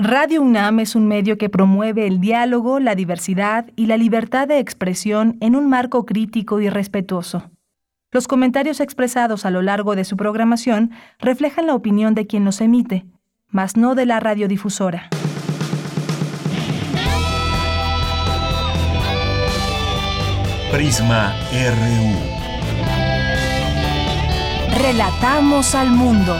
Radio UNAM es un medio que promueve el diálogo, la diversidad y la libertad de expresión en un marco crítico y respetuoso. Los comentarios expresados a lo largo de su programación reflejan la opinión de quien los emite, mas no de la radiodifusora. Prisma RU. Relatamos al mundo.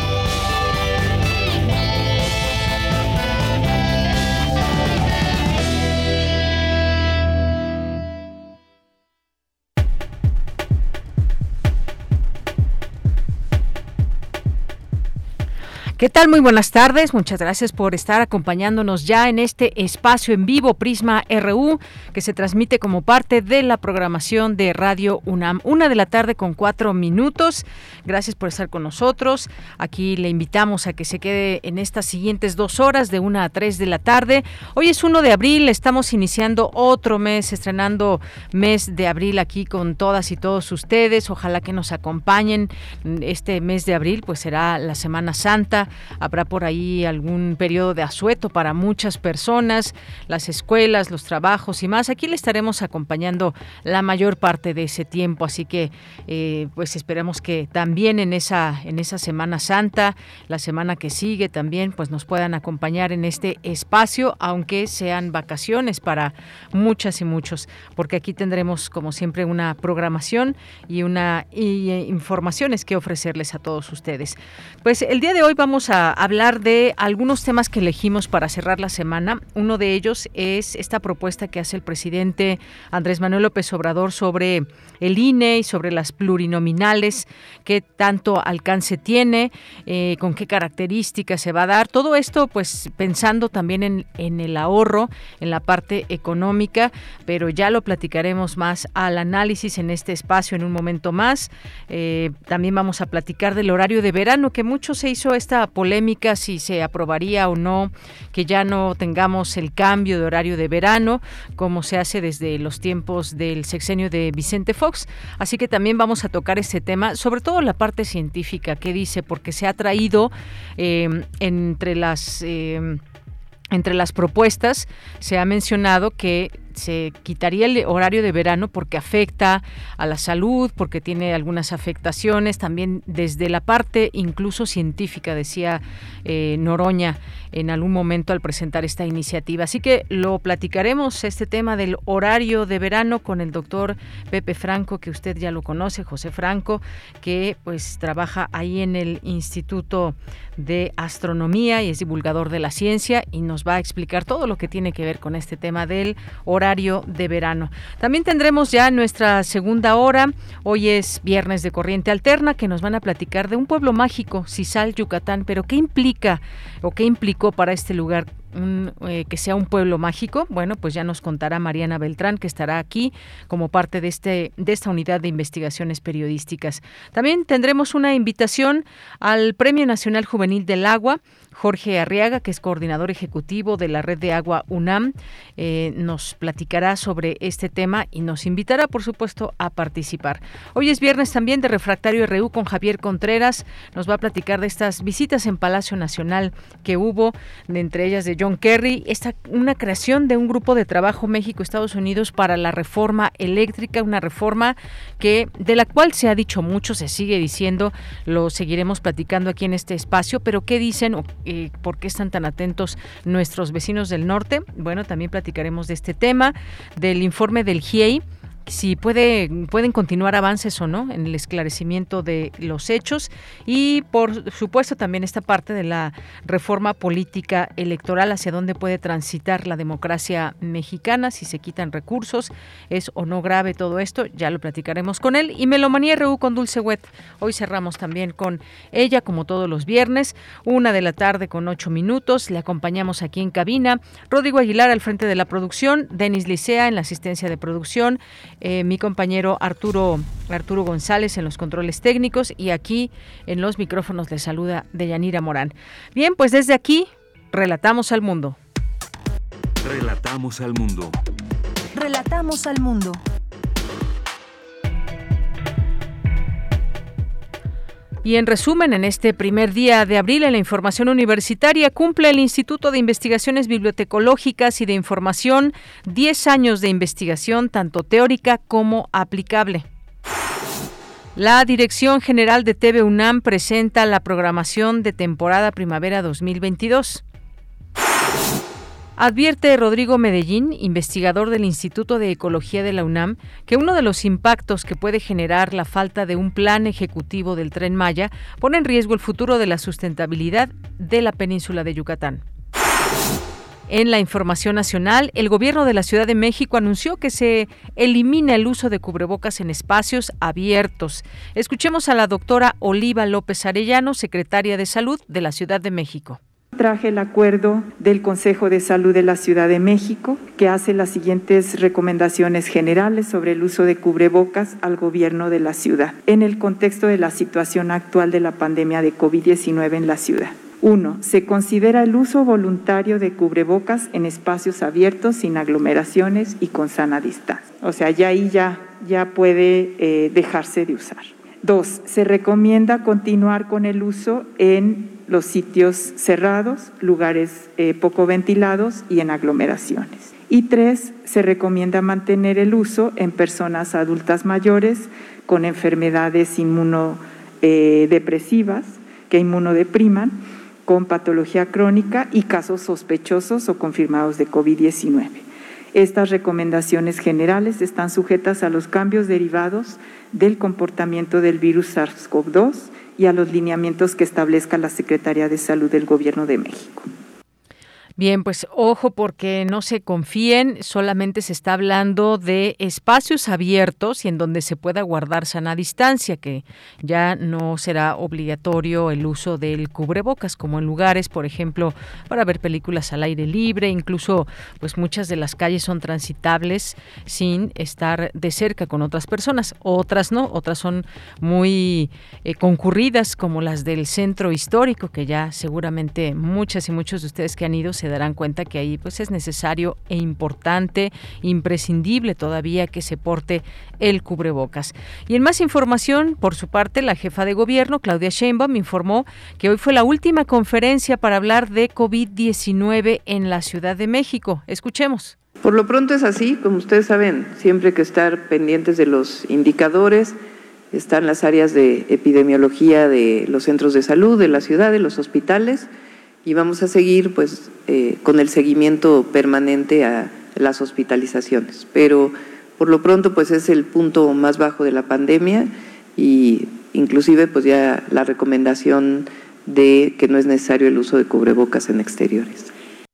¿Qué tal? Muy buenas tardes. Muchas gracias por estar acompañándonos ya en este espacio en vivo Prisma RU, que se transmite como parte de la programación de Radio UNAM. 1:04 p.m. Gracias por estar con nosotros. Aquí le invitamos a que se quede en estas siguientes 2 horas, de 1 a 3 de la tarde. Hoy es 1 de abril, estamos iniciando otro mes, estrenando mes de abril aquí con todas y todos ustedes. Ojalá que nos acompañen. Este mes de abril pues será la Semana Santa. Habrá por ahí algún periodo de asueto para muchas personas, las escuelas, los trabajos y más. Aquí le estaremos acompañando la mayor parte de ese tiempo, así que pues esperemos que también en esa Semana Santa, la semana que sigue también, pues nos puedan acompañar en este espacio, aunque sean vacaciones para muchas y muchos, porque aquí tendremos como siempre una programación y informaciones que ofrecerles a todos ustedes. Pues el día de hoy vamos a hablar de algunos temas que elegimos para cerrar la semana. Uno de ellos es esta propuesta que hace el presidente Andrés Manuel López Obrador sobre el INE y sobre las plurinominales, qué tanto alcance tiene, con qué características se va a dar. Todo esto pues pensando también en el ahorro, en la parte económica, pero ya lo platicaremos más al análisis en este espacio en un momento más. También vamos a platicar del horario de verano, que mucho se hizo esta polémica si se aprobaría o no que ya no tengamos el cambio de horario de verano como se hace desde los tiempos del sexenio de Vicente Fox. Así que también vamos a tocar este tema, sobre todo la parte científica, qué dice, porque se ha traído entre las propuestas, se ha mencionado que se quitaría el horario de verano porque afecta a la salud, porque tiene algunas afectaciones, también desde la parte incluso científica, decía Noroña en algún momento al presentar esta iniciativa. Así que lo platicaremos, este tema del horario de verano, con el doctor Pepe Franco, que usted ya lo conoce, José Franco, que pues trabaja ahí en el Instituto de Astronomía y es divulgador de la ciencia, y nos va a explicar todo lo que tiene que ver con este tema del horario de verano. También tendremos ya nuestra segunda hora. Hoy es viernes de Corriente Alterna, que nos van a platicar de un pueblo mágico, Cizal, Yucatán. Pero ¿qué implica o qué implicó para este lugar que sea un pueblo mágico? Bueno, pues ya nos contará Mariana Beltrán, que estará aquí como parte de esta unidad de investigaciones periodísticas. También tendremos una invitación al Premio Nacional Juvenil del Agua. Jorge Arriaga, que es coordinador ejecutivo de la Red de Agua UNAM, nos platicará sobre este tema y nos invitará, por supuesto, a participar. Hoy es viernes también de Refractario RU con Javier Contreras. Nos va a platicar de estas visitas en Palacio Nacional que hubo, entre ellas de John Kerry, una creación de un grupo de trabajo México-Estados Unidos para la reforma eléctrica, una reforma de la cual se ha dicho mucho, se sigue diciendo, lo seguiremos platicando aquí en este espacio, pero ¿qué dicen por qué están tan atentos nuestros vecinos del norte? Bueno, también platicaremos de este tema, del informe del GIEI, si pueden continuar avances o no en el esclarecimiento de los hechos, y por supuesto también esta parte de la reforma política electoral, hacia dónde puede transitar la democracia mexicana, si se quitan recursos, es o no grave todo esto, ya lo platicaremos con él. Y Melomanía RU con Dulce Wet, hoy cerramos también con ella, como todos los viernes, 1:08 p.m, le acompañamos aquí en cabina, Rodrigo Aguilar al frente de la producción, Denis Licea en la asistencia de producción, mi compañero Arturo González en los controles técnicos, y aquí en los micrófonos le saluda Deyanira Morán. Bien, pues desde aquí relatamos al mundo. Relatamos al mundo. Relatamos al mundo. Y en resumen, en este primer día de abril en la información universitaria cumple el Instituto de Investigaciones Bibliotecológicas y de Información 10 años de investigación tanto teórica como aplicable. La Dirección General de TV UNAM presenta la programación de temporada primavera 2022. Advierte Rodrigo Medellín, investigador del Instituto de Ecología de la UNAM, que uno de los impactos que puede generar la falta de un plan ejecutivo del Tren Maya pone en riesgo el futuro de la sustentabilidad de la península de Yucatán. En la información nacional, el gobierno de la Ciudad de México anunció que se elimina el uso de cubrebocas en espacios abiertos. Escuchemos a la doctora Oliva López Arellano, secretaria de Salud de la Ciudad de México. Traje el acuerdo del Consejo de Salud de la Ciudad de México, que hace las siguientes recomendaciones generales sobre el uso de cubrebocas al gobierno de la ciudad, en el contexto de la situación actual de la pandemia de COVID-19 en la ciudad. 1. Se considera el uso voluntario de cubrebocas en espacios abiertos, sin aglomeraciones y con sana distancia. O sea, ya puede dejarse de usar. 2. Se recomienda continuar con el uso en los sitios cerrados, lugares poco ventilados y en aglomeraciones. Y 3. Se recomienda mantener el uso en personas adultas mayores con enfermedades inmunodepresivas que inmunodepriman, con patología crónica y casos sospechosos o confirmados de COVID-19. Estas recomendaciones generales están sujetas a los cambios derivados del comportamiento del virus SARS-CoV-2 y a los lineamientos que establezca la Secretaría de Salud del Gobierno de México. Bien, pues ojo porque no se confíen, solamente se está hablando de espacios abiertos y en donde se pueda guardar sana distancia, que ya no será obligatorio el uso del cubrebocas, como en lugares, por ejemplo, para ver películas al aire libre, incluso pues muchas de las calles son transitables sin estar de cerca con otras personas, otras no, otras son muy concurridas como las del centro histórico, que ya seguramente muchas y muchos de ustedes que han ido se darán cuenta que ahí pues es necesario e importante, imprescindible todavía que se porte el cubrebocas. Y en más información, por su parte, la jefa de gobierno, Claudia Sheinbaum, informó que hoy fue la última conferencia para hablar de COVID-19 en la Ciudad de México. Escuchemos. Por lo pronto es así, como ustedes saben, siempre hay que estar pendientes de los indicadores. Están las áreas de epidemiología de los centros de salud, de la ciudad, de los hospitales, y vamos a seguir pues con el seguimiento permanente a las hospitalizaciones. Pero por lo pronto pues es el punto más bajo de la pandemia y inclusive pues ya la recomendación de que no es necesario el uso de cubrebocas en exteriores.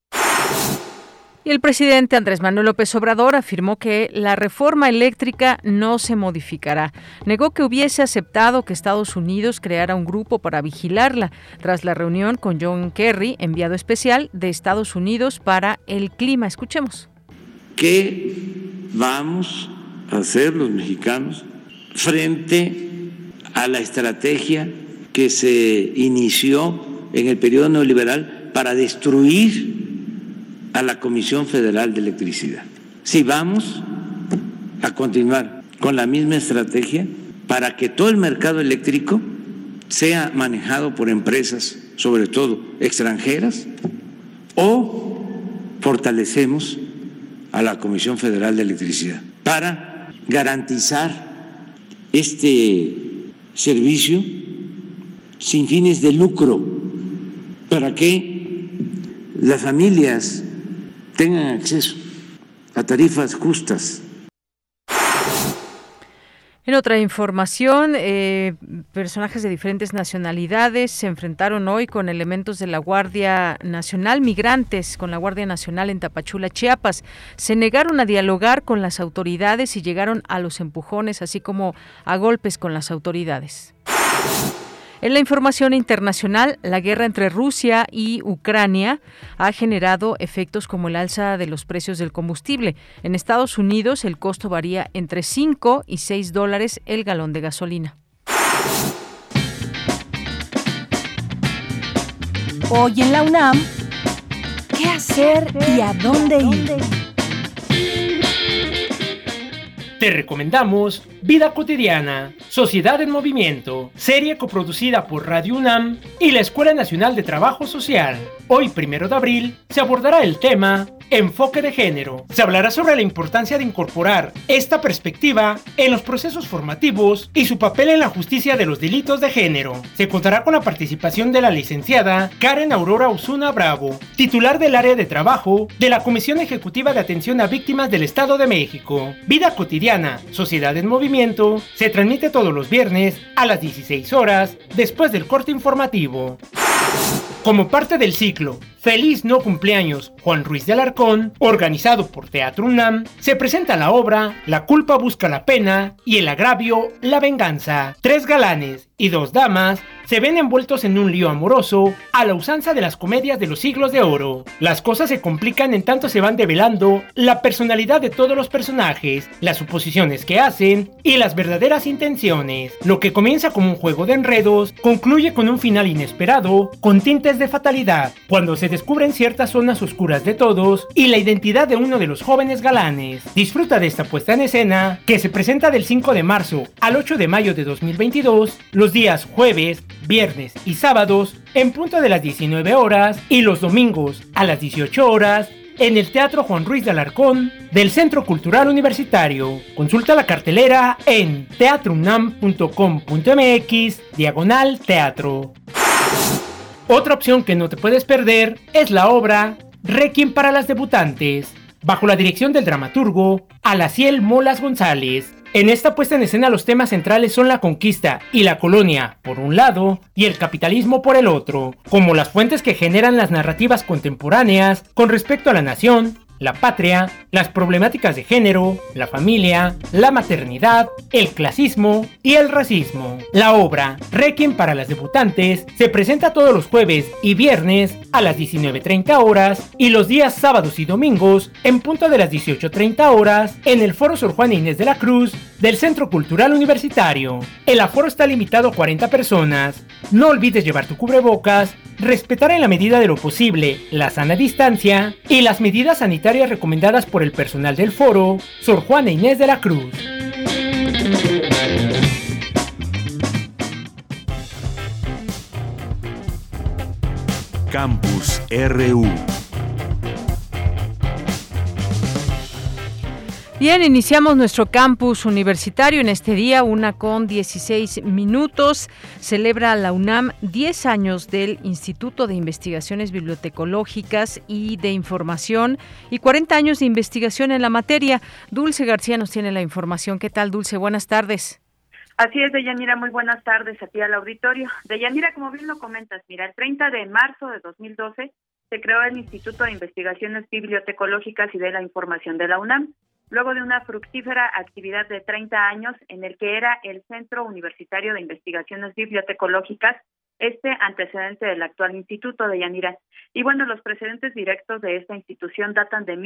Y el presidente Andrés Manuel López Obrador afirmó que la reforma eléctrica no se modificará. Negó que hubiese aceptado que Estados Unidos creara un grupo para vigilarla tras la reunión con John Kerry, enviado especial de Estados Unidos para el clima. Escuchemos. ¿Qué vamos a hacer los mexicanos frente a la estrategia que se inició en el periodo neoliberal para destruir a la Comisión Federal de Electricidad? Si vamos a continuar con la misma estrategia para que todo el mercado eléctrico sea manejado por empresas, sobre todo extranjeras, o fortalecemos a la Comisión Federal de Electricidad para garantizar este servicio sin fines de lucro, para que las familias tengan acceso a tarifas justas. En otra información, personajes de diferentes nacionalidades se enfrentaron hoy con elementos de la Guardia Nacional, migrantes con la Guardia Nacional en Tapachula, Chiapas. Se negaron a dialogar con las autoridades y llegaron a los empujones, así como a golpes con las autoridades. En la información internacional, la guerra entre Rusia y Ucrania ha generado efectos como el alza de los precios del combustible. En Estados Unidos, el costo varía entre $5 y $6 el galón de gasolina. Hoy en la UNAM, ¿qué hacer y a dónde ir? te recomendamos Vida Cotidiana, Sociedad en Movimiento, serie coproducida por Radio UNAM y la Escuela Nacional de Trabajo Social. Hoy, 1 de abril, se abordará el tema Enfoque de Género. Se hablará sobre la importancia de incorporar esta perspectiva en los procesos formativos y su papel en la justicia de los delitos de género. Se contará con la participación de la licenciada Karen Aurora Osuna Bravo, titular del área de trabajo de la Comisión Ejecutiva de Atención a Víctimas del Estado de México. Vida Cotidiana, Sociedad en Movimiento, se transmite todos los viernes a las 16 horas después del corte informativo. Como parte del ciclo Feliz No Cumpleaños Juan Ruiz de Alarcón, organizado por Teatro UNAM, se presenta la obra La culpa busca la pena y el agravio la venganza. 3 galanes y 2 damas se ven envueltos en un lío amoroso a la usanza de las comedias de los siglos de oro. Las cosas se complican en tanto se van develando la personalidad de todos los personajes, las suposiciones que hacen y las verdaderas intenciones. Lo que comienza como un juego de enredos concluye con un final inesperado con tintes de fatalidad, cuando se descubren ciertas zonas oscuras de todos y la identidad de uno de los jóvenes galanes. Disfruta de esta puesta en escena que se presenta del 5 de marzo al 8 de mayo de 2022, los días jueves, viernes y sábados en punto de las 19 horas y los domingos a las 18 horas en el Teatro Juan Ruiz de Alarcón del Centro Cultural Universitario. Consulta la cartelera en teatrounam.com.mx/teatro. Otra opción que no te puedes perder es la obra Requiem para las debutantes, bajo la dirección del dramaturgo Alaciel Molas González. En esta puesta en escena los temas centrales son la conquista y la colonia por un lado y el capitalismo por el otro, como las fuentes que generan las narrativas contemporáneas con respecto a la nación, la patria, las problemáticas de género, la familia, la maternidad, el clasismo y el racismo. La obra Requiem para las debutantes se presenta todos los jueves y viernes a las 19:30 horas y los días sábados y domingos en punto de las 18:30 horas en el Foro Sor Juana Inés de la Cruz del Centro Cultural Universitario. El aforo está limitado a 40 personas. No olvides llevar tu cubrebocas, respetar en la medida de lo posible la sana distancia y las medidas sanitarias recomendadas por el personal del foro Sor Juana Inés de la Cruz. Campus RU. Bien, iniciamos nuestro campus universitario en este día, 1:16. Celebra la UNAM 10 años del Instituto de Investigaciones Bibliotecológicas y de Información y 40 años de investigación en la materia. Dulce García nos tiene la información. ¿Qué tal, Dulce? Buenas tardes. Así es, Deyanira, muy buenas tardes a ti al auditorio. Deyanira, como bien lo comentas, mira, el 30 de marzo de 2012 se creó el Instituto de Investigaciones Bibliotecológicas y de la Información de la UNAM, luego de una fructífera actividad de 30 años en el que era el Centro Universitario de Investigaciones Bibliotecológicas, antecedente del actual instituto, de Yanira. Y bueno, los precedentes directos de esta institución datan de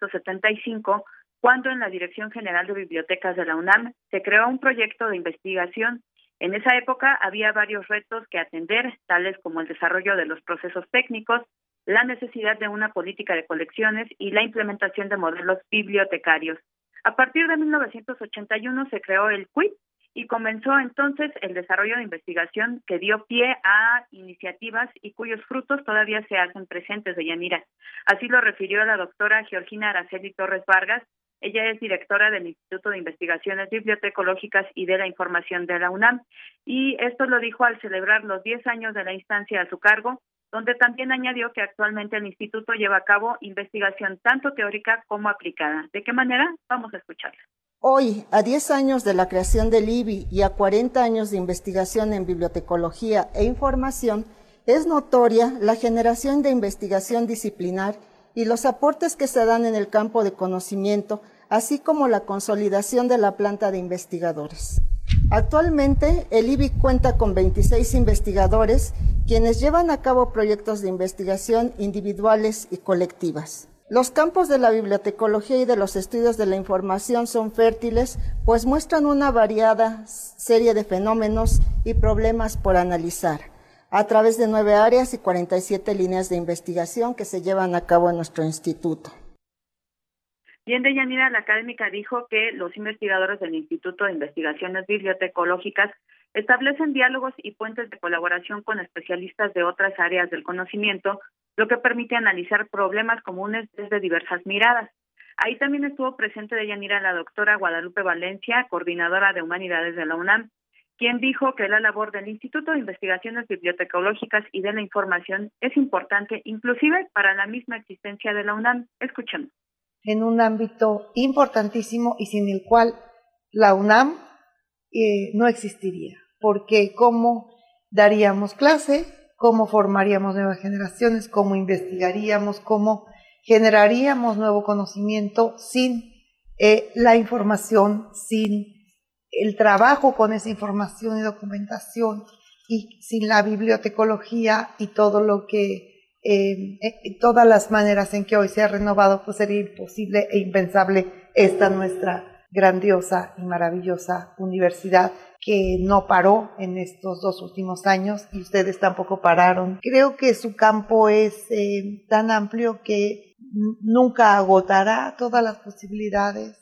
1975, cuando en la Dirección General de Bibliotecas de la UNAM se creó un proyecto de investigación. En esa época había varios retos que atender, tales como el desarrollo de los procesos técnicos, la necesidad de una política de colecciones y la implementación de modelos bibliotecarios. A partir de 1981 se creó el CUIP y comenzó entonces el desarrollo de investigación que dio pie a iniciativas y cuyos frutos todavía se hacen presentes, de Yanira. Así lo refirió la doctora Georgina Araceli Torres Vargas. Ella es directora del Instituto de Investigaciones Bibliotecológicas y de la Información de la UNAM, y esto lo dijo al celebrar los 10 años de la instancia a su cargo, donde también añadió que actualmente el instituto lleva a cabo investigación tanto teórica como aplicada. ¿De qué manera? Vamos a escucharla. Hoy, a 10 años de la creación del IBI y a 40 años de investigación en bibliotecología e información, es notoria la generación de investigación disciplinar y los aportes que se dan en el campo de conocimiento, así como la consolidación de la planta de investigadores. Actualmente, el IBI cuenta con 26 investigadores, quienes llevan a cabo proyectos de investigación individuales y colectivas. Los campos de la bibliotecología y de los estudios de la información son fértiles, pues muestran una variada serie de fenómenos y problemas por analizar, a través de 9 áreas y 47 líneas de investigación que se llevan a cabo en nuestro instituto. Bien, Deyanira, la académica dijo que los investigadores del Instituto de Investigaciones Bibliotecológicas establecen diálogos y puentes de colaboración con especialistas de otras áreas del conocimiento, lo que permite analizar problemas comunes desde diversas miradas. Ahí también estuvo presente Deyanira la doctora Guadalupe Valencia, coordinadora de Humanidades de la UNAM, quien dijo que la labor del Instituto de Investigaciones Bibliotecológicas y de la Información es importante, inclusive para la misma existencia de la UNAM. Escuchemos. En un ámbito importantísimo y sin el cual la UNAM no existiría, porque cómo daríamos clase, cómo formaríamos nuevas generaciones, cómo investigaríamos, cómo generaríamos nuevo conocimiento sin la información, sin el trabajo con esa información y documentación, y sin la bibliotecología y todo lo que todas las maneras en que hoy se ha renovado, pues sería imposible e impensable esta nuestra grandiosa y maravillosa universidad, que no paró en estos 2 últimos años y ustedes tampoco pararon. Creo que su campo es tan amplio que nunca agotará todas las posibilidades.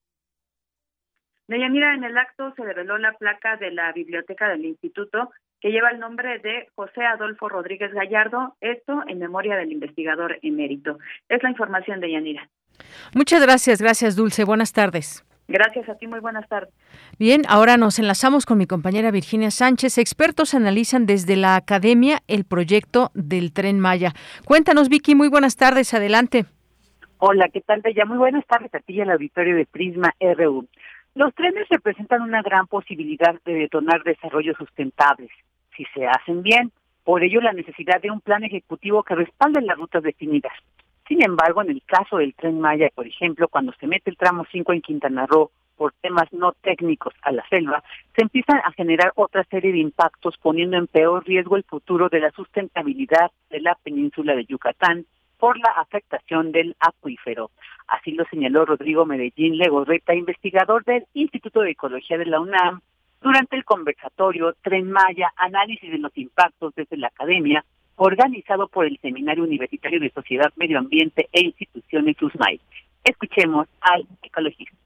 Deyanira, en el acto se reveló la placa de la biblioteca del instituto que lleva el nombre de José Adolfo Rodríguez Gallardo, esto en memoria del investigador emérito. Es la información de Deyanira. Muchas gracias Dulce, buenas tardes. Gracias a ti, muy buenas tardes. Bien, ahora nos enlazamos con mi compañera Virginia Sánchez. Expertos analizan desde la academia el proyecto del Tren Maya. Cuéntanos, Vicky, muy buenas tardes, adelante. Hola, ¿qué tal, Bella? Muy buenas tardes a ti y al auditorio de Prisma RU. Los trenes representan una gran posibilidad de detonar desarrollos sustentables, si se hacen bien. Por ello, la necesidad de un plan ejecutivo que respalde las rutas definidas. Sin embargo, en el caso del Tren Maya, por ejemplo, cuando se mete el tramo 5 en Quintana Roo por temas no técnicos a la selva, se empiezan a generar otra serie de impactos, poniendo en peor riesgo el futuro de la sustentabilidad de la península de Yucatán por la afectación del acuífero. Así lo señaló Rodrigo Medellín Legorreta, investigador del Instituto de Ecología de la UNAM, durante el conversatorio Tren Maya, análisis de los impactos desde la academia, organizado por el Seminario Universitario de Sociedad, Medio Ambiente e Instituciones USMAI. Escuchemos al ecologista.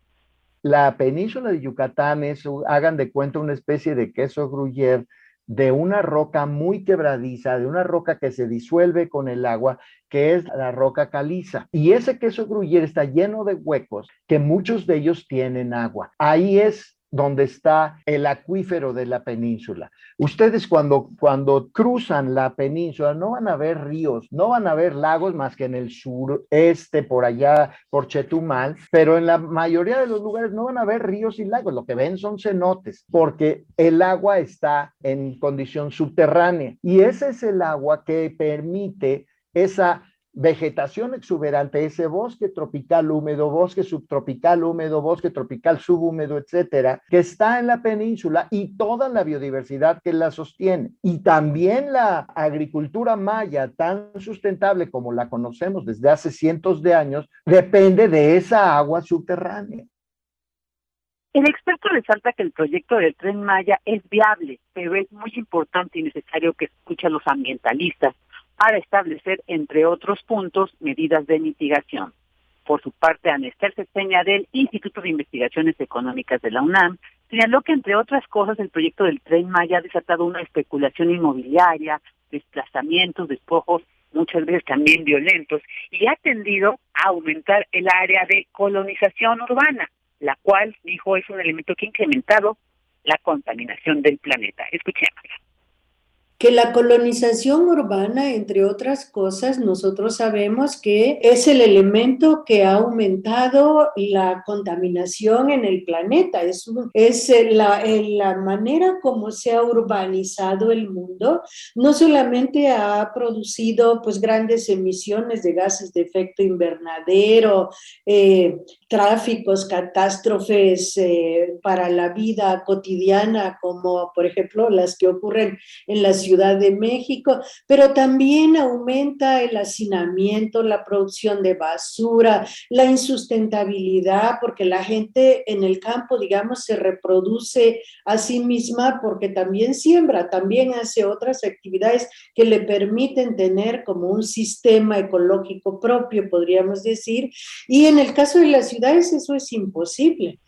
La península de Yucatán es, hagan de cuenta, una especie de queso gruyère de una roca muy quebradiza, de una roca que se disuelve con el agua, que es la roca caliza. Y ese queso gruyère está lleno de huecos, que muchos de ellos tienen agua. Ahí es donde está el acuífero de la península. Ustedes cuando cruzan la península no van a ver ríos, no van a ver lagos más que en el sureste, por allá, por Chetumal, pero en la mayoría de los lugares no van a ver ríos y lagos, lo que ven son cenotes, porque el agua está en condición subterránea, y ese es el agua que permite esa vegetación exuberante, ese bosque tropical húmedo, bosque subtropical húmedo, bosque tropical subhúmedo, etcétera, que está en la península, y toda la biodiversidad que la sostiene. Y también la agricultura maya, tan sustentable como la conocemos desde hace cientos de años, depende de esa agua subterránea. El experto resalta que el proyecto del Tren Maya es viable, pero es muy importante y necesario que escuche a los ambientalistas para establecer, entre otros puntos, medidas de mitigación. Por su parte, Anestel Ceseña, del Instituto de Investigaciones Económicas de la UNAM, señaló que, entre otras cosas, el proyecto del Tren Maya ha desatado una especulación inmobiliaria, desplazamientos, despojos, muchas veces también violentos, y ha tendido a aumentar el área de colonización urbana, la cual, dijo, es un elemento que ha incrementado la contaminación del planeta. Escuchémosla. Que la colonización urbana, entre otras cosas, nosotros sabemos que es el elemento que ha aumentado la contaminación en el planeta. Es la manera como se ha urbanizado el mundo. No solamente ha producido pues grandes emisiones de gases de efecto invernadero, tráficos, catástrofes para la vida cotidiana, como por ejemplo las que ocurren en la Ciudad de México, pero también aumenta el hacinamiento, la producción de basura, la insustentabilidad, porque la gente en el campo, digamos, se reproduce a sí misma porque también siembra, también hace otras actividades que le permiten tener como un sistema ecológico propio, podríamos decir, y en el caso de las ciudades eso es imposible.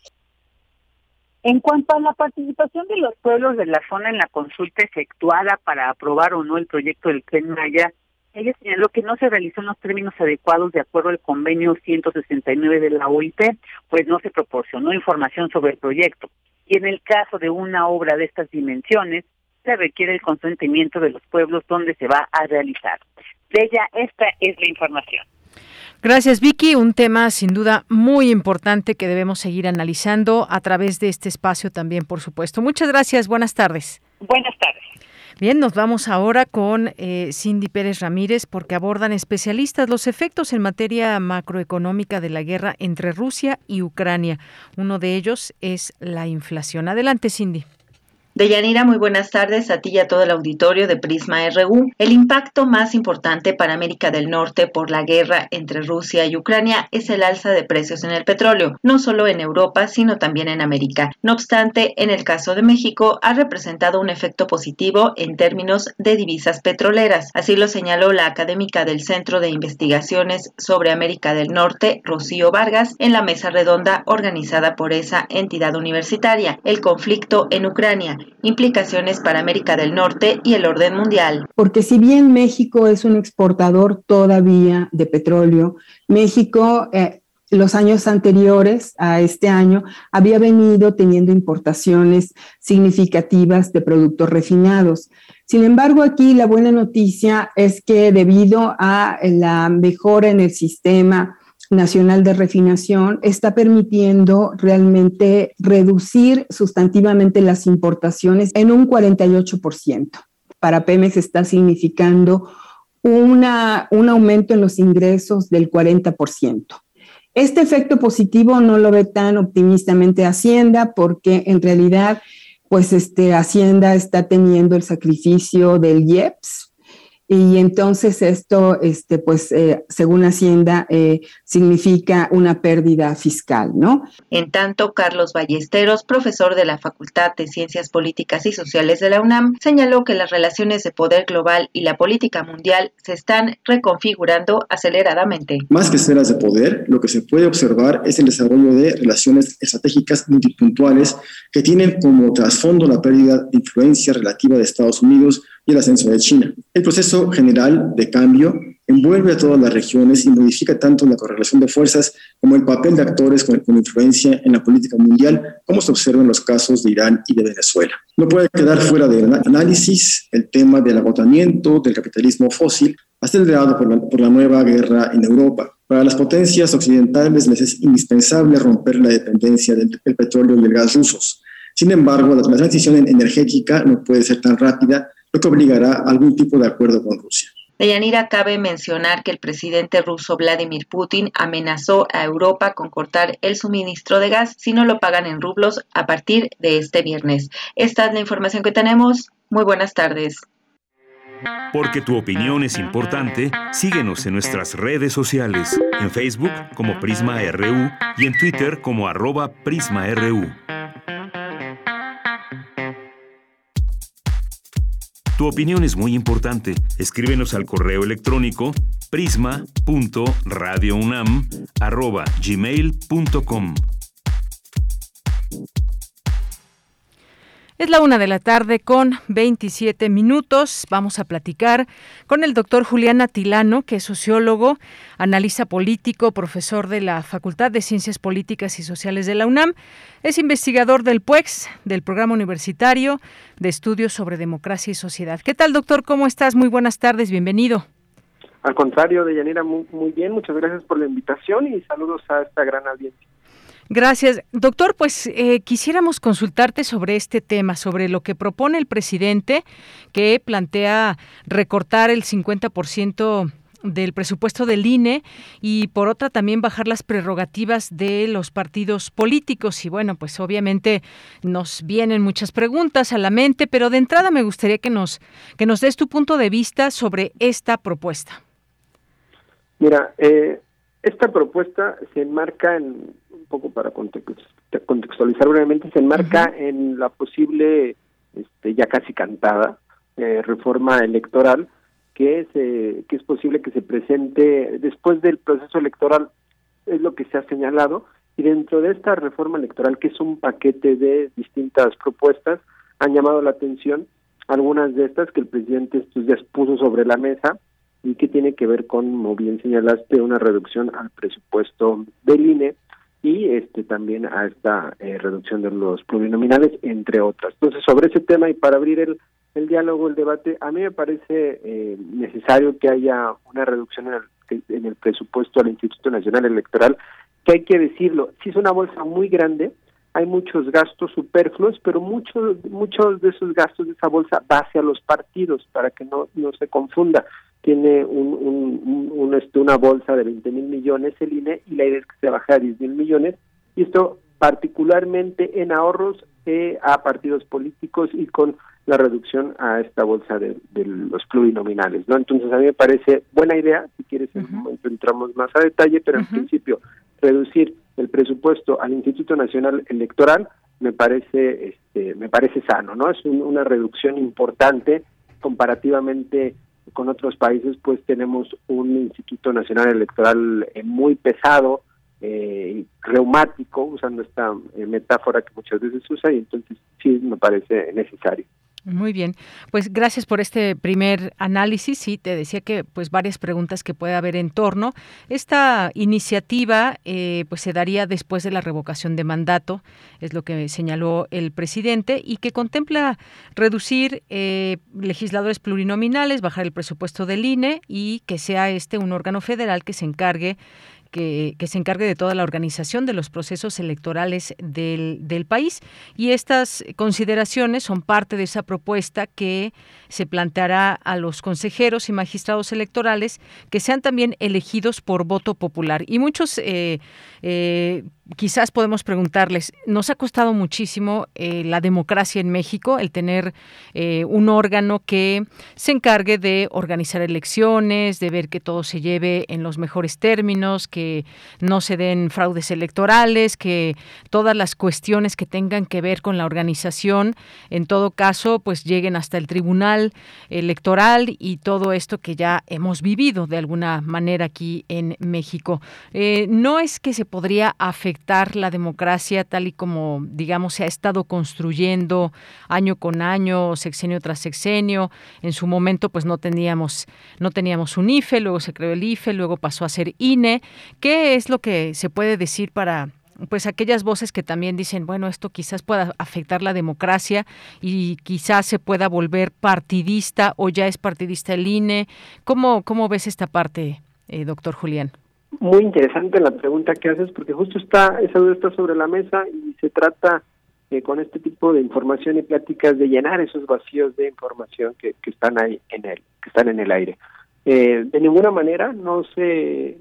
En cuanto a la participación de los pueblos de la zona en la consulta efectuada para aprobar o no el proyecto del Tren Maya, ella señaló que no se realizó en los términos adecuados de acuerdo al convenio 169 de la OIT, pues no se proporcionó información sobre el proyecto. Y en el caso de una obra de estas dimensiones, se requiere el consentimiento de los pueblos donde se va a realizar. De ella, esta es la información. Gracias, Vicky. Un tema sin duda muy importante que debemos seguir analizando a través de este espacio también, por supuesto. Muchas gracias. Buenas tardes. Buenas tardes. Bien, nos vamos ahora con Cindy Pérez Ramírez porque abordan especialistas los efectos en materia macroeconómica de la guerra entre Rusia y Ucrania. Uno de ellos es la inflación. Adelante, Cindy. Deyanira, muy buenas tardes a ti y a todo el auditorio de Prisma RU. El impacto más importante para América del Norte por la guerra entre Rusia y Ucrania es el alza de precios en el petróleo, no solo en Europa, sino también en América. No obstante, en el caso de México, ha representado un efecto positivo en términos de divisas petroleras. Así lo señaló la académica del Centro de Investigaciones sobre América del Norte, Rocío Vargas, en la mesa redonda organizada por esa entidad universitaria. El conflicto en Ucrania, implicaciones para América del Norte y el orden mundial. Porque si bien México es un exportador todavía de petróleo, México los años anteriores a este año había venido teniendo importaciones significativas de productos refinados. Sin embargo, aquí la buena noticia es que debido a la mejora en el sistema nacional de refinación, está permitiendo realmente reducir sustantivamente las importaciones en un 48%. Para Pemex está significando un aumento en los ingresos del 40%. Este efecto positivo no lo ve tan optimistamente Hacienda porque en realidad pues Hacienda está teniendo el sacrificio del IEPS. Y entonces esto, según Hacienda, significa una pérdida fiscal, ¿no? En tanto, Carlos Ballesteros, profesor de la Facultad de Ciencias Políticas y Sociales de la UNAM, señaló que las relaciones de poder global y la política mundial se están reconfigurando aceleradamente. Más que esferas de poder, lo que se puede observar es el desarrollo de relaciones estratégicas multipuntuales que tienen como trasfondo la pérdida de influencia relativa de Estados Unidos y el ascenso de China. El proceso general de cambio envuelve a todas las regiones y modifica tanto la correlación de fuerzas como el papel de actores con influencia en la política mundial, como se observa en los casos de Irán y de Venezuela. No puede quedar fuera del análisis el tema del agotamiento del capitalismo fósil, acelerado por la nueva guerra en Europa. Para las potencias occidentales les es indispensable romper la dependencia del petróleo y el gas rusos. Sin embargo, la transición energética no puede ser tan rápida, lo que obligará a algún tipo de acuerdo con Rusia. Deyanira, cabe mencionar que el presidente ruso Vladimir Putin amenazó a Europa con cortar el suministro de gas si no lo pagan en rublos a partir de este viernes. Esta es la información que tenemos. Muy buenas tardes. Porque tu opinión es importante, síguenos en nuestras redes sociales, en Facebook como Prisma RU y en Twitter como @PrismaRU. Tu opinión es muy importante. Escríbenos al correo electrónico prisma.radiounam@gmail.com. Es la 1:00 con 27 minutos. Vamos a platicar con el doctor Julián Atilano, que es sociólogo, analista político, profesor de la Facultad de Ciencias Políticas y Sociales de la UNAM. Es investigador del PUEX, del Programa Universitario de Estudios sobre Democracia y Sociedad. ¿Qué tal, doctor? ¿Cómo estás? Muy buenas tardes, bienvenido. Al contrario, Deyanira, muy bien. Muchas gracias por la invitación y saludos a esta gran audiencia. Gracias. Doctor, pues quisiéramos consultarte sobre este tema, sobre lo que propone el presidente, que plantea recortar el 50% del presupuesto del INE y por otra también bajar las prerrogativas de los partidos políticos. Y bueno, pues obviamente nos vienen muchas preguntas a la mente, pero de entrada me gustaría que nos des tu punto de vista sobre esta propuesta. Mira, esta propuesta se enmarca un poco para contextualizar brevemente, se enmarca en la posible, ya casi cantada, reforma electoral que es posible que se presente después del proceso electoral, es lo que se ha señalado, y dentro de esta reforma electoral, que es un paquete de distintas propuestas, han llamado la atención algunas de estas que el presidente estos días puso sobre la mesa y que tiene que ver con, como bien señalaste, una reducción al presupuesto del INE y también a esta reducción de los plurinominales, entre otras. Entonces, sobre ese tema y para abrir el diálogo, el debate, a mí me parece necesario que haya una reducción en el presupuesto al Instituto Nacional Electoral, que hay que decirlo, sí es una bolsa muy grande, hay muchos gastos superfluos, pero muchos de esos gastos de esa bolsa va hacia los partidos, para que no se confunda. Tiene una bolsa de 20,000 millones el INE, y la idea es que se baje a 10,000 millones, y esto particularmente en ahorros a partidos políticos y con la reducción a esta bolsa de los plurinominales, ¿no? Entonces a mí me parece buena idea, si quieres en un momento entramos más a detalle, pero en principio reducir el presupuesto al Instituto Nacional Electoral me parece sano, ¿no? Es una reducción importante comparativamente con otros países, pues tenemos un Instituto Nacional Electoral muy pesado, reumático, usando esta metáfora que muchas veces se usa, y entonces sí me parece necesario. Muy bien, pues gracias por este primer análisis. Sí, te decía que pues varias preguntas que puede haber en torno. Esta iniciativa pues se daría después de la revocación de mandato, es lo que señaló el presidente, y que contempla reducir legisladores plurinominales, bajar el presupuesto del INE y que sea un órgano federal que se encargue de toda la organización de los procesos electorales del país. Y estas consideraciones son parte de esa propuesta que se planteará a los consejeros y magistrados electorales que sean también elegidos por voto popular. Y muchos quizás podemos preguntarles, ¿nos ha costado muchísimo la democracia en México, el tener un órgano que se encargue de organizar elecciones, de ver que todo se lleve en los mejores términos, que no se den fraudes electorales, que todas las cuestiones que tengan que ver con la organización, en todo caso, pues lleguen hasta el Tribunal Electoral y todo esto que ya hemos vivido de alguna manera aquí en México? ¿No es que se podría afectar la democracia tal y como, digamos, se ha estado construyendo año con año, sexenio tras sexenio? En su momento, pues no teníamos un IFE, luego se creó el IFE, luego pasó a ser INE. ¿Qué es lo que se puede decir para pues aquellas voces que también dicen, bueno, esto quizás pueda afectar la democracia y quizás se pueda volver partidista o ya es partidista el INE? ¿Cómo ves esta parte, doctor Julián? Muy interesante la pregunta que haces, porque justo esa duda está sobre la mesa y se trata con este tipo de información y pláticas de llenar esos vacíos de información que están ahí que están en el aire. De ninguna manera no se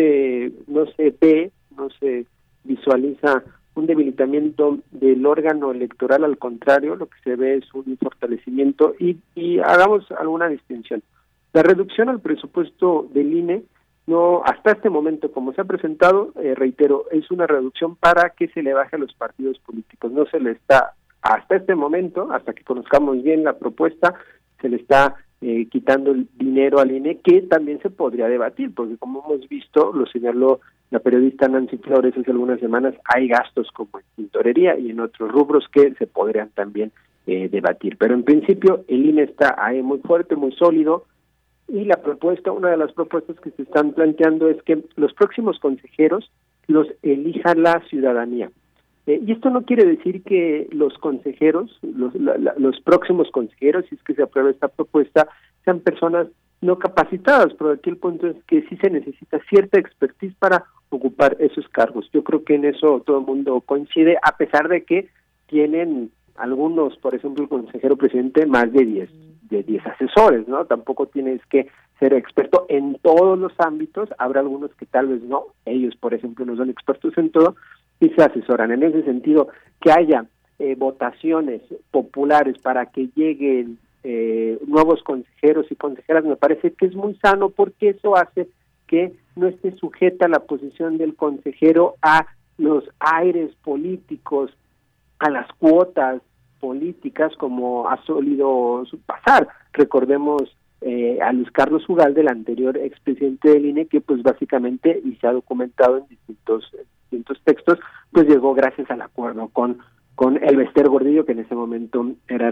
visualiza un debilitamiento del órgano electoral, al contrario, lo que se ve es un fortalecimiento y hagamos alguna distinción. La reducción al presupuesto del INE no, hasta este momento, como se ha presentado, reitero, es una reducción para que se le baje a los partidos políticos. No se le está, hasta este momento, hasta que conozcamos bien la propuesta, se le está quitando el dinero al INE, que también se podría debatir, porque como hemos visto, lo señaló la periodista Nancy Flores hace algunas semanas, hay gastos como en tintorería y en otros rubros que se podrían también debatir. Pero en principio el INE está ahí muy fuerte, muy sólido. Y una de las propuestas que se están planteando es que los próximos consejeros los elija la ciudadanía. Y esto no quiere decir que los consejeros, los próximos consejeros, si es que se aprueba esta propuesta, sean personas no capacitadas, pero aquí el punto es que sí se necesita cierta expertise para ocupar esos cargos. Yo creo que en eso todo el mundo coincide, a pesar de que tienen algunos, por ejemplo, el consejero presidente, más de 10 asesores, ¿no? Tampoco tienes que ser experto en todos los ámbitos, habrá algunos que tal vez no, ellos por ejemplo no son expertos en todo y se asesoran. En ese sentido, que haya votaciones populares para que lleguen nuevos consejeros y consejeras, me parece que es muy sano, porque eso hace que no esté sujeta la posición del consejero a los aires políticos, a las cuotas políticas, como ha solido pasar. Recordemos a Luis Carlos Ugalde, el anterior expresidente del INE, que pues básicamente, y se ha documentado en distintos textos, pues llegó gracias al acuerdo con Elbester Gordillo, que en ese momento era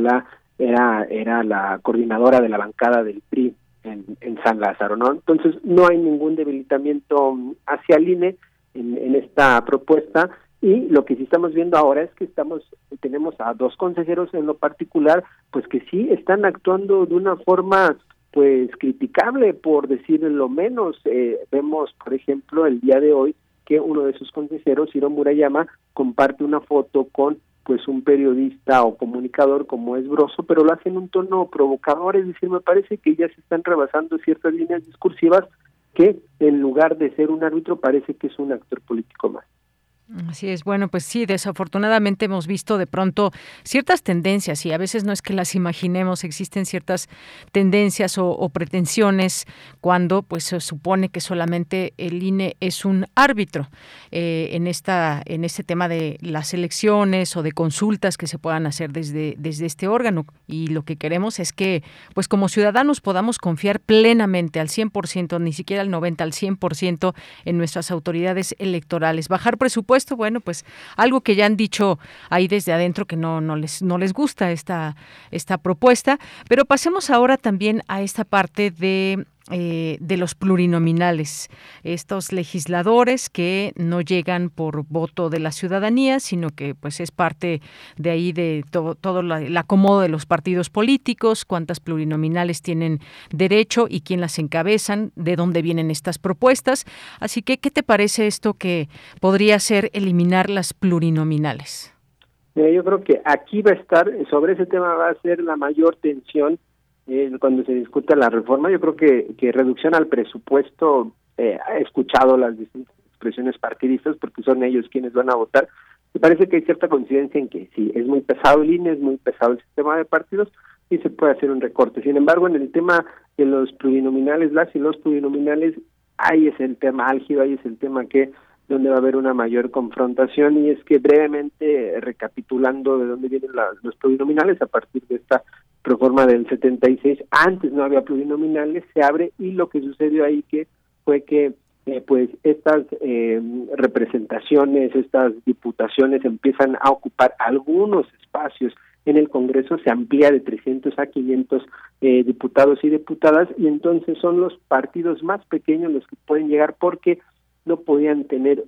la coordinadora de la bancada del PRI en San Lázaro, ¿no? Entonces no hay ningún debilitamiento hacia el INE en esta propuesta, y lo que sí estamos viendo ahora es que tenemos a dos consejeros en lo particular, pues que sí están actuando de una forma pues criticable, por decir lo menos. Vemos, por ejemplo, el día de hoy que uno de sus consejeros, Ciro Murayama, comparte una foto con pues un periodista o comunicador como es Broso, pero lo hace en un tono provocador. Es decir, me parece que ya se están rebasando ciertas líneas discursivas, que en lugar de ser un árbitro parece que es un actor político más. Así es. Bueno, pues sí, desafortunadamente hemos visto de pronto ciertas tendencias, y a veces no es que las imaginemos, existen ciertas tendencias o pretensiones cuando pues se supone que solamente el INE es un árbitro en este tema de las elecciones o de consultas que se puedan hacer desde este órgano, y lo que queremos es que pues como ciudadanos podamos confiar plenamente al 100%, ni siquiera al 90%, al 100% en nuestras autoridades electorales. Bajar presupuesto, bueno, pues algo que ya han dicho ahí desde adentro, que no les gusta esta propuesta. Pero pasemos ahora también a esta parte de los plurinominales, estos legisladores que no llegan por voto de la ciudadanía, sino que pues es parte de ahí de todo el acomodo de los partidos políticos, cuántas plurinominales tienen derecho y quién las encabezan, de dónde vienen estas propuestas. Así que, ¿qué te parece esto que podría ser eliminar las plurinominales? Yo creo que aquí va a estar, sobre ese tema va a ser la mayor tensión cuando se discuta la reforma. Yo creo que reducción al presupuesto, he escuchado las distintas expresiones partidistas, porque son ellos quienes van a votar. Me parece que hay cierta coincidencia en que sí, es muy pesado el INE, es muy pesado el sistema de partidos y se puede hacer un recorte. Sin embargo, en el tema de los plurinominales, las y los plurinominales, ahí es el tema álgido, ahí es el tema donde va a haber una mayor confrontación, y es que brevemente, recapitulando de dónde vienen los plurinominales, a partir de esta reforma del 76, antes no había plurinominales, se abre, y lo que sucedió ahí fue que pues estas representaciones, estas diputaciones empiezan a ocupar algunos espacios en el Congreso, se amplía de 300 a 500 diputados y diputadas, y entonces son los partidos más pequeños los que pueden llegar, porque no podían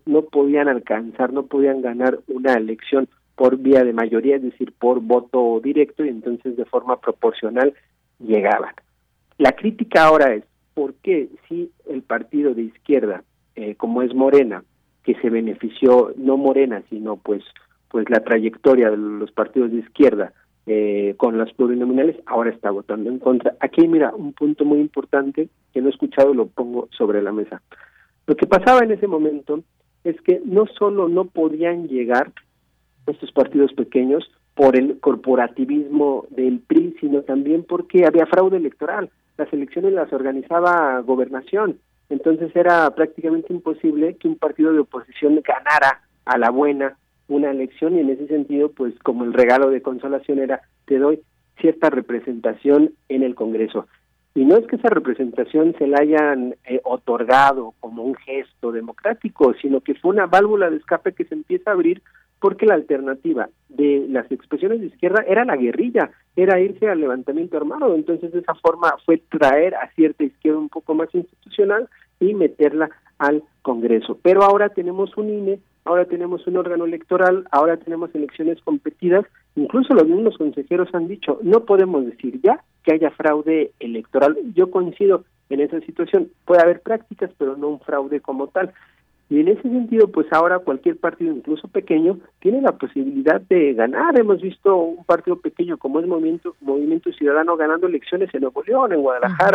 alcanzar, no podían ganar una elección por vía de mayoría, es decir, por voto directo, y entonces de forma proporcional llegaban. La crítica ahora es, ¿por qué si el partido de izquierda, como es Morena, que se benefició, no Morena, sino pues la trayectoria de los partidos de izquierda con las plurinominales, ahora está votando en contra? Aquí, mira, un punto muy importante que no he escuchado, lo pongo sobre la mesa. Lo que pasaba en ese momento es que no solo no podían llegar estos partidos pequeños por el corporativismo del PRI, sino también porque había fraude electoral. Las elecciones las organizaba Gobernación, entonces era prácticamente imposible que un partido de oposición ganara a la buena una elección, y en ese sentido, pues como el regalo de consolación era, te doy cierta representación en el Congreso. Y no es que esa representación se la hayan otorgado como un gesto democrático, sino que fue una válvula de escape que se empieza a abrir, porque la alternativa de las expresiones de izquierda era la guerrilla, era irse al levantamiento armado. Entonces, de esa forma fue traer a cierta izquierda un poco más institucional y meterla al Congreso. Pero ahora tenemos un INE, ahora tenemos un órgano electoral, ahora tenemos elecciones competidas. Incluso los mismos consejeros han dicho, no podemos decir ya que haya fraude electoral. Yo coincido en esa situación, puede haber prácticas, pero no un fraude como tal. Y en ese sentido, pues ahora cualquier partido, incluso pequeño, tiene la posibilidad de ganar. Hemos visto un partido pequeño como es Movimiento Ciudadano ganando elecciones en Nuevo León, en Guadalajara,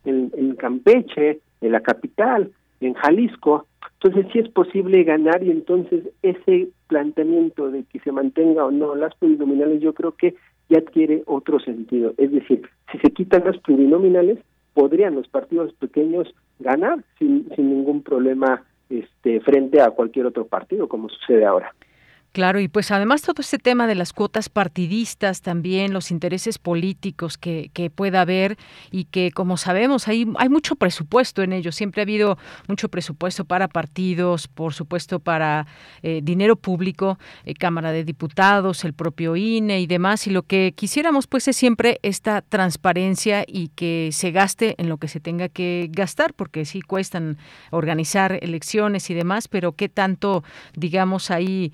en Campeche, en la capital, en Jalisco. Entonces sí es posible ganar, y entonces ese planteamiento de que se mantenga o no las plurinominales, yo creo que ya adquiere otro sentido. Es decir, si se quitan las plurinominales, podrían los partidos pequeños ganar sin ningún problema frente a cualquier otro partido, como sucede ahora. Claro, y pues además todo este tema de las cuotas partidistas, también los intereses políticos que pueda haber, y que, como sabemos, hay mucho presupuesto en ello. Siempre ha habido mucho presupuesto para partidos, por supuesto para dinero público, Cámara de Diputados, el propio INE y demás, y lo que quisiéramos pues es siempre esta transparencia y que se gaste en lo que se tenga que gastar, porque sí cuestan organizar elecciones y demás, pero qué tanto, digamos, hay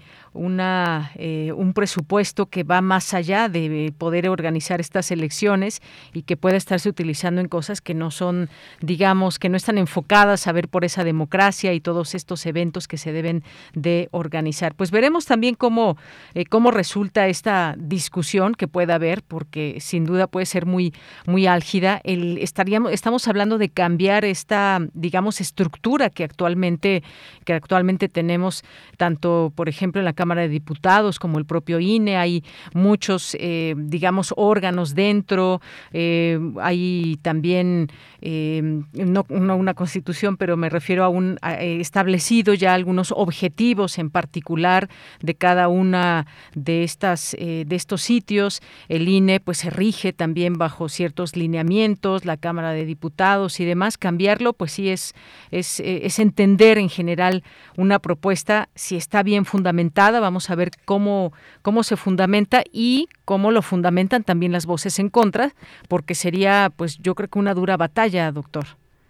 un presupuesto que va más allá de poder organizar estas elecciones y que pueda estarse utilizando en cosas que no son, digamos, que no están enfocadas a ver por esa democracia y todos estos eventos que se deben de organizar. Pues veremos también cómo resulta esta discusión que pueda haber, porque sin duda puede ser muy, muy álgida. Estamos hablando de cambiar esta, digamos, estructura que actualmente tenemos, tanto, por ejemplo, en la Cámara de Diputados como el propio INE. Hay muchos, digamos, órganos dentro, hay también, no una constitución, pero me refiero a establecido ya algunos objetivos en particular de cada una de estos sitios. El INE pues se rige también bajo ciertos lineamientos, la Cámara de Diputados y demás. Cambiarlo pues sí es entender en general una propuesta, si está bien fundamentada. Vamos a ver cómo se fundamenta y cómo lo fundamentan también las voces en contra, porque sería, pues yo creo que una dura batalla, doctor.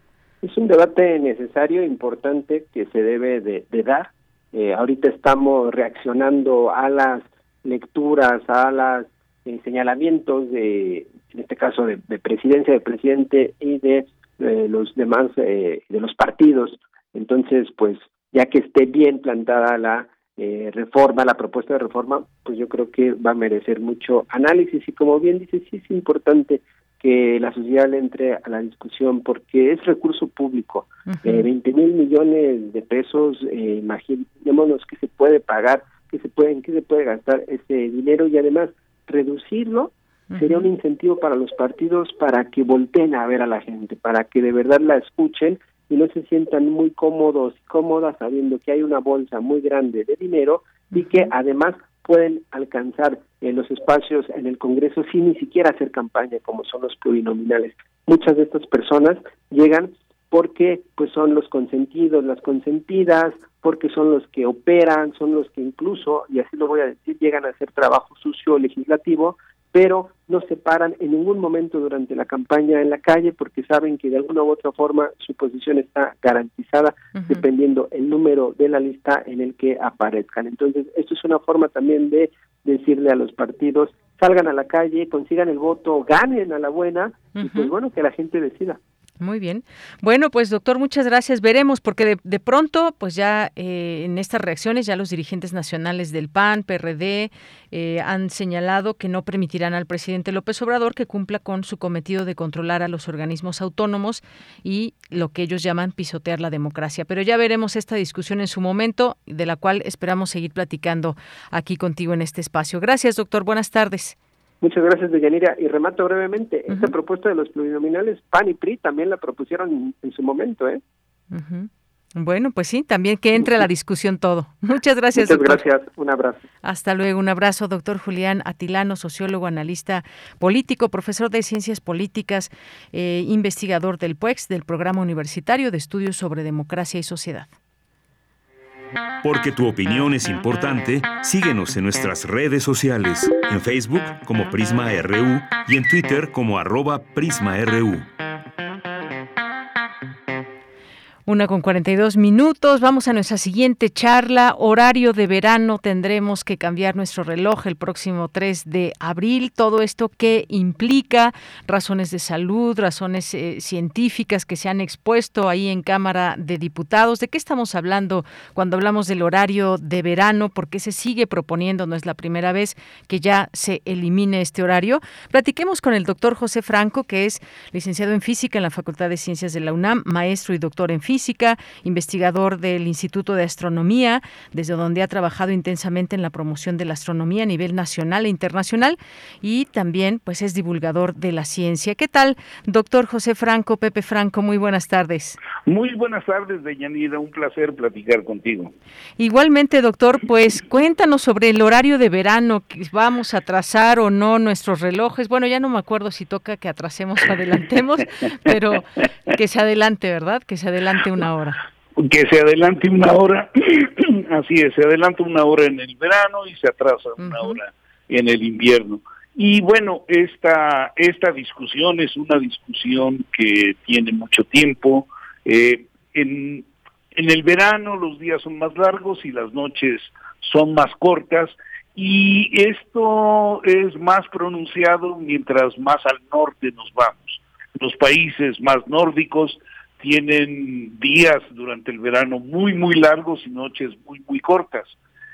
Es un debate necesario, importante, que se debe de dar. Ahorita estamos reaccionando a las lecturas, a los señalamientos en este caso de presidencia, de presidente y de los demás, de los partidos. Entonces, pues ya que esté bien plantada la propuesta de reforma, pues yo creo que va a merecer mucho análisis, y como bien dice, sí es importante que la sociedad entre a la discusión, porque es recurso público. 20,000 millones de pesos, imaginémonos que se puede pagar, en qué se puede gastar ese dinero, y además reducirlo sería un incentivo para los partidos para que volteen a ver a la gente, para que de verdad la escuchen y no se sientan muy cómodos y cómodas sabiendo que hay una bolsa muy grande de dinero y que además pueden alcanzar los espacios en el Congreso sin ni siquiera hacer campaña, como son los plurinominales. Muchas de estas personas llegan porque pues son los consentidos, las consentidas, porque son los que operan, son los que incluso, y así lo voy a decir, llegan a hacer trabajo sucio legislativo, pero no se paran en ningún momento durante la campaña en la calle, porque saben que de alguna u otra forma su posición está garantizada, dependiendo el número de la lista en el que aparezcan. Entonces, esto es una forma también de decirle a los partidos: salgan a la calle, consigan el voto, ganen a la buena, y pues bueno, que la gente decida. Muy bien. Bueno, pues doctor, muchas gracias. Veremos, porque de pronto, pues ya en estas reacciones, ya los dirigentes nacionales del PAN, PRD, han señalado que no permitirán al presidente López Obrador que cumpla con su cometido de controlar a los organismos autónomos y lo que ellos llaman pisotear la democracia. Pero ya veremos esta discusión en su momento, de la cual esperamos seguir platicando aquí contigo en este espacio. Gracias, doctor. Buenas tardes. Muchas gracias, Deyanira. Y remato brevemente, esta propuesta de los plurinominales, PAN y PRI también la propusieron en su momento, ¿eh? Bueno, pues sí, también que entre a la discusión todo. Muchas gracias, doctor. Muchas gracias, un abrazo. Hasta luego, un abrazo, doctor Julián Atilano, sociólogo, analista político, profesor de Ciencias Políticas, investigador del PUEX, del Programa Universitario de Estudios sobre Democracia y Sociedad. Porque tu opinión es importante, síguenos en nuestras redes sociales, en Facebook como Prisma RU y en Twitter como @PrismaRU. 1:42. Vamos a nuestra siguiente charla. Horario de verano. Tendremos que cambiar nuestro reloj el próximo 3 de abril. Todo esto que implica razones de salud, razones científicas que se han expuesto ahí en Cámara de Diputados. ¿De qué estamos hablando cuando hablamos del horario de verano? ¿Por qué se sigue proponiendo? No es la primera vez que ya se elimine este horario. Platiquemos con el doctor José Franco, que es licenciado en Física en la Facultad de Ciencias de la UNAM, maestro y doctor en Física, investigador del Instituto de Astronomía, desde donde ha trabajado intensamente en la promoción de la astronomía a nivel nacional e internacional, y también pues es divulgador de la ciencia. ¿Qué tal, doctor José Franco? Pepe Franco, muy buenas tardes. Muy buenas tardes, Deyanira, un placer platicar contigo. Igualmente, doctor, pues cuéntanos sobre el horario de verano. ¿Vamos a atrasar o no nuestros relojes? Bueno, ya no me acuerdo si toca que atrasemos o adelantemos, pero que se adelante, ¿verdad? Que se adelante una hora. Que se adelante una hora, así es, se adelanta una hora en el verano y se atrasa una hora en el invierno. Y bueno, esta discusión es una discusión que tiene mucho tiempo. En el verano los días son más largos y las noches son más cortas, y esto es más pronunciado mientras más al norte nos vamos. Los países más nórdicos tienen días durante el verano muy, muy largos y noches muy, muy cortas.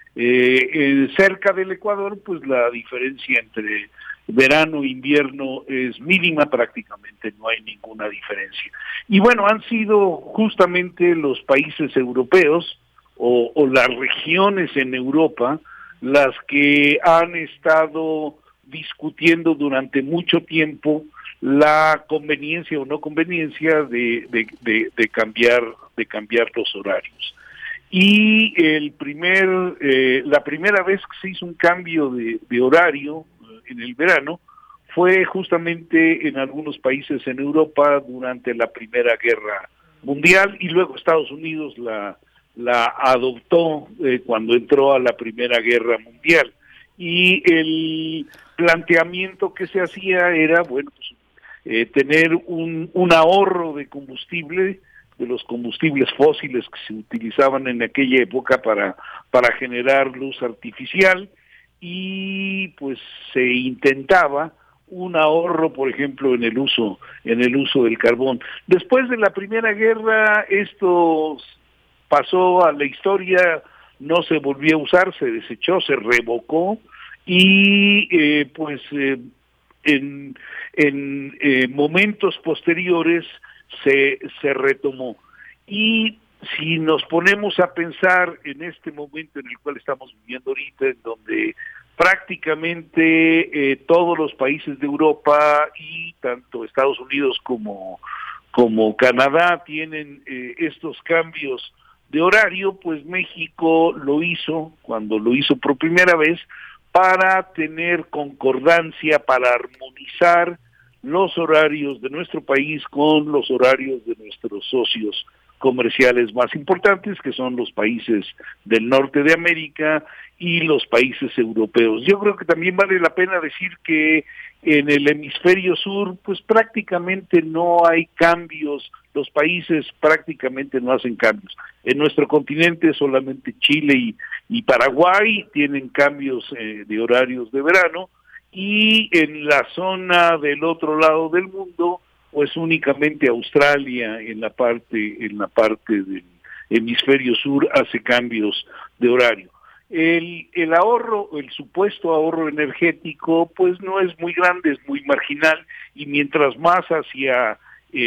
Cerca del Ecuador, pues la diferencia entre verano e invierno es mínima, prácticamente no hay ninguna diferencia. Y bueno, han sido justamente los países europeos o las regiones en Europa las que han estado discutiendo durante mucho tiempo la conveniencia o no conveniencia de cambiar los horarios. Y la primera vez que se hizo un cambio de horario en el verano fue justamente en algunos países en Europa durante la Primera Guerra Mundial, y luego Estados Unidos la adoptó cuando entró a la Primera Guerra Mundial. Y el planteamiento que se hacía era, bueno, pues, tener un ahorro de combustible, de los combustibles fósiles que se utilizaban en aquella época para generar luz artificial, y pues se intentaba un ahorro, por ejemplo, en el uso del carbón. Después de la Primera Guerra esto pasó a la historia, no se volvió a usar, se desechó, se revocó, y en momentos posteriores se retomó. Y si nos ponemos a pensar en este momento en el cual estamos viviendo ahorita, en donde prácticamente todos los países de Europa y tanto Estados Unidos como Canadá tienen estos cambios de horario, pues México lo hizo, cuando lo hizo por primera vez, para tener concordancia, para armonizar los horarios de nuestro país con los horarios de nuestros socios comerciales más importantes, que son los países del norte de América y los países europeos. Yo creo que también vale la pena decir que en el hemisferio sur, pues prácticamente no hay cambios, los países prácticamente no hacen cambios. En nuestro continente solamente Chile y Paraguay tienen cambios de horarios de verano, y en la zona del otro lado del mundo, pues únicamente Australia en la parte del hemisferio sur hace cambios de horario. El ahorro, el supuesto ahorro energético, pues no es muy grande, es muy marginal, y mientras más hacia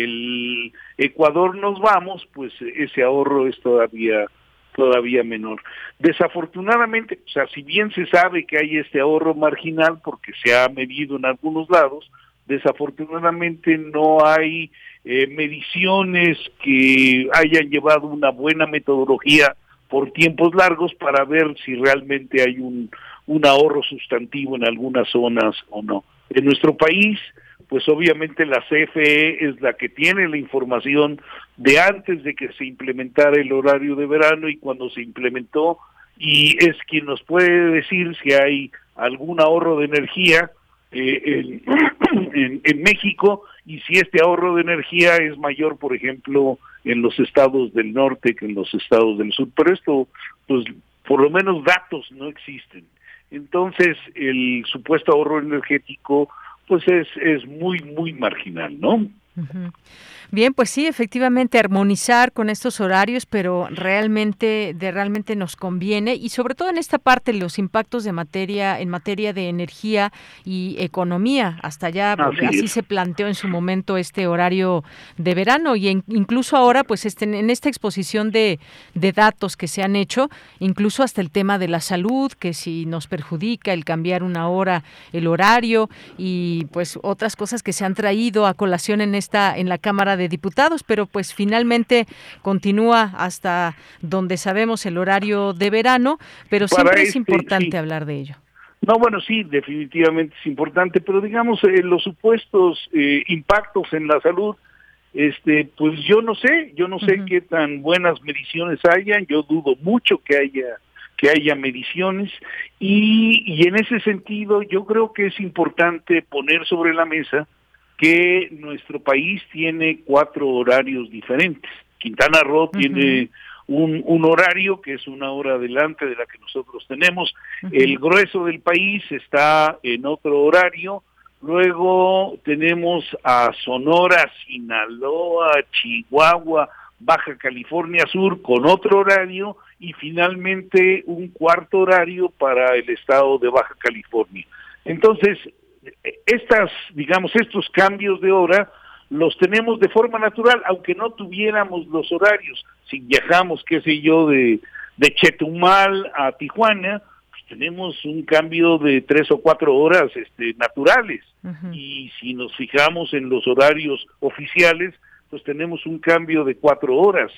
el Ecuador nos vamos, pues ese ahorro es todavía menor. Desafortunadamente, o sea, si bien se sabe que hay este ahorro marginal porque se ha medido en algunos lados, desafortunadamente no hay mediciones que hayan llevado una buena metodología por tiempos largos para ver si realmente hay un ahorro sustantivo en algunas zonas o no. En nuestro país, pues obviamente la CFE es la que tiene la información de antes de que se implementara el horario de verano y cuando se implementó, y es quien nos puede decir si hay algún ahorro de energía en México, y si este ahorro de energía es mayor, por ejemplo, en los estados del norte que en los estados del sur, pero esto, pues, por lo menos datos no existen. Entonces, el supuesto ahorro energético, pues es muy, muy marginal, ¿no? Uh-huh. Bien, pues sí, efectivamente armonizar con estos horarios, pero realmente nos conviene, y sobre todo en esta parte los impactos en materia de energía y economía. Hasta allá así se planteó en su momento este horario de verano, y incluso ahora pues en esta exposición de datos que se han hecho, incluso hasta el tema de la salud, que si nos perjudica el cambiar una hora el horario, y pues otras cosas que se han traído a colación en la Cámara de Diputados, pero pues finalmente continúa hasta donde sabemos el horario de verano, pero siempre es importante hablar de ello. No, bueno, sí, definitivamente es importante, pero digamos, los supuestos impactos en la salud, pues yo no sé qué tan buenas mediciones hayan, yo dudo mucho que haya mediciones, y en ese sentido yo creo que es importante poner sobre la mesa que nuestro país tiene 4 horarios diferentes. Quintana Roo tiene un horario que es una hora adelante de la que nosotros tenemos. El grueso del país está en otro horario. Luego tenemos a Sonora, Sinaloa, Chihuahua, Baja California Sur con otro horario, y finalmente un cuarto horario para el estado de Baja California. Entonces, estos cambios de hora los tenemos de forma natural, aunque no tuviéramos los horarios. Si viajamos, qué sé yo, de Chetumal a Tijuana, pues tenemos un cambio de 3 o 4 horas naturales. Y si nos fijamos en los horarios oficiales, pues tenemos un cambio de 4 horas.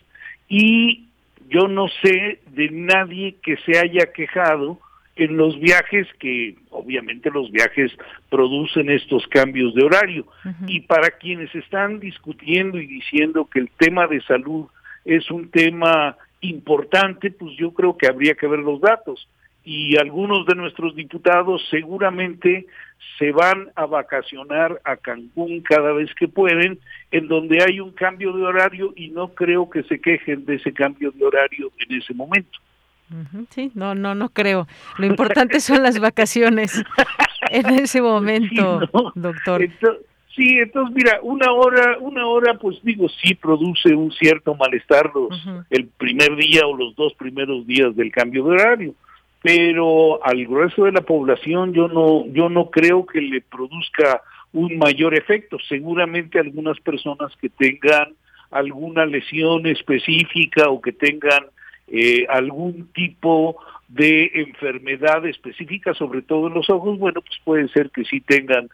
Y yo no sé de nadie que se haya quejado en los viajes, que obviamente los viajes producen estos cambios de horario. Y para quienes están discutiendo y diciendo que el tema de salud es un tema importante, pues yo creo que habría que ver los datos. Y algunos de nuestros diputados seguramente se van a vacacionar a Cancún cada vez que pueden, en donde hay un cambio de horario, y no creo que se quejen de ese cambio de horario en ese momento. Sí, no creo. Lo importante son las vacaciones en ese momento, sí, ¿no, doctor? Entonces mira, una hora, pues digo, sí produce un cierto malestar el primer día o los 2 primeros días del cambio de horario, pero al grueso de la población yo no creo que le produzca un mayor efecto. Seguramente algunas personas que tengan alguna lesión específica o que tengan algún tipo de enfermedad específica, sobre todo en los ojos, bueno, pues puede ser que sí tengan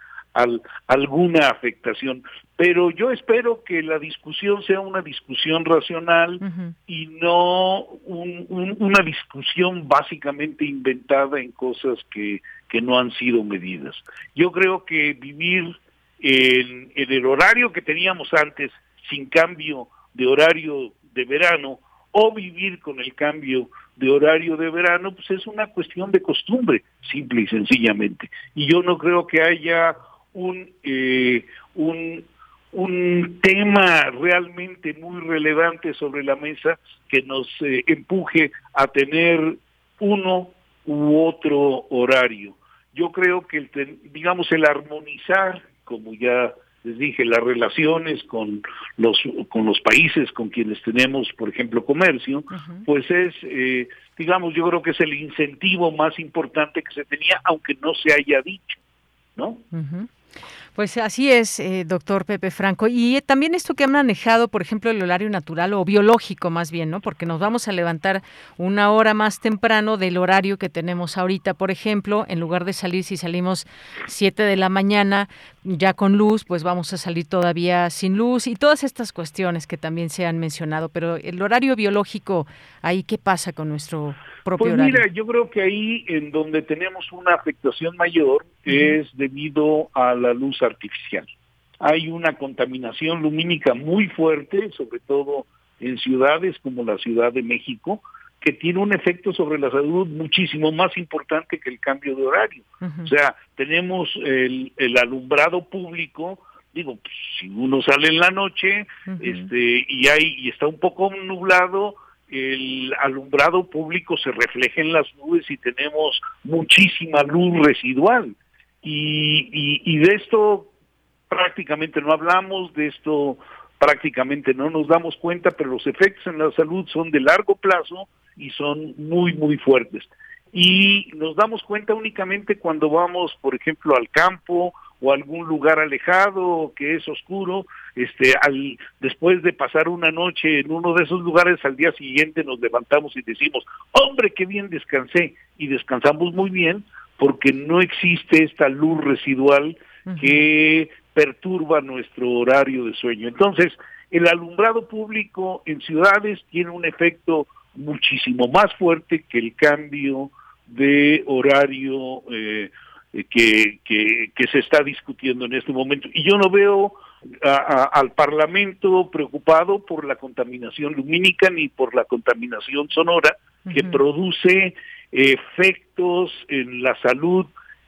alguna afectación, pero yo espero que la discusión sea una discusión racional y no una discusión básicamente inventada en cosas que no han sido medidas. Yo creo que vivir en el horario que teníamos antes, sin cambio de horario de verano, o vivir con el cambio de horario de verano, pues es una cuestión de costumbre, simple y sencillamente. Y yo no creo que haya un tema realmente muy relevante sobre la mesa que nos empuje a tener uno u otro horario. Yo creo que el armonizar, como ya les dije, las relaciones con los países con quienes tenemos, por ejemplo, comercio, pues es, yo creo que es el incentivo más importante que se tenía, aunque no se haya dicho, ¿no? Pues así es, doctor Pepe Franco. Y también esto que han manejado, por ejemplo, el horario natural o biológico más bien, ¿no? Porque nos vamos a levantar una hora más temprano del horario que tenemos ahorita, por ejemplo, en lugar de salir, si salimos 7 de la mañana ya con luz, pues vamos a salir todavía sin luz, y todas estas cuestiones que también se han mencionado. Pero el horario biológico, ahí, ¿qué pasa con nuestro propio horario? Pues mira, yo creo que ahí en donde tenemos una afectación mayor es debido a la luz artificial. Hay una contaminación lumínica muy fuerte, sobre todo en ciudades como la Ciudad de México, que tiene un efecto sobre la salud muchísimo más importante que el cambio de horario. O sea, tenemos el alumbrado público, Digo, pues, si uno sale en la noche, y está un poco nublado, el alumbrado público se refleja en las nubes y tenemos muchísima luz residual. Y de esto prácticamente no hablamos, de esto prácticamente no nos damos cuenta, pero los efectos en la salud son de largo plazo y son muy, muy fuertes. Y nos damos cuenta únicamente cuando vamos, por ejemplo, al campo o a algún lugar alejado que es oscuro, después de pasar una noche en uno de esos lugares, al día siguiente nos levantamos y decimos, ¡hombre, qué bien descansé! Y descansamos muy bien porque no existe esta luz residual que perturba nuestro horario de sueño. Entonces, el alumbrado público en ciudades tiene un efecto muchísimo más fuerte que el cambio de horario que se está discutiendo en este momento. Y yo no veo al Parlamento preocupado por la contaminación lumínica ni por la contaminación sonora que produce efectos en la salud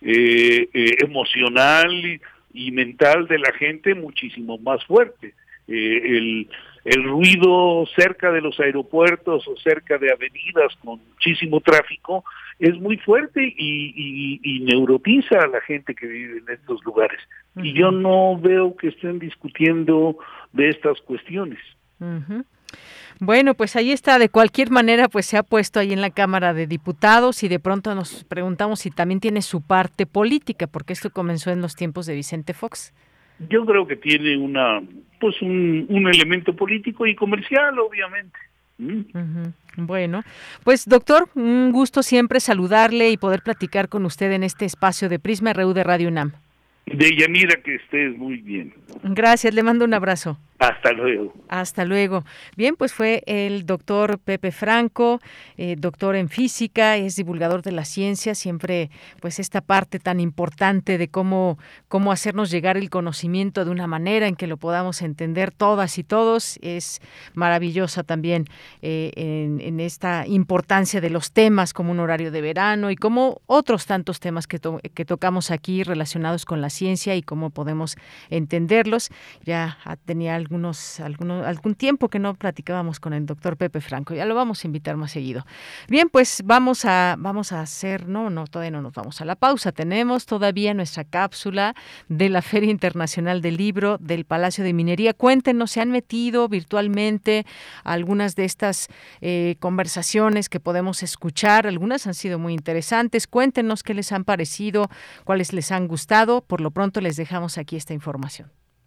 emocional y mental de la gente muchísimo más fuerte. El ruido cerca de los aeropuertos o cerca de avenidas con muchísimo tráfico es muy fuerte y neurotiza a la gente que vive en estos lugares. Y yo no veo que estén discutiendo de estas cuestiones. Bueno, pues ahí está. De cualquier manera, pues se ha puesto ahí en la Cámara de Diputados y de pronto nos preguntamos si también tiene su parte política, porque esto comenzó en los tiempos de Vicente Fox. Yo creo que tiene un elemento político y comercial, obviamente. Bueno, pues doctor, un gusto siempre saludarle y poder platicar con usted en este espacio de Prisma RU de Radio UNAM. Deyanira, que estés muy bien. Gracias, le mando un abrazo. Hasta luego. Hasta luego. Bien, pues fue el doctor Pepe Franco, doctor en física, es divulgador de la ciencia, siempre pues esta parte tan importante de cómo hacernos llegar el conocimiento de una manera en que lo podamos entender todas y todos, es maravillosa también en esta importancia de los temas como un horario de verano y como otros tantos temas que tocamos aquí relacionados con la ciencia y cómo podemos entenderlos. Ya tenía algún tiempo que no platicábamos con el doctor Pepe Franco, ya lo vamos a invitar más seguido. Bien, pues vamos a hacer, todavía no nos vamos a la pausa, tenemos todavía nuestra cápsula de la Feria Internacional del Libro del Palacio de Minería. Cuéntenos, ¿se han metido virtualmente a algunas de estas conversaciones que podemos escuchar? Algunas han sido muy interesantes, cuéntenos qué les han parecido, cuáles les han gustado. Por lo pronto les dejamos aquí esta información.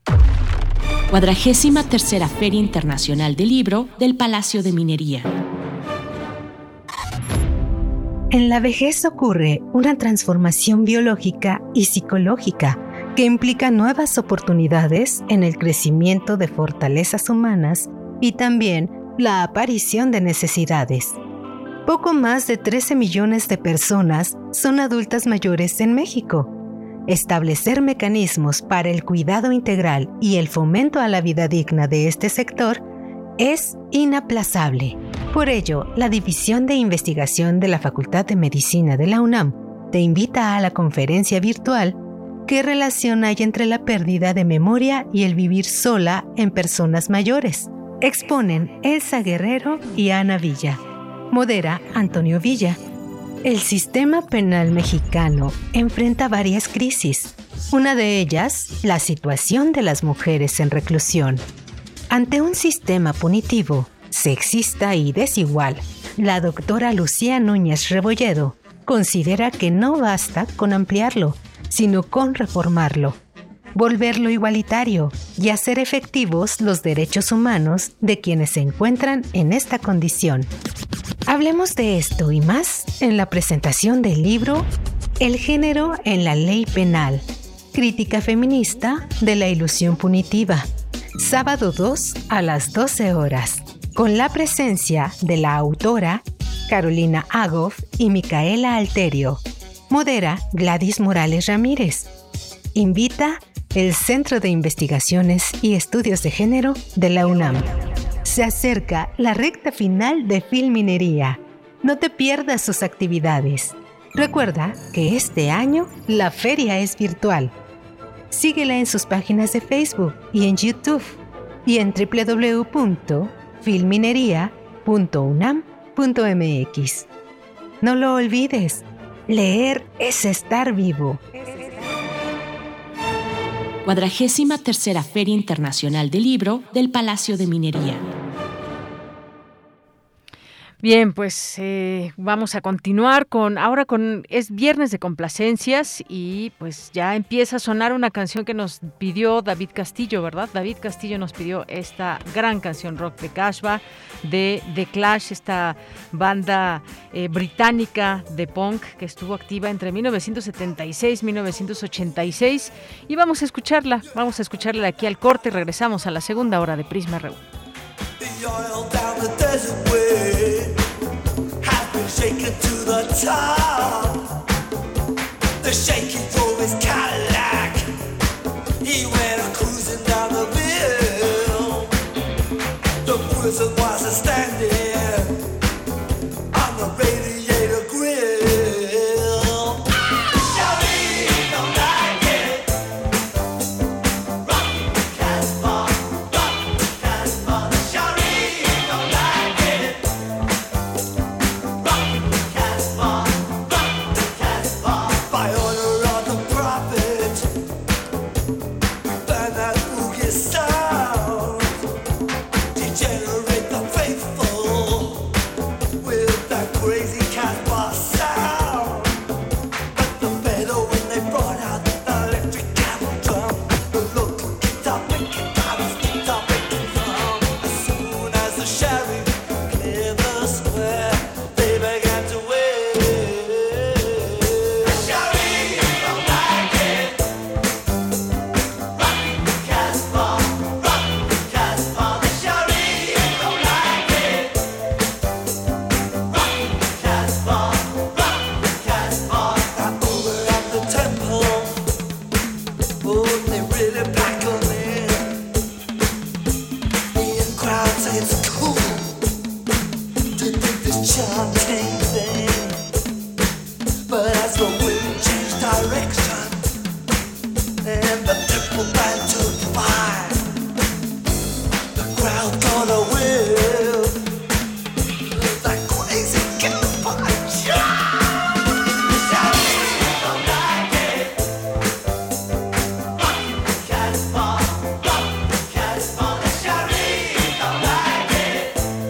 43ª Feria Internacional del Libro del Palacio de Minería. En la vejez ocurre una transformación biológica y psicológica que implica nuevas oportunidades en el crecimiento de fortalezas humanas y también la aparición de necesidades. Poco más de 13 millones de personas son adultas mayores en México. Establecer mecanismos para el cuidado integral y el fomento a la vida digna de este sector es inaplazable. Por ello, la División de Investigación de la Facultad de Medicina de la UNAM te invita a la conferencia virtual ¿Qué relación hay entre la pérdida de memoria y el vivir sola en personas mayores? Exponen Elsa Guerrero y Ana Villa. Modera Antonio Villa. El sistema penal mexicano enfrenta varias crisis. Una de ellas, la situación de las mujeres en reclusión. Ante un sistema punitivo, sexista y desigual, la doctora Lucía Núñez Rebolledo considera que no basta con ampliarlo, sino con reformarlo, volverlo igualitario y hacer efectivos los derechos humanos de quienes se encuentran en esta condición. Hablemos de esto y más en la presentación del libro El género en la ley penal, crítica feminista de la ilusión punitiva, sábado 2 a las 12 horas, con la presencia de la autora Carolina Agoff y Micaela Alterio. Modera Gladys Morales Ramírez. Invita el Centro de Investigaciones y Estudios de Género de la UNAM. Se acerca la recta final de Filminería. No te pierdas sus actividades. Recuerda que este año la feria es virtual. Síguela en sus páginas de Facebook y en YouTube y en www.filminería.unam.mx. No lo olvides, leer es estar vivo. 43ª Feria Internacional del Libro del Palacio de Minería. Bien, pues vamos a continuar es viernes de complacencias y pues ya empieza a sonar una canción que nos pidió David Castillo, ¿verdad? David Castillo nos pidió esta gran canción rock de Casbah, de The Clash, esta banda británica de punk que estuvo activa entre 1976 y 1986 y vamos a escucharla de aquí al corte y regresamos a la segunda hora de Prisma RU. Shaking to the top, the shaking drove his Cadillac. He went cruising down the bill. The prison was standing on the radiator grill. Shawty don't like it. Rock Casbah, Shawty don't like it. By order of the prophet, burn that boogie sound, degenerate the faithful with that crazy Casbah sound. But the better when they brought out the electric camel drum, the local guitar picking dollars, guitar picking drum. As soon as the sheriff cleared the square, they began to wait. Chanting thing, but as the wind changed direction and the temple band took fire, the crowd got a whiff that crazy Casbah. Don't like it. Rock Casbah, the sheriff don't like it.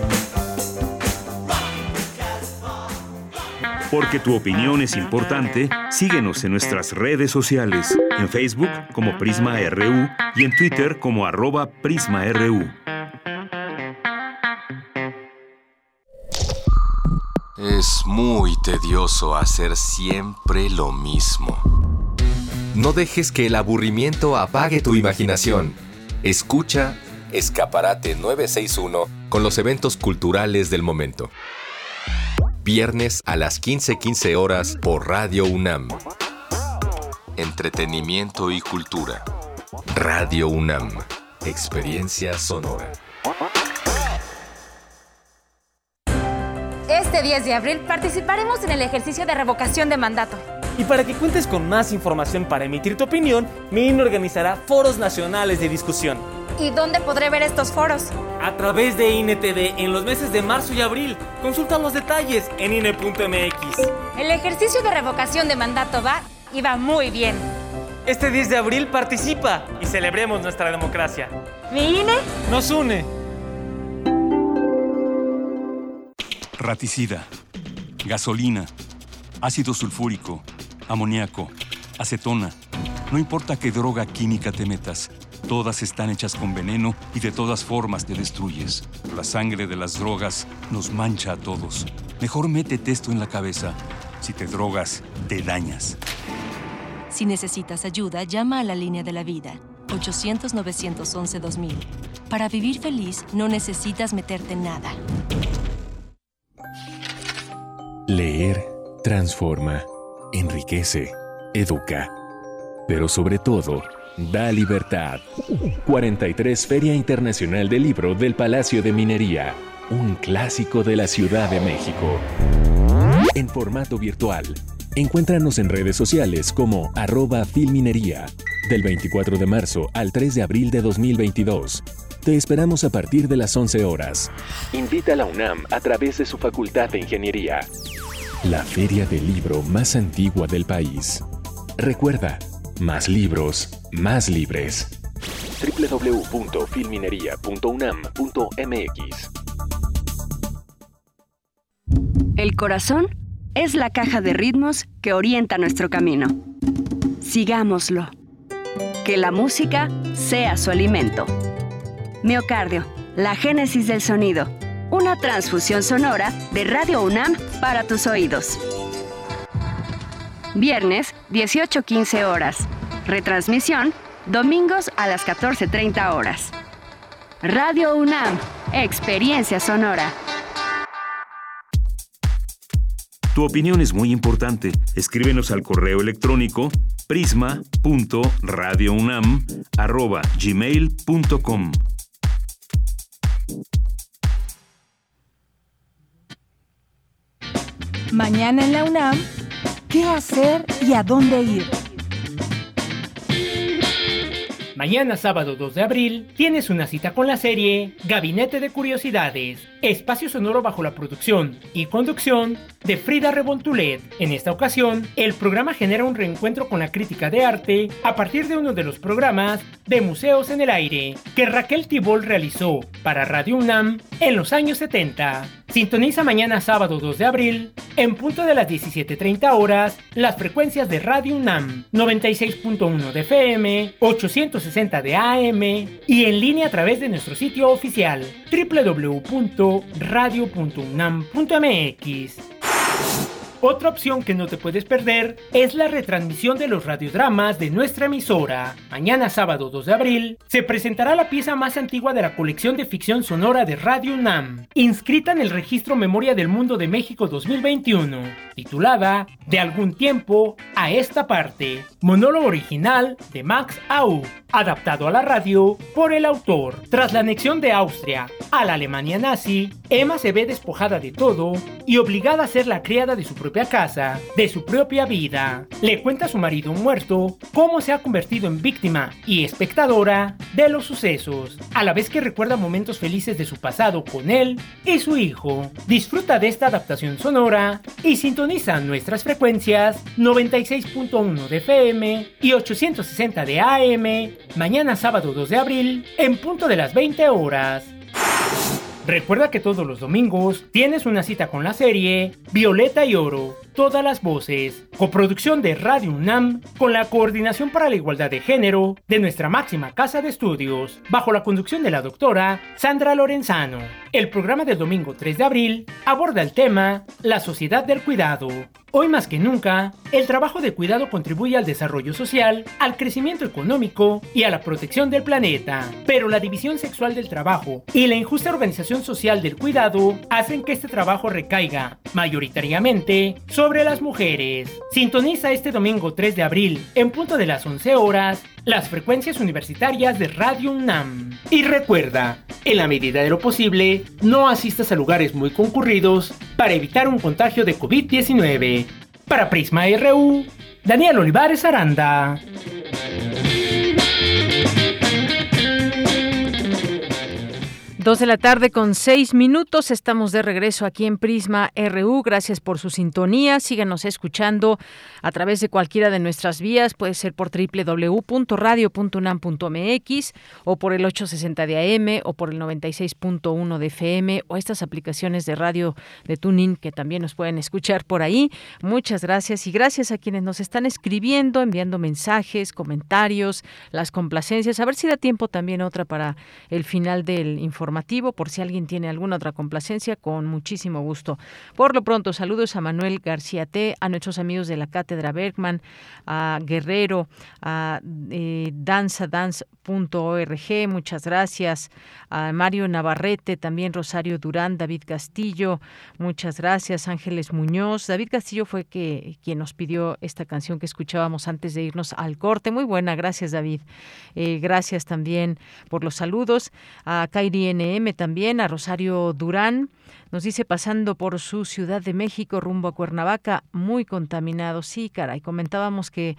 Porque tu opinión es importante, síguenos en nuestras redes sociales, en Facebook como Prisma RU y en Twitter como @PrismaRU. Es muy tedioso hacer siempre lo mismo. No dejes que el aburrimiento apague tu imaginación. Escucha Escaparate 961 con los eventos culturales del momento. Viernes a las 15:15 horas por Radio UNAM. Entretenimiento y cultura. Radio UNAM. Experiencia sonora. Este 10 de abril participaremos en el ejercicio de revocación de mandato. Y para que cuentes con más información para emitir tu opinión, mi INE organizará foros nacionales de discusión. ¿Y dónde podré ver estos foros? A través de INE TV en los meses de marzo y abril. Consulta los detalles en INE.mx. El ejercicio de revocación de mandato va y va muy bien. Este 10 de abril participa y celebremos nuestra democracia. ¿Mi INE? Nos une. Raticida, gasolina, ácido sulfúrico, amoníaco, acetona. No importa qué droga química te metas, todas están hechas con veneno y de todas formas te destruyes. La sangre de las drogas nos mancha a todos. Mejor métete esto en la cabeza. Si te drogas, te dañas. Si necesitas ayuda, llama a la línea de la vida, 800-911-2000. Para vivir feliz, no necesitas meterte en nada. Leer transforma, enriquece, educa, pero sobre todo, da libertad. 43 Feria Internacional del Libro del Palacio de Minería, un clásico de la Ciudad de México. En formato virtual. Encuéntranos en redes sociales como @filminería. del 24 de marzo al 3 de abril de 2022. Te esperamos a partir de las 11 horas. Invita a la UNAM a través de su Facultad de Ingeniería. La feria del libro más antigua del país. Recuerda, más libros, más libres. www.filminería.unam.mx. El corazón es la caja de ritmos que orienta nuestro camino. Sigámoslo. Que la música sea su alimento. Miocardio, la génesis del sonido. Una transfusión sonora de Radio UNAM para tus oídos. Viernes, 18:15 horas. Retransmisión, domingos a las 14:30 horas. Radio UNAM, experiencia sonora. Tu opinión es muy importante. Escríbenos al correo electrónico prisma.radiounam@gmail.com. Mañana en la UNAM, ¿qué hacer y a dónde ir? Mañana sábado 2 de abril tienes una cita con la serie Gabinete de Curiosidades, espacio sonoro bajo la producción y conducción de Frida Rebontulet. En esta ocasión, el programa genera un reencuentro con la crítica de arte a partir de uno de los programas de Museos en el Aire que Raquel Tibol realizó para Radio UNAM en los años 70. Sintoniza mañana sábado 2 de abril, en punto de las 17:30 horas, las frecuencias de Radio UNAM, 96.1 de FM, 860 de AM y en línea a través de nuestro sitio oficial www.radio.unam.mx. Otra opción que no te puedes perder es la retransmisión de los radiodramas de nuestra emisora. Mañana sábado 2 de abril se presentará la pieza más antigua de la colección de ficción sonora de Radio UNAM, inscrita en el Registro Memoria del Mundo de México 2021, titulada De algún tiempo a esta parte, monólogo original de Max Au, adaptado a la radio por el autor. Tras la anexión de Austria a la Alemania nazi, Emma se ve despojada de todo y obligada a ser la criada de su propia casa, de su propia vida. Le cuenta a su marido muerto cómo se ha convertido en víctima y espectadora de los sucesos, a la vez que recuerda momentos felices de su pasado con él y su hijo. Disfruta de esta adaptación sonora y sintoniza nuestras frecuencias 96.1 de FM y 860 de AM mañana sábado 2 de abril en punto de las 20 horas. Recuerda que todos los domingos tienes una cita con la serie Violeta y Oro, todas las voces, coproducción de Radio UNAM con la Coordinación para la Igualdad de Género de nuestra máxima casa de estudios, bajo la conducción de la doctora Sandra Lorenzano. El programa del domingo 3 de abril aborda el tema La sociedad del cuidado. Hoy más que nunca, el trabajo de cuidado contribuye al desarrollo social, al crecimiento económico y a la protección del planeta. Pero la división sexual del trabajo y la injusta organización social del cuidado hacen que este trabajo recaiga, mayoritariamente, sobre las mujeres. Sintoniza este domingo 3 de abril, en punto de las 11 horas, las frecuencias universitarias de Radio UNAM. Y recuerda, en la medida de lo posible, no asistas a lugares muy concurridos para evitar un contagio de COVID-19. Para Prisma RU, Daniel Olivares Aranda. 2 de la tarde con 6 minutos. Estamos de regreso aquí en Prisma RU. Gracias por su sintonía. Síganos escuchando a través de cualquiera de nuestras vías. Puede ser por www.radio.unam.mx o por el 860 de AM o por el 96.1 de FM o estas aplicaciones de radio de TuneIn que también nos pueden escuchar por ahí. Muchas gracias y gracias a quienes nos están escribiendo, enviando mensajes, comentarios, las complacencias. A ver si da tiempo también otra para el final del informativo. Por si alguien tiene alguna otra complacencia, con muchísimo gusto. Por lo pronto, saludos a Manuel García T, a nuestros amigos de la Cátedra Bergman, a Guerrero, a danzadance.org, muchas gracias, a Mario Navarrete, también Rosario Durán, David Castillo, muchas gracias, Ángeles Muñoz. David Castillo fue quien nos pidió esta canción que escuchábamos antes de irnos al corte. Muy buena, gracias David. Gracias también por los saludos, a Kairi NM también, a Rosario Durán, Nos dice, pasando por su Ciudad de México rumbo a Cuernavaca, muy contaminado. Sí, caray, comentábamos que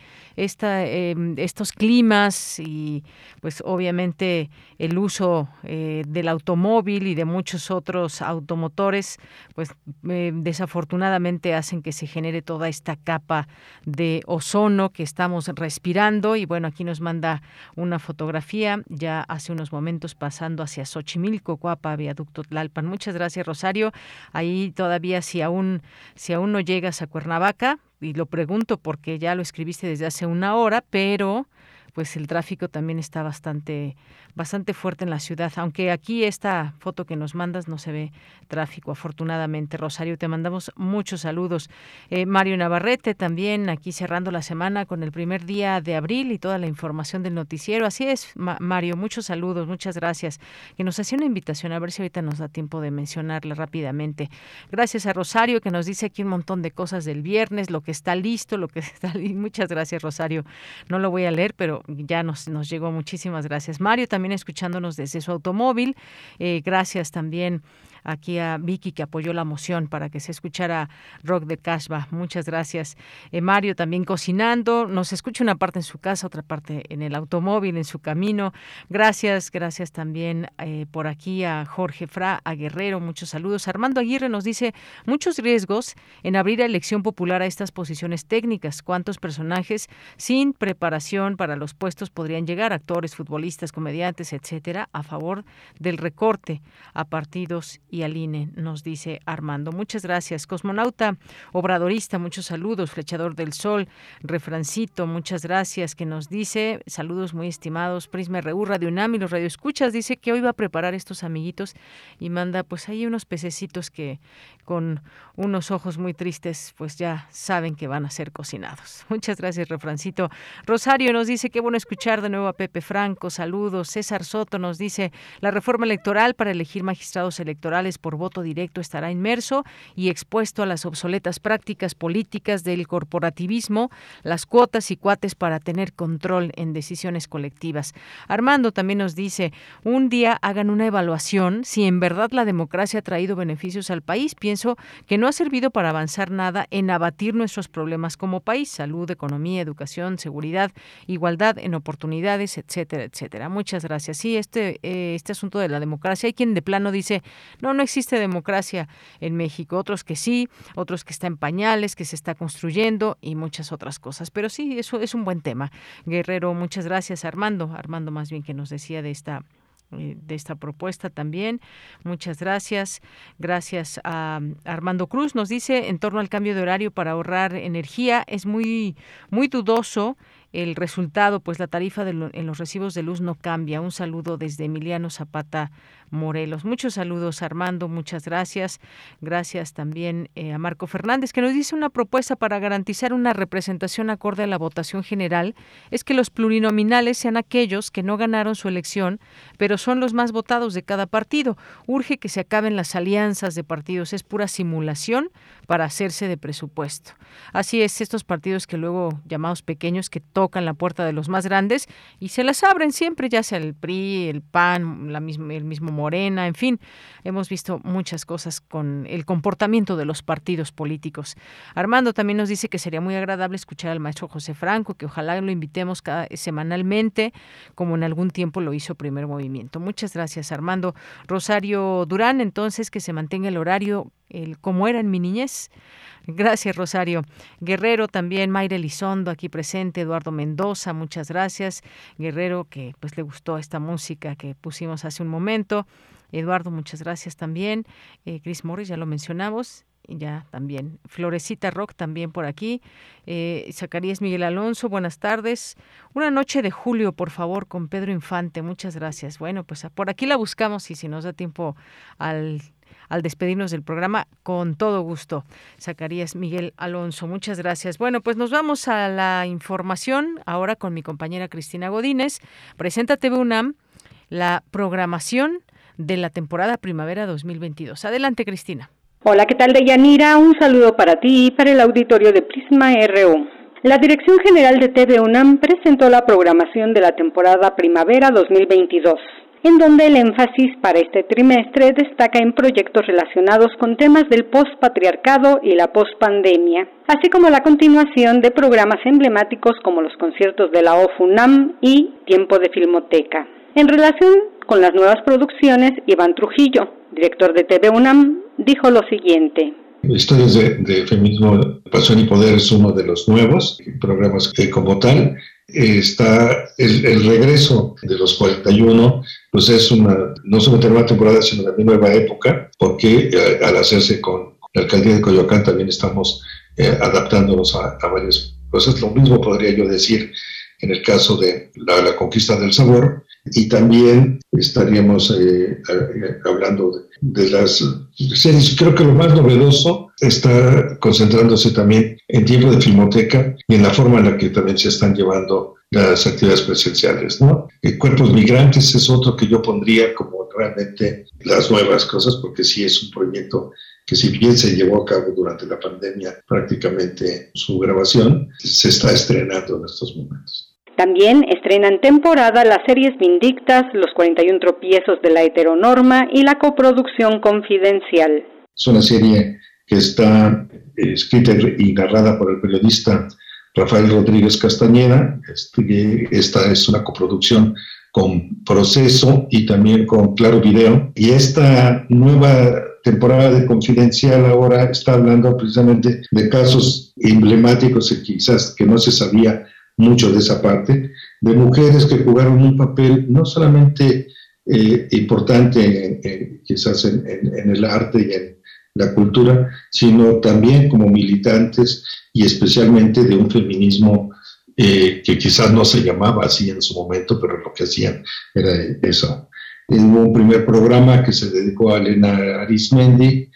estos climas y pues obviamente el uso del automóvil y de muchos otros automotores, pues desafortunadamente hacen que se genere toda esta capa de ozono que estamos respirando. Y bueno, aquí nos manda una fotografía ya hace unos momentos pasando hacia Xochimilco, Coapa, Viaducto Tlalpan. Muchas gracias, Rosario. Ahí todavía si aún no llegas a Cuernavaca, y lo pregunto porque ya lo escribiste desde hace una hora, pero pues el tráfico también está bastante fuerte en la ciudad, aunque aquí esta foto que nos mandas no se ve tráfico, afortunadamente. Rosario, te mandamos muchos saludos. Mario Navarrete también aquí cerrando la semana con el primer día de abril y toda la información del noticiero. Así es, Mario, muchos saludos, muchas gracias. Que nos hacía una invitación, a ver si ahorita nos da tiempo de mencionarla rápidamente. Gracias a Rosario, que nos dice aquí un montón de cosas del viernes, lo que está listo, muchas gracias, Rosario. No lo voy a leer, pero ya nos llegó. Muchísimas gracias. Mario también escuchándonos desde su automóvil. Gracias también aquí a Vicky, que apoyó la moción para que se escuchara Rock de Casbah. Muchas gracias. Mario también cocinando. Nos escucha una parte en su casa, otra parte en el automóvil, en su camino. Gracias también por aquí a Jorge Fra, a Guerrero. Muchos saludos. Armando Aguirre nos dice, muchos riesgos en abrir a elección popular a estas posiciones técnicas. ¿Cuántos personajes sin preparación para los puestos podrían llegar? Actores, futbolistas, comediantes, etcétera, a favor del recorte a partidos y al INE, nos dice Armando. Muchas gracias. Cosmonauta obradorista, muchos saludos. Flechador del Sol, Refrancito, muchas gracias, que nos dice, saludos muy estimados. Prisma RU, Radio UNAM y los radioescuchas, dice que hoy va a preparar estos amiguitos y manda pues ahí unos pececitos que con unos ojos muy tristes pues ya saben que van a ser cocinados. Muchas gracias, Refrancito. Rosario nos dice, qué bueno escuchar de nuevo a Pepe Franco, saludos. César Soto nos dice, la reforma electoral para elegir magistrados electorales por voto directo estará inmerso y expuesto a las obsoletas prácticas políticas del corporativismo, las cuotas y cuates para tener control en decisiones colectivas. Armando también nos dice, un día hagan una evaluación si en verdad la democracia ha traído beneficios al país. Pienso que no ha servido para avanzar nada en abatir nuestros problemas como país, salud, economía, educación, seguridad, igualdad en oportunidades, etcétera, etcétera. Muchas gracias. Sí, este asunto de la democracia, hay quien de plano dice, no existe democracia en México, otros que sí, otros que está en pañales, que se está construyendo y muchas otras cosas. Pero sí, eso es un buen tema. Guerrero, muchas gracias. Armando más bien, que nos decía de esta propuesta también. Muchas gracias. Gracias a Armando Cruz. Nos dice, en torno al cambio de horario para ahorrar energía, es muy, muy dudoso el resultado, pues la tarifa en los recibos de luz no cambia. Un saludo desde Emiliano Zapata, Morelos. Muchos saludos, Armando, muchas gracias. Gracias también a Marco Fernández, que nos dice, una propuesta para garantizar una representación acorde a la votación general es que los plurinominales sean aquellos que no ganaron su elección, pero son los más votados de cada partido. Urge que se acaben las alianzas de partidos, es pura simulación para hacerse de presupuesto. Así es, estos partidos que luego llamados pequeños, que tocan la puerta de los más grandes y se las abren siempre, ya sea el PRI, el PAN, el mismo Morena, en fin, hemos visto muchas cosas con el comportamiento de los partidos políticos. Armando también nos dice que sería muy agradable escuchar al maestro José Franco, que ojalá lo invitemos semanalmente, como en algún tiempo lo hizo Primer Movimiento. Muchas gracias, Armando. Rosario Durán, entonces, que se mantenga el horario como era en mi niñez. Gracias, Rosario. Guerrero también, Mayra Elizondo aquí presente, Eduardo Mendoza, muchas gracias. Guerrero, que pues le gustó esta música que pusimos hace un momento. Eduardo, muchas gracias también. Chris Morris, ya lo mencionamos. Ya también. Florecita Rock también por aquí. Zacarías Miguel Alonso, buenas tardes. Una noche de julio, por favor, con Pedro Infante. Muchas gracias. Bueno, pues por aquí la buscamos y si nos da tiempo al despedirnos del programa, con todo gusto. Zacarías Miguel Alonso, muchas gracias. Bueno, pues nos vamos a la información ahora con mi compañera Cristina Godínez. Presenta TV UNAM la programación de la temporada primavera 2022. Adelante, Cristina. Hola, ¿qué tal, Deyanira? Un saludo para ti y para el auditorio de Prisma RU. La Dirección General de TV UNAM presentó la programación de la temporada primavera 2022. en donde el énfasis para este trimestre destaca en proyectos relacionados con temas del postpatriarcado y la pospandemia, así como la continuación de programas emblemáticos como los conciertos de la OFUNAM y Tiempo de Filmoteca. En relación con las nuevas producciones, Iván Trujillo, director de TV UNAM, dijo lo siguiente. Historias de feminismo, pasión y poder es uno de los nuevos programas que como tal está el regreso de los 41, pues es no solamente nueva temporada, sino también nueva época, porque al hacerse con la alcaldía de Coyoacán también estamos adaptándonos a varias cosas. Lo mismo podría yo decir en el caso de la conquista del sabor, y también estaríamos hablando de las series. Creo que lo más novedoso está concentrándose también en Tiempo de Filmoteca y en la forma en la que también se están llevando las actividades presenciales, ¿no? Cuerpos Migrantes es otro que yo pondría como realmente las nuevas cosas, porque sí es un proyecto que, si bien se llevó a cabo durante la pandemia, prácticamente su grabación se está estrenando en estos momentos. También estrenan temporada las series Vindictas, Los 41 tropiezos de la heteronorma y la coproducción Confidencial. Es una serie que está escrita y narrada por el periodista Rafael Rodríguez Castañeda. Esta es una coproducción con Proceso y también con Claro Video. Y esta nueva temporada de Confidencial ahora está hablando precisamente de casos emblemáticos y quizás que no se sabía mucho de esa parte, de mujeres que jugaron un papel no solamente importante quizás en el arte y en la cultura, sino también como militantes y especialmente de un feminismo que quizás no se llamaba así en su momento, pero lo que hacían era eso. Hubo un primer programa que se dedicó a Elena Arismendi,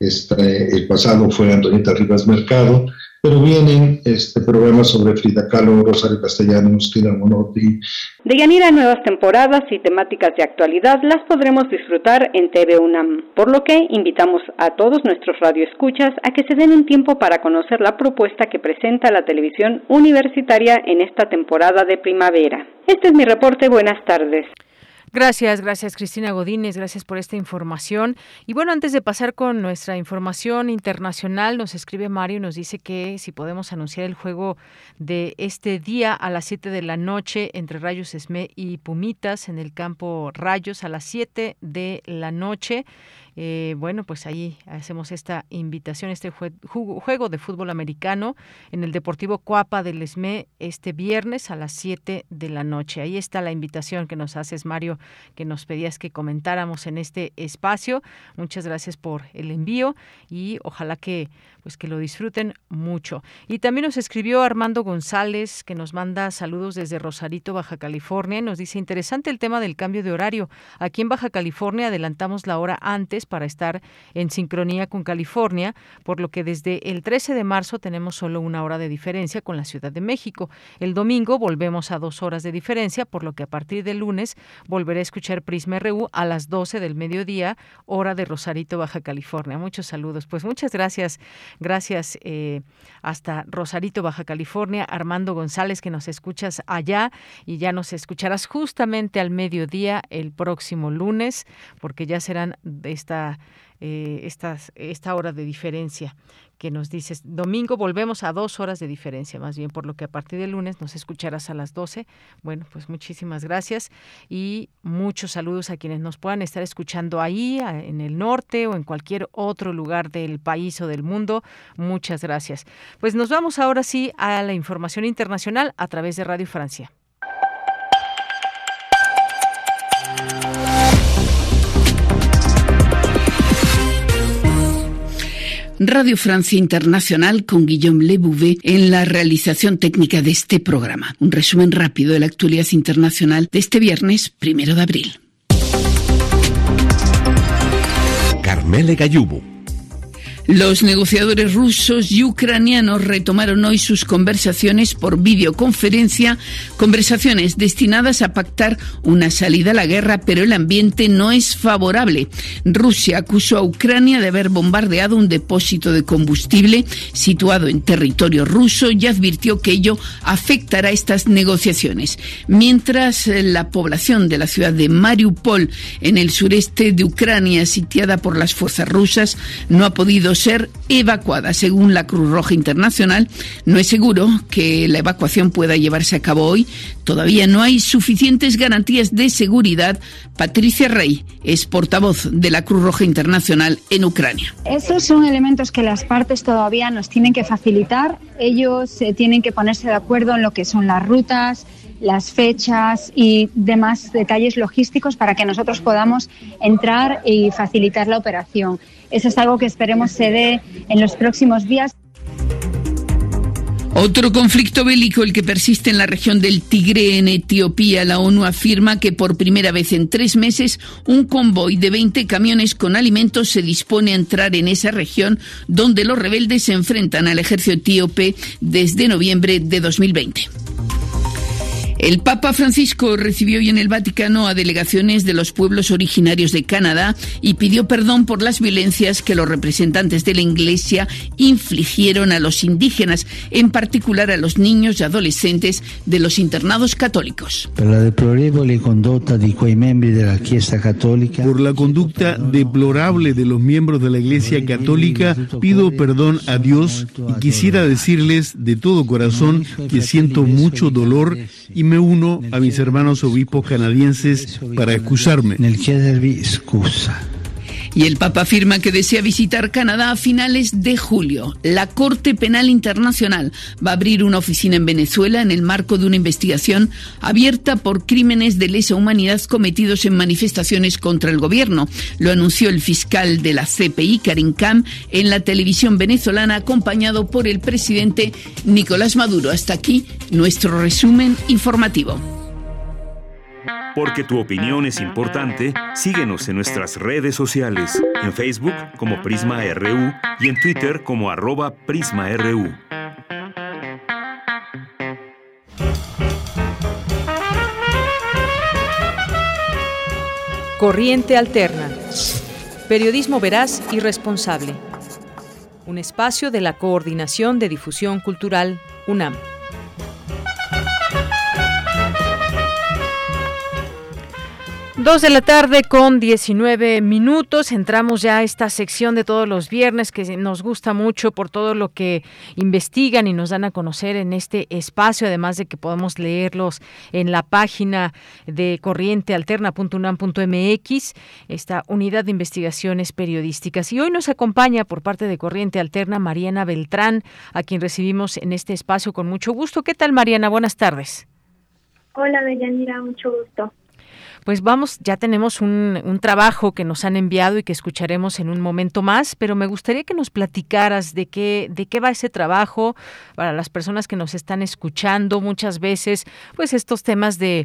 el pasado fue Antonieta Rivas Mercado, pero vienen programas sobre Frida Kahlo, Rosario Castellanos, Tina Monotti. De Yanira, nuevas temporadas y temáticas de actualidad las podremos disfrutar en TV UNAM, por lo que invitamos a todos nuestros radioescuchas a que se den un tiempo para conocer la propuesta que presenta la televisión universitaria en esta temporada de primavera. Este es mi reporte, buenas tardes. Gracias Cristina Godínez, gracias por esta información. Y bueno, antes de pasar con nuestra información internacional, nos escribe Mario y nos dice que si podemos anunciar el juego de este día a las 7 de la noche entre Rayos Esmé y Pumitas en el campo Rayos a las 7 de la noche. Bueno, pues ahí hacemos esta invitación, este juego de fútbol americano en el Deportivo Coapa del Esmé este viernes a las 7 de la noche. Ahí está la invitación que nos haces, Mario, que nos pedías que comentáramos en este espacio. Muchas gracias por el envío y ojalá que lo disfruten mucho. Y también nos escribió Armando González, que nos manda saludos desde Rosarito, Baja California, y nos dice: interesante el tema del cambio de horario. Aquí en Baja California adelantamos la hora antes para estar en sincronía con California, por lo que desde el 13 de marzo tenemos solo 1 hora de diferencia con la Ciudad de México. El domingo volvemos a 2 horas de diferencia, por lo que a partir del lunes volveré a escuchar Prisma RU a las 12 del mediodía, hora de Rosarito, Baja California. Muchos saludos. Pues muchas gracias. Gracias hasta Rosarito, Baja California, Armando González, que nos escuchas allá y ya nos escucharás justamente al mediodía el próximo lunes, porque ya serán esta hora de diferencia que nos dices. Domingo volvemos a 2 horas de diferencia, más bien, por lo que a partir del lunes nos escucharás a las 12. Bueno, pues muchísimas gracias y muchos saludos a quienes nos puedan estar escuchando ahí, en el norte o en cualquier otro lugar del país o del mundo. Muchas gracias. Pues nos vamos ahora sí a la información internacional a través de Radio Francia. Radio Francia Internacional con Guillaume Lebouvé en la realización técnica de este programa. Un resumen rápido de la actualidad internacional de este viernes 1 de abril. Carmele Gallubo. Los negociadores rusos y ucranianos retomaron hoy sus conversaciones por videoconferencia, conversaciones destinadas a pactar una salida a la guerra, pero el ambiente no es favorable. Rusia acusó a Ucrania de haber bombardeado un depósito de combustible situado en territorio ruso y advirtió que ello afectará estas negociaciones. Mientras la población de la ciudad de Mariupol, en el sureste de Ucrania, sitiada por las fuerzas rusas, no ha podido ser evacuada. Según la Cruz Roja Internacional, no es seguro que la evacuación pueda llevarse a cabo hoy. Todavía no hay suficientes garantías de seguridad. Patricia Rey es portavoz de la Cruz Roja Internacional en Ucrania. Estos son elementos que las partes todavía nos tienen que facilitar. Ellos tienen que ponerse de acuerdo en lo que son las rutas, las fechas y demás detalles logísticos para que nosotros podamos entrar y facilitar la operación. Eso es algo que esperemos se dé en los próximos días. Otro conflicto bélico, el que persiste en la región del Tigre, en Etiopía. La ONU afirma que por primera vez en 3 meses un convoy de 20 camiones con alimentos se dispone a entrar en esa región, donde los rebeldes se enfrentan al ejército etíope desde noviembre de 2020. El Papa Francisco recibió hoy en el Vaticano a delegaciones de los pueblos originarios de Canadá y pidió perdón por las violencias que los representantes de la Iglesia infligieron a los indígenas, en particular a los niños y adolescentes de los internados católicos. Por la conducta deplorable de los miembros de la Iglesia Católica, pido perdón a Dios y quisiera decirles de todo corazón que siento mucho dolor y me uno a mis hermanos obispos canadienses para excusarme. Y el Papa afirma que desea visitar Canadá a finales de julio. La Corte Penal Internacional va a abrir una oficina en Venezuela en el marco de una investigación abierta por crímenes de lesa humanidad cometidos en manifestaciones contra el gobierno. Lo anunció el fiscal de la CPI, Karim Khan, en la televisión venezolana, acompañado por el presidente Nicolás Maduro. Hasta aquí nuestro resumen informativo. Porque tu opinión es importante, síguenos en nuestras redes sociales, en Facebook como Prisma RU y en Twitter como @PrismaRU. Corriente Alterna. Periodismo veraz y responsable. Un espacio de la Coordinación de Difusión Cultural, UNAM. Dos de la tarde con 19 minutos. Entramos ya a esta sección de todos los viernes que nos gusta mucho por todo lo que investigan y nos dan a conocer en este espacio, además de que podemos leerlos en la página de corrientealterna.unam.mx, esta unidad de investigaciones periodísticas. Y hoy nos acompaña por parte de Corriente Alterna Mariana Beltrán, a quien recibimos en este espacio con mucho gusto. ¿Qué tal, Mariana? Buenas tardes. Hola, Deyanira, mucho gusto. Pues vamos, ya tenemos un trabajo que nos han enviado y que escucharemos en un momento más, pero me gustaría que nos platicaras de qué va ese trabajo para las personas que nos están escuchando. Muchas veces, pues estos temas de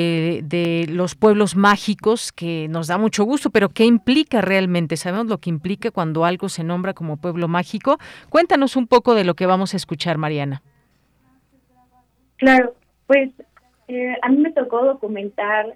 los pueblos mágicos, que nos da mucho gusto, pero ¿qué implica realmente? ¿Sabemos lo que implica cuando algo se nombra como pueblo mágico? Cuéntanos un poco de lo que vamos a escuchar, Mariana. Claro, pues a mí me tocó documentar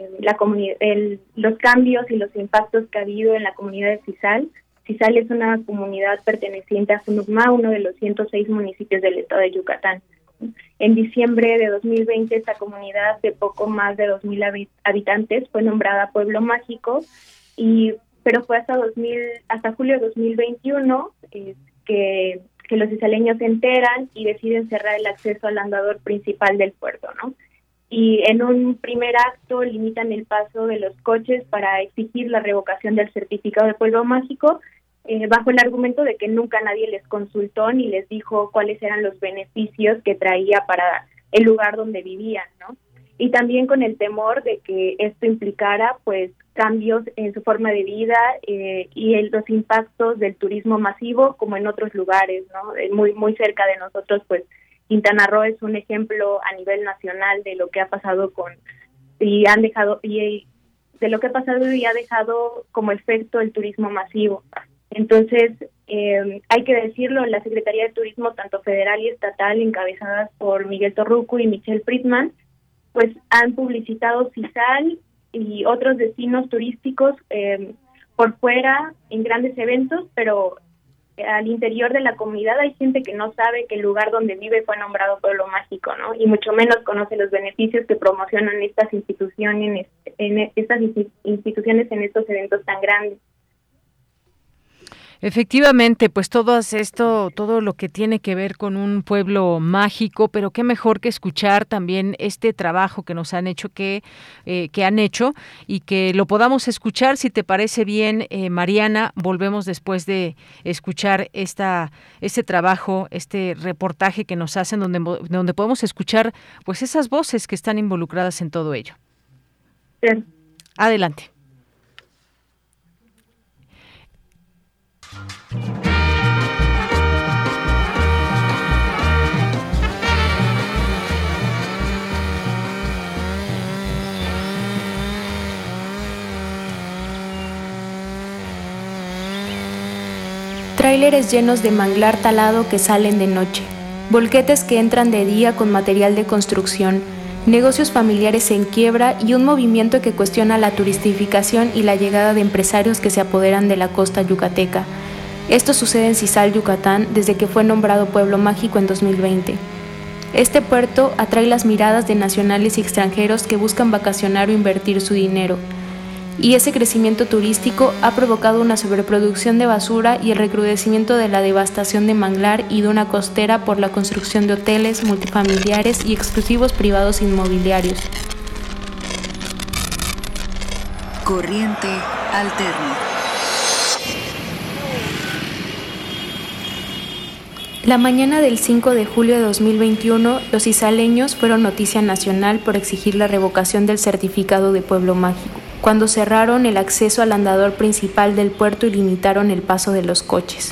los cambios y los impactos que ha habido en la comunidad de Cizal. Cizal es una comunidad perteneciente a Junucma, uno de los 106 municipios del estado de Yucatán. En diciembre de 2020, esta comunidad de poco más de 2,000 habitantes fue nombrada Pueblo Mágico, pero fue hasta julio de 2021 que los cizaleños se enteran y deciden cerrar el acceso al andador principal del puerto, ¿no? Y en un primer acto limitan el paso de los coches para exigir la revocación del certificado de pueblo mágico, bajo el argumento de que nunca nadie les consultó ni les dijo cuáles eran los beneficios que traía para el lugar donde vivían, ¿no? Y también con el temor de que esto implicara, pues, cambios en su forma de vida y los impactos del turismo masivo, como en otros lugares, ¿no? Muy, muy cerca de nosotros, pues, Quintana Roo es un ejemplo a nivel nacional de lo que ha pasado y ha dejado como efecto el turismo masivo. Entonces, hay que decirlo, la Secretaría de Turismo, tanto federal y estatal, encabezadas por Miguel Torruco y Michelle Friedman, pues han publicitado Cizal y otros destinos turísticos por fuera en grandes eventos, pero al interior de la comunidad hay gente que no sabe que el lugar donde vive fue nombrado pueblo mágico, ¿no? Y mucho menos conoce los beneficios que promocionan estas instituciones en estos eventos tan grandes. Efectivamente, pues todo lo que tiene que ver con un pueblo mágico, pero qué mejor que escuchar también este trabajo que nos han hecho, que han hecho, y que lo podamos escuchar. Si te parece bien, Mariana, volvemos después de escuchar este trabajo, este reportaje que nos hacen, donde podemos escuchar pues esas voces que están involucradas en todo ello. Sí. Adelante. Tráileres llenos de manglar talado que salen de noche, volquetes que entran de día con material de construcción, negocios familiares en quiebra y un movimiento que cuestiona la turistificación y la llegada de empresarios que se apoderan de la costa yucateca. Esto sucede en Cizal, Yucatán, desde que fue nombrado Pueblo Mágico en 2020. Este puerto atrae las miradas de nacionales y extranjeros que buscan vacacionar o invertir su dinero. Y ese crecimiento turístico ha provocado una sobreproducción de basura y el recrudecimiento de la devastación de manglar y duna costera por la construcción de hoteles, multifamiliares y exclusivos privados inmobiliarios. Corriente alterna. La mañana del 5 de julio de 2021, los cizaleños fueron noticia nacional por exigir la revocación del certificado de Pueblo Mágico, cuando cerraron el acceso al andador principal del puerto y limitaron el paso de los coches.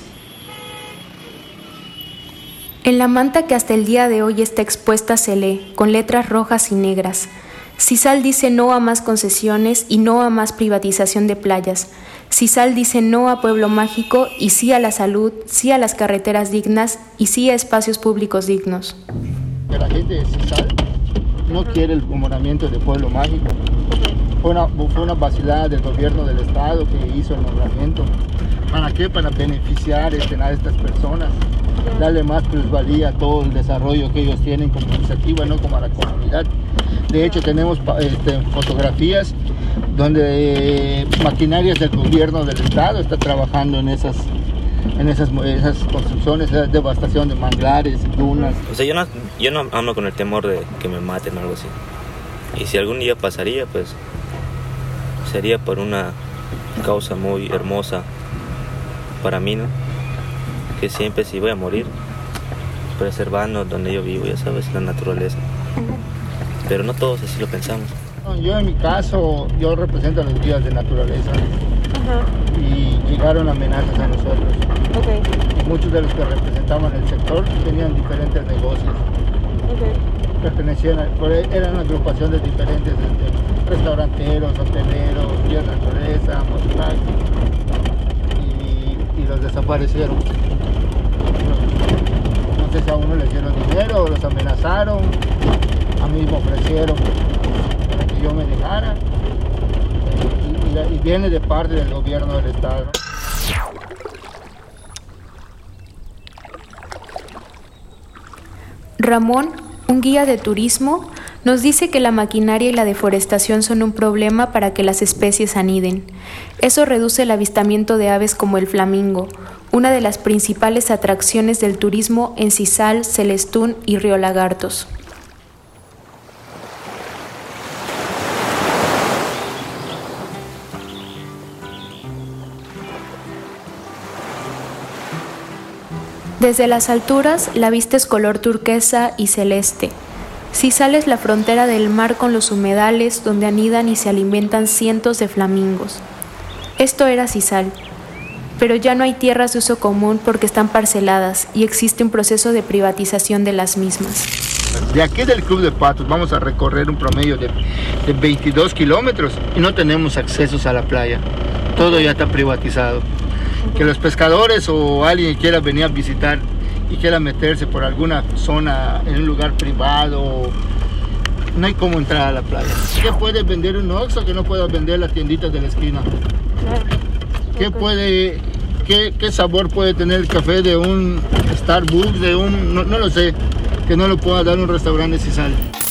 En la manta que hasta el día de hoy está expuesta se lee, con letras rojas y negras: Cizal dice no a más concesiones y no a más privatización de playas. Cizal dice no a Pueblo Mágico y sí a la salud, sí a las carreteras dignas y sí a espacios públicos dignos. La gente de Cizal no quiere el nombramiento de Pueblo Mágico. Fue una vacilada del gobierno del estado que hizo el nombramiento. ¿Para qué? Para beneficiar a estas personas, darle más plusvalía a todo el desarrollo que ellos tienen como iniciativa, no como a la comunidad. De hecho, tenemos fotografías donde maquinarias del gobierno del estado está trabajando en esas construcciones, la devastación de manglares, dunas. O sea, yo no ando con el temor de que me maten o algo así. Y si algún día pasaría, pues sería por una causa muy hermosa para mí, ¿no? Que siempre, si voy a morir, preservando donde yo vivo, ya sabes, la naturaleza. Pero no todos así lo pensamos. Yo en mi caso, yo represento a los guías de naturaleza. Y llegaron amenazas a nosotros. Muchos de los que representaban el sector tenían diferentes negocios. Pertenecían eran una agrupación de diferentes restauranteros, hoteleros, guías de naturaleza, mototaxis, y los desaparecieron. No sé si a uno les dieron dinero o los amenazaron. A mí me ofrecieron para que yo me dejara, y viene de parte del gobierno del estado. Ramón, un guía de turismo, nos dice que la maquinaria y la deforestación son un problema para que las especies aniden. Eso reduce el avistamiento de aves como el flamingo, una de las principales atracciones del turismo en Cizal, Celestún y Río Lagartos. Desde las alturas, la vista es color turquesa y celeste. Cizal es la frontera del mar con los humedales donde anidan y se alimentan cientos de flamingos. Esto era Cizal, pero ya no hay tierras de uso común porque están parceladas y existe un proceso de privatización de las mismas. De aquí del Club de Patos vamos a recorrer un promedio de 22 kilómetros y no tenemos accesos a la playa. Todo ya está privatizado. que los pescadores o alguien que quiera venir a visitar y quiera meterse por alguna zona en un lugar privado, no hay cómo entrar a la playa. ¿Qué puede vender un Oxxo que no pueda vender las tienditas de la esquina? ¿Qué sabor puede tener el café de un Starbucks, no lo sé, que no lo pueda dar un restaurante Cisal?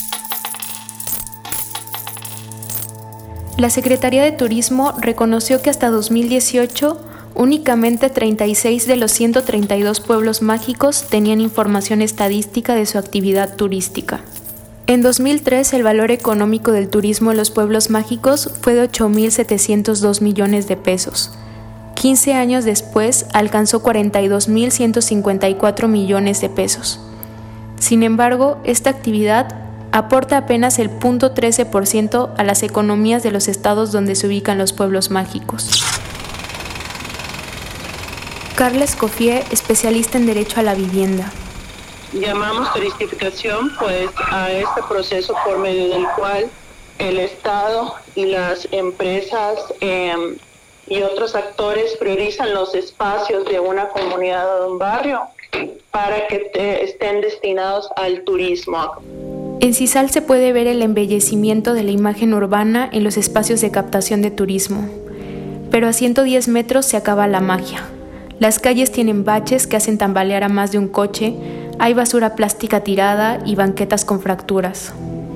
La Secretaría de Turismo reconoció que hasta 2018 únicamente 36 de los 132 pueblos mágicos tenían información estadística de su actividad turística. En 2003, el valor económico del turismo en los pueblos mágicos fue de 8.702 millones de pesos. 15 años después, alcanzó 42.154 millones de pesos. Sin embargo, esta actividad aporta apenas el 0.13% a las economías de los estados donde se ubican los pueblos mágicos. Carla Escoffier, especialista en Derecho a la Vivienda. Llamamos turistificación pues a este proceso por medio del cual el Estado y las empresas y otros actores priorizan los espacios de una comunidad o de un barrio para que estén destinados al turismo. En Cisal se puede ver el embellecimiento de la imagen urbana en los espacios de captación de turismo. Pero a 110 metros se acaba la magia. Las calles tienen baches que hacen tambalear a más de un coche, hay basura plástica tirada y banquetas con fracturas.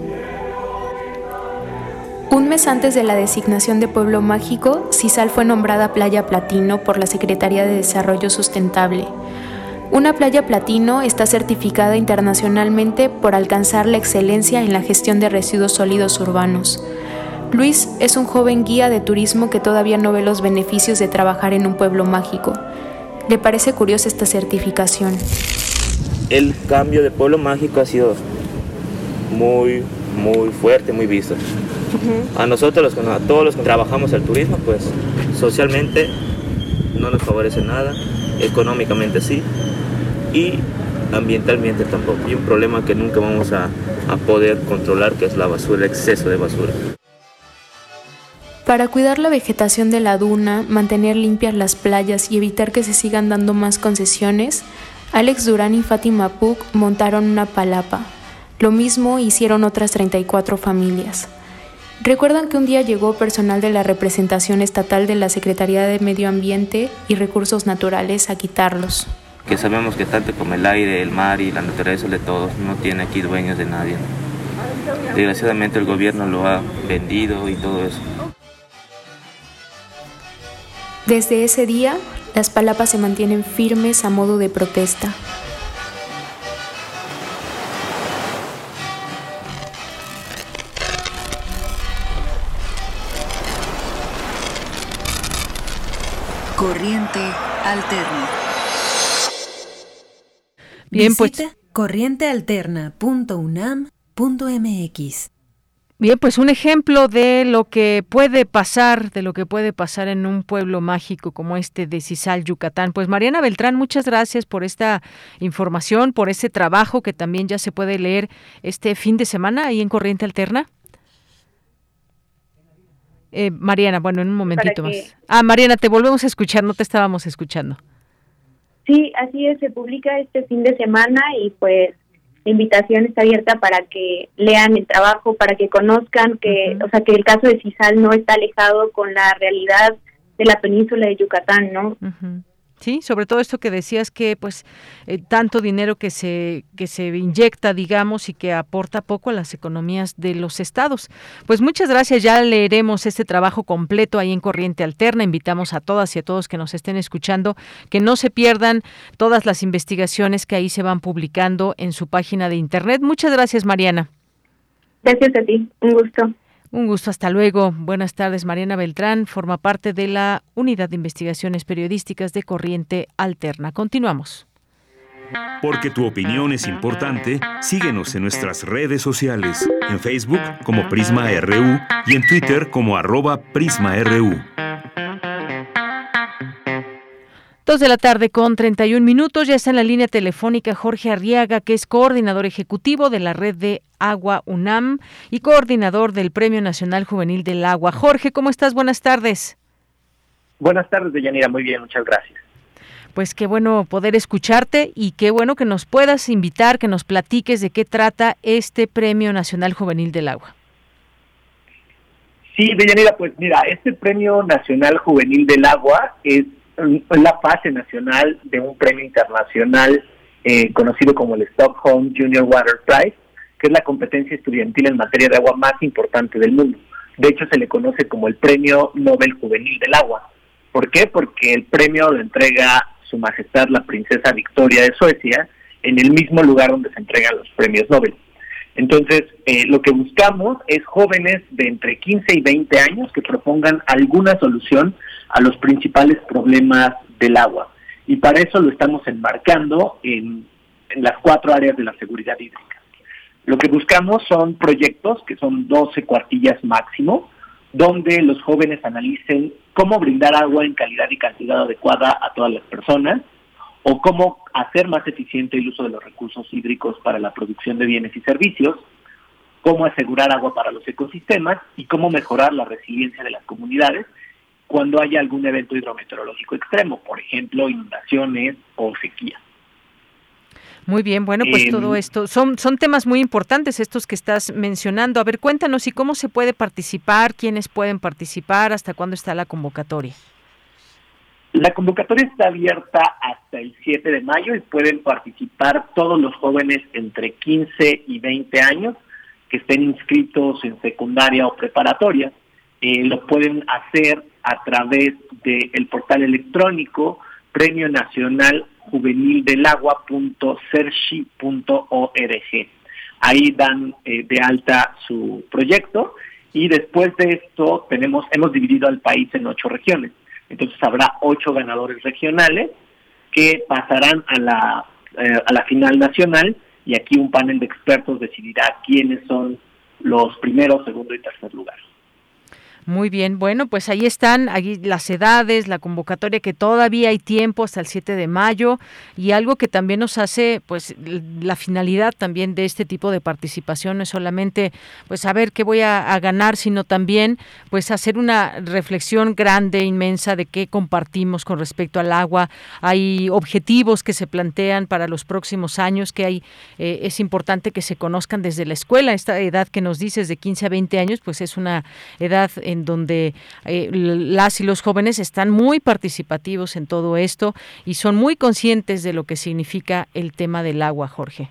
Un mes antes de la designación de Pueblo Mágico, Cisal fue nombrada Playa Platino por la Secretaría de Desarrollo Sustentable. Una playa platino está certificada internacionalmente por alcanzar la excelencia en la gestión de residuos sólidos urbanos. Luis es un joven guía de turismo que todavía no ve los beneficios de trabajar en un pueblo mágico. Le parece curiosa esta certificación. El cambio de pueblo mágico ha sido muy fuerte, muy visto. A nosotros, a todos los que trabajamos el turismo, pues socialmente no nos favorece nada, económicamente sí, y ambientalmente tampoco. Hay un problema que nunca vamos a poder controlar, que es la basura, el exceso de basura. Para cuidar la vegetación de la duna, mantener limpias las playas y evitar que se sigan dando más concesiones, Alex Durán y Fátima Puc montaron una palapa. Lo mismo hicieron otras 34 familias. Recuerdan que un día llegó personal de la representación estatal de la Secretaría de Medio Ambiente y Recursos Naturales a quitarlos. Que sabemos que tanto como el aire, el mar y la naturaleza de todos, no tiene aquí dueños de nadie. Desgraciadamente el gobierno lo ha vendido y todo eso. Desde ese día, las palapas se mantienen firmes a modo de protesta. Corriente Alterna. Bien, pues corrientealterna.unam.mx. Bien, pues un ejemplo de lo que puede pasar, en un pueblo mágico como este de Cisal, Yucatán. Pues Mariana Beltrán, muchas gracias por esta información, por ese trabajo que también ya se puede leer este fin de semana ahí en Corriente Alterna. Mariana, bueno, en un momentito más. Mariana, te volvemos a escuchar, no te estábamos escuchando. Sí, así es, se publica este fin de semana y pues la invitación está abierta para que lean el trabajo, para que conozcan que, o sea, que el caso de Cisal no está alejado con la realidad de la península de Yucatán, ¿no? Sí, sobre todo esto que decías que pues tanto dinero que se inyecta, digamos, y que aporta poco a las economías de los estados. Pues muchas gracias, ya leeremos este trabajo completo ahí en Corriente Alterna. Invitamos a todas y a todos que nos estén escuchando que no se pierdan todas las investigaciones que ahí se van publicando en su página de internet. Muchas gracias, Mariana. Gracias a ti, un gusto. Un gusto, hasta luego. Buenas tardes. Mariana Beltrán forma parte de la Unidad de Investigaciones Periodísticas de Corriente Alterna. Continuamos. Porque tu opinión es importante, síguenos en nuestras redes sociales, en Facebook como Prisma RU y en Twitter como @PrismaRU. 2:31 p.m. Ya está en la línea telefónica Jorge Arriaga, que es coordinador ejecutivo de la Red de Agua UNAM y coordinador del Premio Nacional Juvenil del Agua. Jorge, ¿cómo estás? Buenas tardes. Buenas tardes, Deyanira. Muy bien, muchas gracias. Pues qué bueno poder escucharte y qué bueno que nos puedas invitar, que nos platiques de qué trata este Premio Nacional Juvenil del Agua. Sí, Deyanira, pues mira, este Premio Nacional Juvenil del Agua es la fase nacional de un premio internacional conocido como el Stockholm Junior Water Prize, que es la competencia estudiantil en materia de agua más importante del mundo. De hecho, se le conoce como el Premio Nobel Juvenil del Agua. ¿Por qué? Porque el premio lo entrega Su Majestad la Princesa Victoria de Suecia en el mismo lugar donde se entregan los premios Nobel. Entonces, lo que buscamos es jóvenes de entre 15 y 20 años que propongan alguna solución a los principales problemas del agua. Y para eso lo estamos enmarcando en las 4 áreas de la seguridad hídrica. Lo que buscamos son proyectos, que son 12 cuartillas máximo, donde los jóvenes analicen cómo brindar agua en calidad y cantidad adecuada a todas las personas, o cómo hacer más eficiente el uso de los recursos hídricos para la producción de bienes y servicios, cómo asegurar agua para los ecosistemas y cómo mejorar la resiliencia de las comunidades cuando haya algún evento hidrometeorológico extremo, por ejemplo, inundaciones o sequía. Muy bien, bueno, pues todo esto son temas muy importantes estos que estás mencionando. A ver, cuéntanos, ¿y cómo se puede participar? ¿Quiénes pueden participar? ¿Hasta cuándo está la convocatoria? La convocatoria está abierta hasta el 7 de mayo y pueden participar todos los jóvenes entre 15 y 20 años que estén inscritos en secundaria o preparatoria. Lo pueden hacer a través del portal electrónico Premio Nacional Juvenil del Agua.cershi.org. Ahí dan de alta su proyecto y después de esto hemos dividido al país en 8 regiones. Entonces habrá 8 ganadores regionales que pasarán a la final nacional y aquí un panel de expertos decidirá quiénes son los primeros, segundo y tercer lugar. Muy bien, bueno, pues ahí están, ahí las edades, la convocatoria, que todavía hay tiempo hasta el 7 de mayo y algo que también nos hace, pues la finalidad también de este tipo de participación no es solamente pues saber qué voy a ganar, sino también pues hacer una reflexión grande, inmensa de qué compartimos con respecto al agua. Hay objetivos que se plantean para los próximos años que hay, es importante que se conozcan desde la escuela. Esta edad que nos dices de 15 a 20 años, pues es una edad en donde las y los jóvenes están muy participativos en todo esto y son muy conscientes de lo que significa el tema del agua, Jorge.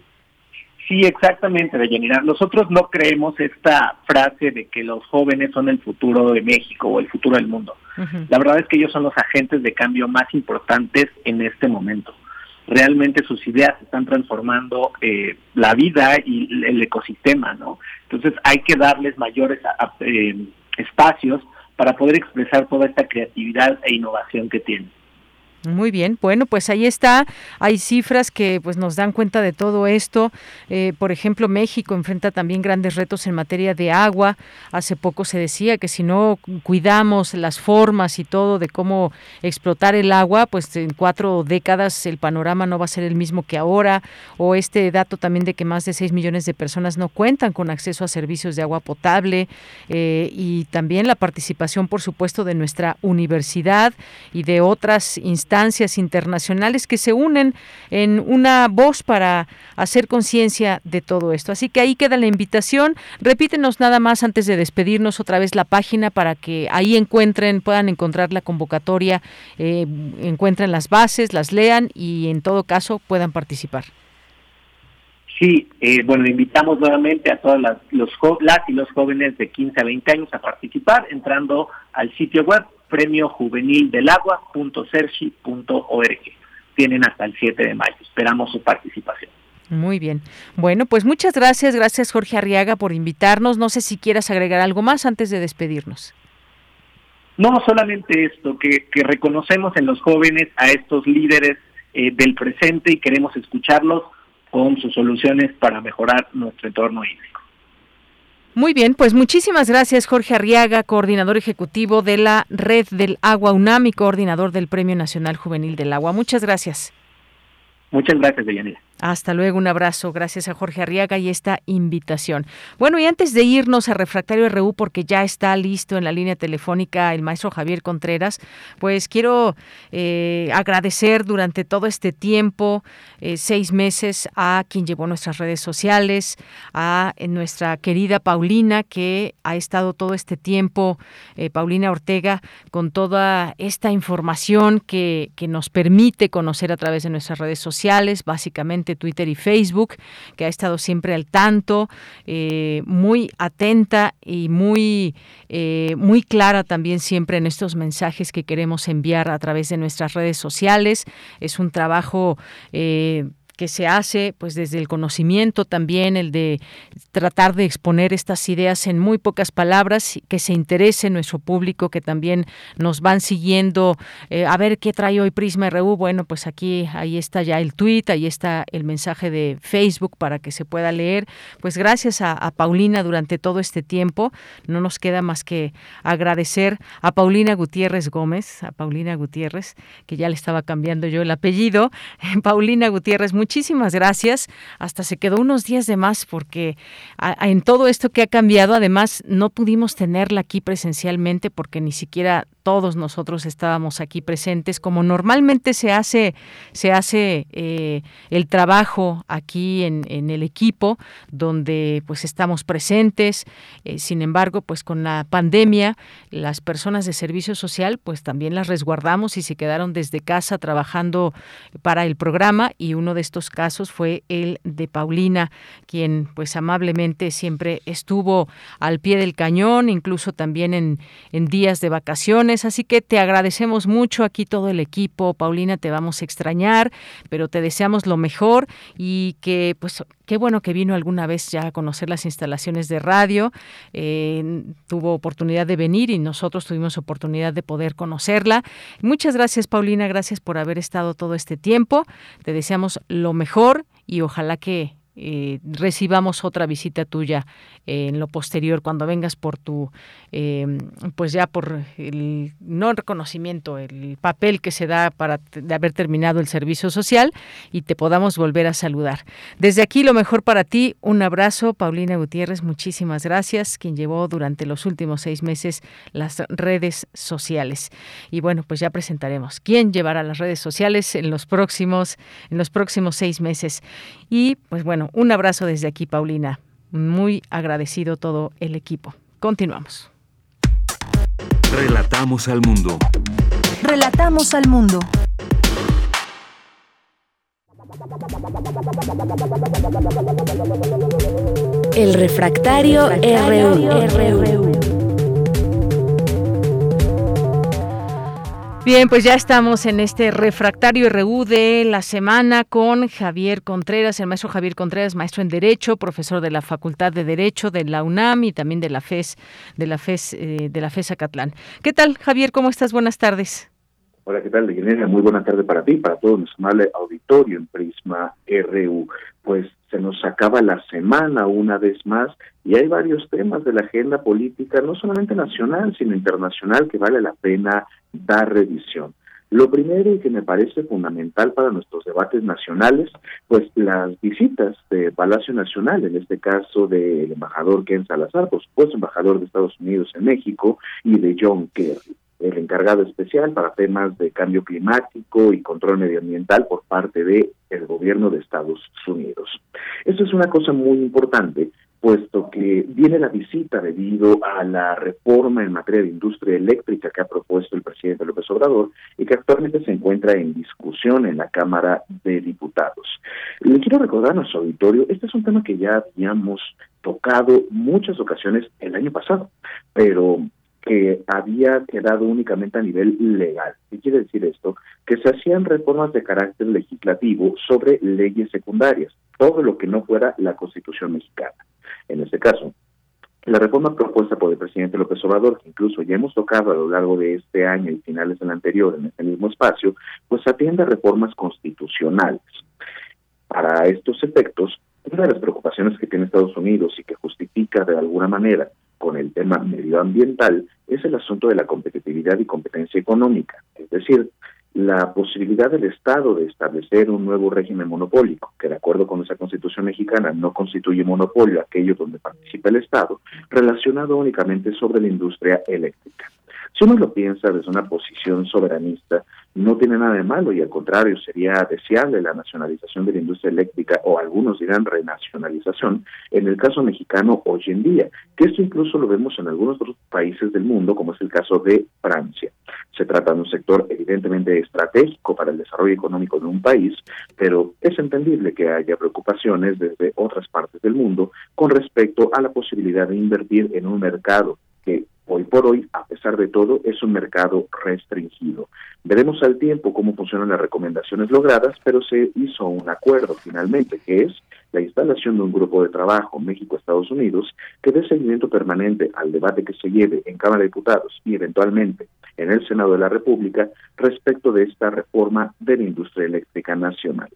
Sí, exactamente, Deyanira. Nosotros no creemos esta frase de que los jóvenes son el futuro de México o el futuro del mundo. Uh-huh. La verdad es que ellos son los agentes de cambio más importantes en este momento. Realmente sus ideas están transformando la vida y el ecosistema, ¿no? Entonces hay que darles mayores espacios para poder expresar toda esta creatividad e innovación que tienen. Muy bien, bueno, pues ahí está, hay cifras que pues nos dan cuenta de todo esto. Por ejemplo, México enfrenta también grandes retos en materia de agua. Hace poco se decía que si no cuidamos las formas y todo de cómo explotar el agua, pues en 4 décadas el panorama no va a ser el mismo que ahora. O este dato también de que más de 6 millones de personas no cuentan con acceso a servicios de agua potable. Y también la participación, por supuesto, de nuestra universidad y de otras instancias internacionales que se unen en una voz para hacer conciencia de todo esto. Así que ahí queda la invitación. Repítenos nada más antes de despedirnos otra vez la página para que ahí puedan encontrar la convocatoria, encuentren las bases, las lean y en todo caso puedan participar. Sí, bueno, invitamos nuevamente a todas las y los jóvenes de 15 a 20 años a participar entrando al sitio web premiojuvenildelagua.cershi.org. Tienen hasta el 7 de mayo. Esperamos su participación. Muy bien. Bueno, pues muchas gracias. Gracias, Jorge Arriaga, por invitarnos. No sé si quieras agregar algo más antes de despedirnos. No, solamente esto, que reconocemos en los jóvenes a estos líderes del presente y queremos escucharlos con sus soluciones para mejorar nuestro entorno hídrico. Muy bien, pues muchísimas gracias, Jorge Arriaga, coordinador ejecutivo de la Red del Agua UNAM y coordinador del Premio Nacional Juvenil del Agua. Muchas gracias. Muchas gracias, Deyanira. Hasta luego, un abrazo. Gracias a Jorge Arriaga y esta invitación. Bueno, y antes de irnos a Refractario RU, porque ya está listo en la línea telefónica el maestro Javier Contreras, pues quiero agradecer durante todo este tiempo, 6 meses, a quien llevó nuestras redes sociales, a nuestra querida Paulina, que ha estado todo este tiempo, Paulina Ortega, con toda esta información que nos permite conocer a través de nuestras redes sociales, básicamente Twitter y Facebook, que ha estado siempre al tanto, muy atenta y muy clara también siempre en estos mensajes que queremos enviar a través de nuestras redes sociales. Es un trabajo que se hace pues desde el conocimiento también, el de tratar de exponer estas ideas en muy pocas palabras, que se interese nuestro público, que también nos van siguiendo, a ver qué trae hoy Prisma RU. Bueno, pues ahí está ya el tweet, ahí está el mensaje de Facebook para que se pueda leer. Pues gracias a Paulina durante todo este tiempo. No nos queda más que agradecer a Paulina Gutiérrez Gómez, que ya le estaba cambiando yo el apellido. Paulina Gutiérrez, muchísimas gracias. Hasta se quedó unos días de más porque en todo esto que ha cambiado, además no pudimos tenerla aquí presencialmente porque ni siquiera todos nosotros estábamos aquí presentes, como normalmente se hace el trabajo aquí en el equipo, donde pues estamos presentes. Sin embargo, pues con la pandemia, las personas de servicio social pues también las resguardamos y se quedaron desde casa trabajando para el programa, y uno de estos casos fue el de Paulina, quien pues amablemente siempre estuvo al pie del cañón, incluso también en días de vacaciones. Así que te agradecemos mucho aquí todo el equipo. Paulina, te vamos a extrañar, pero te deseamos lo mejor, y que pues qué bueno que vino alguna vez ya a conocer las instalaciones de radio, tuvo oportunidad de venir y nosotros tuvimos oportunidad de poder conocerla. Muchas gracias, Paulina, gracias por haber estado todo este tiempo. Te deseamos lo mejor y ojalá que recibamos otra visita tuya en lo posterior, cuando vengas por tu pues ya por el no reconocimiento, el papel que se da de haber terminado el servicio social, y te podamos volver a saludar. Desde aquí lo mejor para ti, un abrazo. Paulina Gutiérrez, muchísimas gracias, quien llevó durante los últimos 6 meses las redes sociales. Y bueno, pues ya presentaremos quién llevará las redes sociales en los próximos 6 meses. Y pues bueno, un abrazo desde aquí, Paulina. Muy agradecido todo el equipo. Continuamos. Relatamos al mundo. Relatamos al mundo. El refractario RU. Bien, pues ya estamos en este refractario RU de la semana con Javier Contreras, el maestro Javier Contreras, maestro en Derecho, profesor de la Facultad de Derecho de la UNAM y también de la FES Acatlán. ¿Qué tal, Javier? ¿Cómo estás? Buenas tardes. Hola, ¿qué tal, Deyanira? Muy buena tarde para ti, para todo nuestro amable auditorio en Prisma RU. Pues se nos acaba la semana una vez más y hay varios temas de la agenda política, no solamente nacional, sino internacional, que vale la pena dar revisión. Lo primero, y que me parece fundamental para nuestros debates nacionales, pues las visitas de Palacio Nacional, en este caso del embajador Ken Salazar, por supuesto embajador de Estados Unidos en México, y de John Kerry, el encargado especial para temas de cambio climático y control medioambiental por parte del gobierno de Estados Unidos. Esto es una cosa muy importante, puesto que viene la visita debido a la reforma en materia de industria eléctrica que ha propuesto el presidente López Obrador y que actualmente se encuentra en discusión en la Cámara de Diputados. Le quiero recordar a nuestro auditorio, este es un tema que ya habíamos tocado muchas ocasiones el año pasado, pero que había quedado únicamente a nivel legal. ¿Qué quiere decir esto? Que se hacían reformas de carácter legislativo sobre leyes secundarias, todo lo que no fuera la Constitución mexicana. En este caso, la reforma propuesta por el presidente López Obrador, que incluso ya hemos tocado a lo largo de este año y finales del anterior en este mismo espacio, pues atiende a reformas constitucionales. Para estos efectos, una de las preocupaciones que tiene Estados Unidos y que justifica de alguna manera con el tema medioambiental es el asunto de la competitividad y competencia económica. Es decir, la posibilidad del Estado de establecer un nuevo régimen monopólico, que de acuerdo con esa Constitución mexicana no constituye monopolio aquello donde participa el Estado, relacionado únicamente sobre la industria eléctrica. Si uno lo piensa desde una posición soberanista, no tiene nada de malo y al contrario sería deseable la nacionalización de la industria eléctrica, o algunos dirán renacionalización, en el caso mexicano hoy en día, que esto incluso lo vemos en algunos otros países del mundo, como es el caso de Francia. Se trata de un sector evidentemente estratégico para el desarrollo económico de un país, pero es entendible que haya preocupaciones desde otras partes del mundo con respecto a la posibilidad de invertir en un mercado que hoy por hoy, a pesar de todo, es un mercado restringido. Veremos al tiempo cómo funcionan las recomendaciones logradas, pero se hizo un acuerdo finalmente, que es la instalación de un grupo de trabajo México-Estados Unidos que dé seguimiento permanente al debate que se lleve en Cámara de Diputados y eventualmente en el Senado de la República respecto de esta reforma de la industria eléctrica nacional.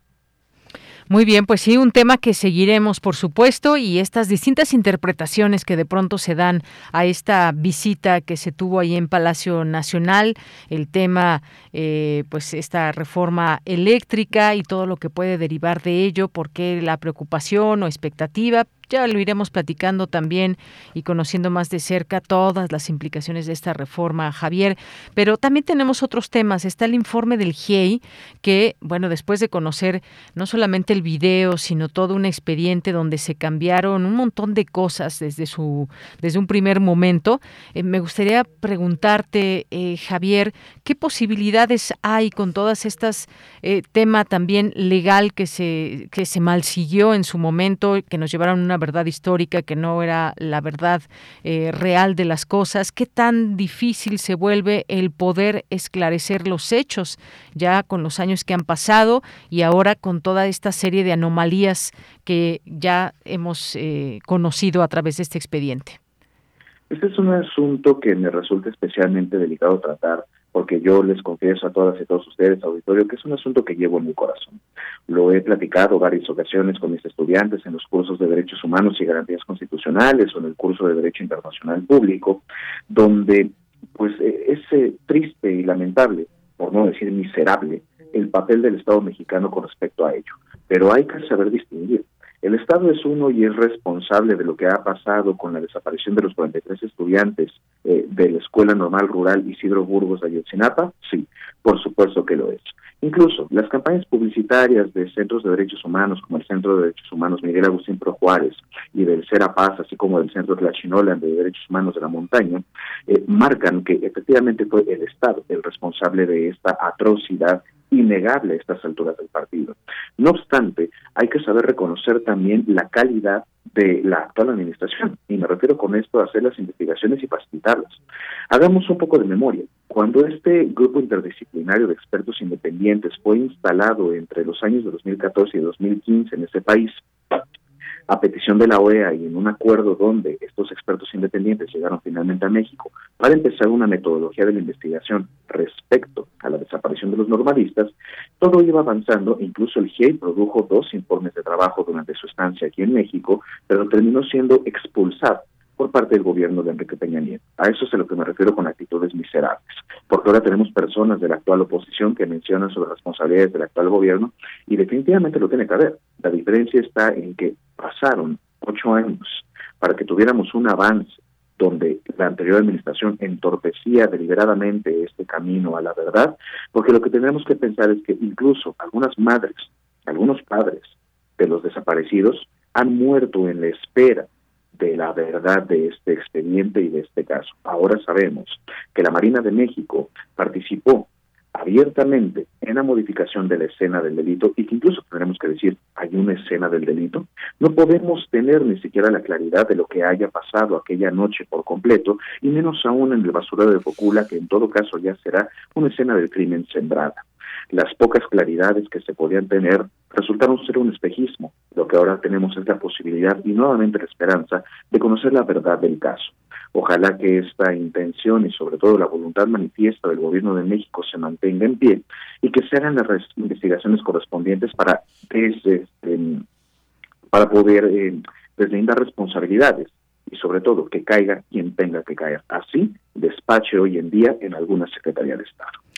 Muy bien, pues sí, un tema que seguiremos, por supuesto, y estas distintas interpretaciones que de pronto se dan a esta visita que se tuvo ahí en Palacio Nacional, el tema, pues esta reforma eléctrica y todo lo que puede derivar de ello, porque la preocupación o expectativa. Ya lo iremos platicando también y conociendo más de cerca todas las implicaciones de esta reforma, Javier. Pero también tenemos otros temas. Está el informe del GIEI que, bueno, después de conocer no solamente el video, sino todo un expediente donde se cambiaron un montón de cosas desde un primer momento, me gustaría preguntarte, Javier, ¿qué posibilidades hay con todas estas tema también legal que se malsiguió en su momento, que nos llevaron a una verdad histórica que no era la verdad real de las cosas? ¿Qué tan difícil se vuelve el poder esclarecer los hechos ya con los años que han pasado y ahora con toda esta serie de anomalías que ya hemos conocido a través de este expediente? Este es un asunto que me resulta especialmente delicado tratar, porque yo les confieso a todas y todos ustedes, auditorio, que es un asunto que llevo en mi corazón. Lo he platicado varias ocasiones con mis estudiantes en los cursos de Derechos Humanos y Garantías Constitucionales o en el curso de Derecho Internacional Público, donde pues es triste y lamentable, por no decir miserable, el papel del Estado mexicano con respecto a ello. Pero hay que saber distinguir. El Estado es uno y es responsable de lo que ha pasado con la desaparición de los 43 estudiantes de la Escuela Normal Rural Isidro Burgos de Ayotzinapa. Sí, por supuesto que lo es. Incluso las campañas publicitarias de centros de derechos humanos, como el Centro de Derechos Humanos Miguel Agustín Pro Juárez y del Serapaz, así como del Centro Tlachinolan de Derechos Humanos de la Montaña, marcan que efectivamente fue el Estado el responsable de esta atrocidad innegable a estas alturas del partido. No obstante, hay que saber reconocer también la calidad de la actual administración, y me refiero con esto a hacer las investigaciones y facilitarlas. Hagamos un poco de memoria. Cuando este grupo interdisciplinario de expertos independientes fue instalado entre los años de 2014 y 2015 en este país, a petición de la OEA y en un acuerdo donde estos expertos independientes llegaron finalmente a México para empezar una metodología de la investigación respecto a la desaparición de los normalistas, todo iba avanzando. Incluso el GIEI produjo 2 informes de trabajo durante su estancia aquí en México, pero terminó siendo expulsado por parte del gobierno de Enrique Peña Nieto. A eso es a lo que me refiero con actitudes miserables, porque ahora tenemos personas de la actual oposición que mencionan sobre responsabilidades del actual gobierno, y definitivamente lo tiene que haber. La diferencia está en que pasaron 8 años para que tuviéramos un avance donde la anterior administración entorpecía deliberadamente este camino a la verdad, porque lo que tenemos que pensar es que incluso algunas madres, algunos padres de los desaparecidos han muerto en la espera de la verdad de este expediente y de este caso. Ahora sabemos que la Marina de México participó abiertamente en la modificación de la escena del delito, y que incluso tendremos que decir, hay una escena del delito. No podemos tener ni siquiera la claridad de lo que haya pasado aquella noche por completo, y menos aún en el basurero de Cocula, que en todo caso ya será una escena del crimen sembrada. Las pocas claridades que se podían tener resultaron ser un espejismo. Lo que ahora tenemos es la posibilidad y nuevamente la esperanza de conocer la verdad del caso. Ojalá que esta intención y sobre todo la voluntad manifiesta del Gobierno de México se mantenga en pie y que se hagan las investigaciones correspondientes para poder deslindar responsabilidades y sobre todo que caiga quien tenga que caer. Así despache hoy en día en alguna Secretaría de Estado.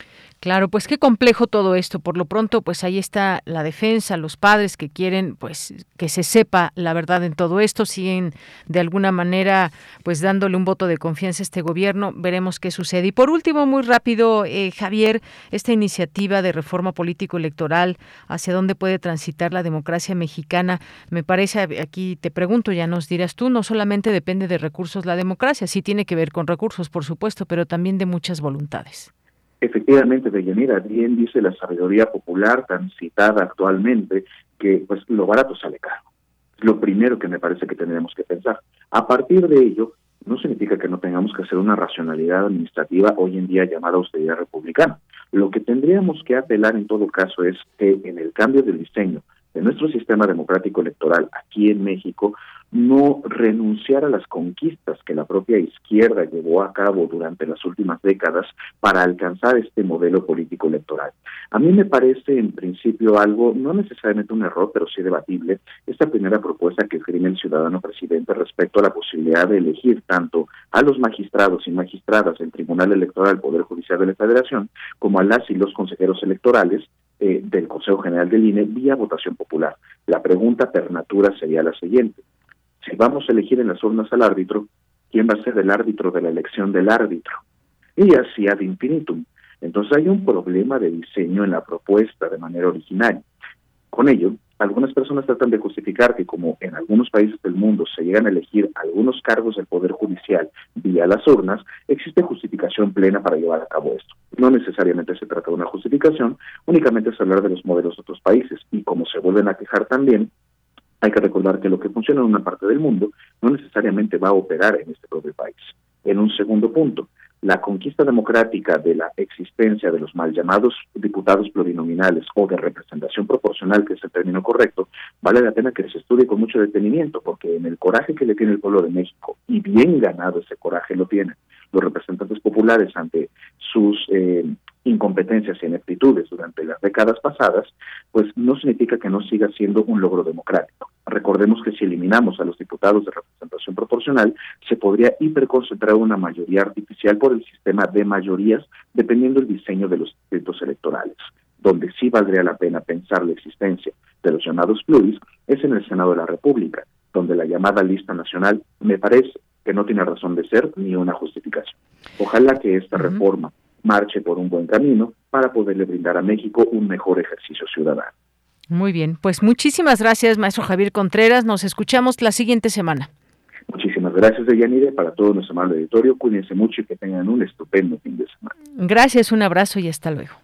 Claro, pues qué complejo todo esto. Por lo pronto, pues ahí está la defensa, los padres que quieren pues que se sepa la verdad en todo esto, siguen de alguna manera pues dándole un voto de confianza a este gobierno. Veremos qué sucede. Y por último, muy rápido, Javier, esta iniciativa de reforma político-electoral, ¿hacia dónde puede transitar la democracia mexicana? Me parece, aquí te pregunto, ya nos dirás tú, no solamente depende de recursos la democracia, sí tiene que ver con recursos, por supuesto, pero también de muchas voluntades. Efectivamente, Deyanira, bien dice la sabiduría popular tan citada actualmente, que pues lo barato sale caro. Es lo primero que me parece que tendríamos que pensar. A partir de ello, no significa que no tengamos que hacer una racionalidad administrativa hoy en día llamada austeridad republicana. Lo que tendríamos que apelar en todo caso es que en el cambio del diseño de nuestro sistema democrático electoral aquí en México, no renunciar a las conquistas que la propia izquierda llevó a cabo durante las últimas décadas para alcanzar este modelo político electoral. A mí me parece en principio algo, no necesariamente un error, pero sí debatible, esta primera propuesta que esgrime el ciudadano presidente respecto a la posibilidad de elegir tanto a los magistrados y magistradas del Tribunal Electoral, Poder Judicial de la Federación, como a las y los consejeros electorales del Consejo General del INE vía votación popular. La pregunta per natura sería la siguiente: si vamos a elegir en las urnas al árbitro, ¿quién va a ser el árbitro de la elección del árbitro? Y así ad infinitum. Entonces hay un problema de diseño en la propuesta de manera originaria. Con ello, algunas personas tratan de justificar que como en algunos países del mundo se llegan a elegir algunos cargos del Poder Judicial vía las urnas, existe justificación plena para llevar a cabo esto. No necesariamente se trata de una justificación, únicamente es hablar de los modelos de otros países, y como se vuelven a quejar también, hay que recordar que lo que funciona en una parte del mundo no necesariamente va a operar en este propio país. En un segundo punto, la conquista democrática de la existencia de los mal llamados diputados plurinominales o de representación proporcional, que es el término correcto, vale la pena que se estudie con mucho detenimiento, porque en el coraje que le tiene el pueblo de México, y bien ganado ese coraje lo tienen los representantes populares ante sus incompetencias y ineptitudes durante las décadas pasadas, pues no significa que no siga siendo un logro democrático. Recordemos que si eliminamos a los diputados de representación proporcional, se podría hiperconcentrar una mayoría artificial por el sistema de mayorías, dependiendo del diseño de los distritos electorales. Donde sí valdría la pena pensar la existencia de los llamados pluris es en el Senado de la República, donde la llamada lista nacional me parece que no tiene razón de ser ni una justificación. Ojalá que esta reforma marche por un buen camino para poderle brindar a México un mejor ejercicio ciudadano. Muy bien, pues muchísimas gracias, maestro Javier Contreras. Nos escuchamos la siguiente semana. Muchísimas gracias, Deyanire, para todo nuestro amable auditorio. Cuídense mucho y que tengan un estupendo fin de semana. Gracias, un abrazo y hasta luego.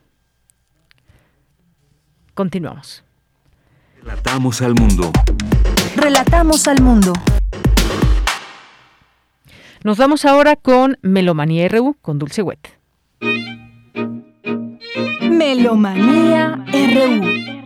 Continuamos. Relatamos al mundo. Relatamos al mundo. Nos vamos ahora con Melomanía RU con Dulce Wet. Melomanía RU.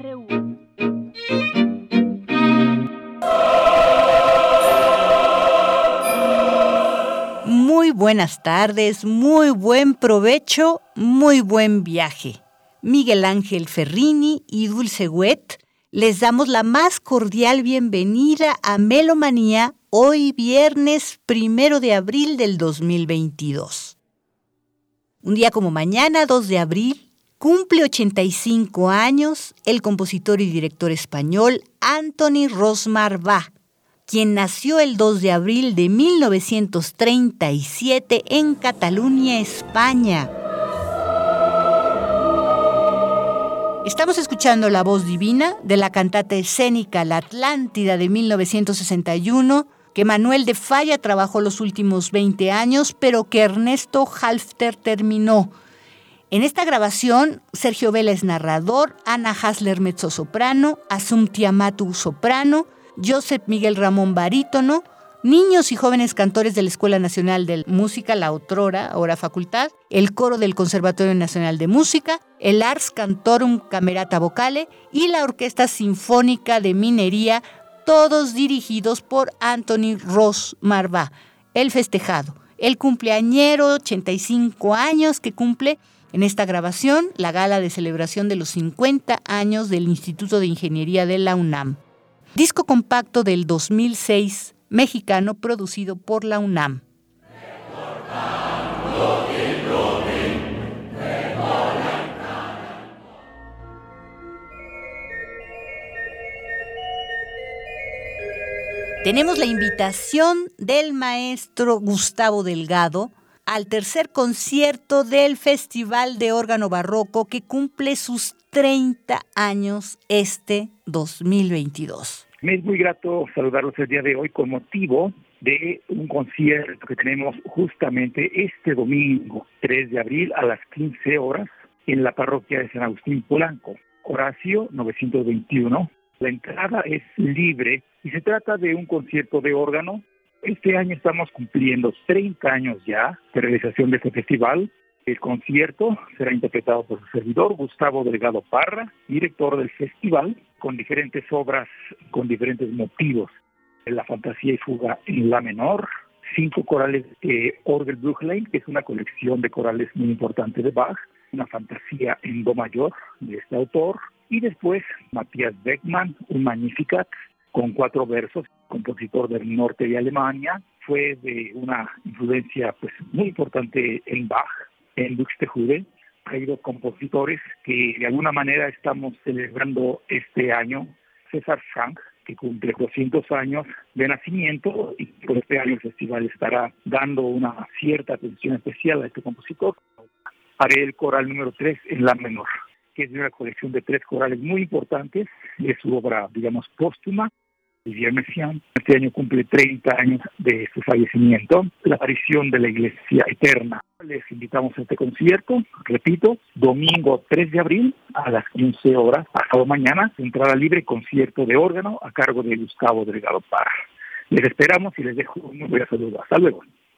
Muy buenas tardes, muy buen provecho, muy buen viaje. Miguel Ángel Ferrini y Dulce Wet les damos la más cordial bienvenida a Melomanía hoy viernes 1 de abril del 2022. Un día como mañana, 2 de abril, cumple 85 años el compositor y director español Antoni Ros Marbà, quien nació el 2 de abril de 1937 en Cataluña, España. Estamos escuchando la voz divina de la cantata escénica La Atlántida de 1961, que Manuel de Falla trabajó los últimos 20 años, pero que Ernesto Halffter terminó. En esta grabación, Sergio Vela es narrador, Ana Hasler mezzosoprano, Assumptia Matu soprano, Josep Miguel Ramón barítono, niños y jóvenes cantores de la Escuela Nacional de Música, la otrora, ahora facultad, el coro del Conservatorio Nacional de Música, el Ars Cantorum Camerata Vocale y la Orquesta Sinfónica de Minería, todos dirigidos por Antoni Ros Marbà, el festejado, el cumpleañero, 85 años que cumple en esta grabación, la gala de celebración de los 50 años del Instituto de Ingeniería de la UNAM. Disco compacto del 2006, mexicano, producido por la UNAM. Tenemos la invitación del maestro Gustavo Delgado al tercer concierto del Festival de Órgano Barroco que cumple sus 30 años este 2022. Me es muy grato saludarlos el día de hoy con motivo de un concierto que tenemos justamente este domingo, 3 de abril a las 15 horas en la parroquia de San Agustín Polanco, Horacio 921. La entrada es libre y se trata de un concierto de órgano. Este año estamos cumpliendo 30 años ya de realización de este festival. El concierto será interpretado por su servidor, Gustavo Delgado Parra, director del festival, con diferentes obras, con diferentes motivos. La fantasía y fuga en la menor, 5 corales de Orgelbüchlein, que es una colección de corales muy importante de Bach, una fantasía en do mayor de este autor, y después Matthias Beckmann, un Magnificat con 4 versos, compositor del norte de Alemania, fue de una influencia pues muy importante en Bach, en Buxtehude. Hay 2 compositores que de alguna manera estamos celebrando este año. César Frank, que cumple 200 años de nacimiento, y por este año el festival estará dando una cierta atención especial a este compositor. Haré el coral número 3 en la menor, que es de una colección de 3 corales muy importantes, de su obra, digamos, póstuma. Olivier Messiaen, este año cumple 30 años de su fallecimiento, la aparición de la Iglesia Eterna. Les invitamos a este concierto, repito, domingo 3 de abril a las 15 horas, pasado mañana, entrada libre, concierto de órgano a cargo de Gustavo Delgado Parra. Les esperamos y les dejo un muy buen saludo. Hasta luego.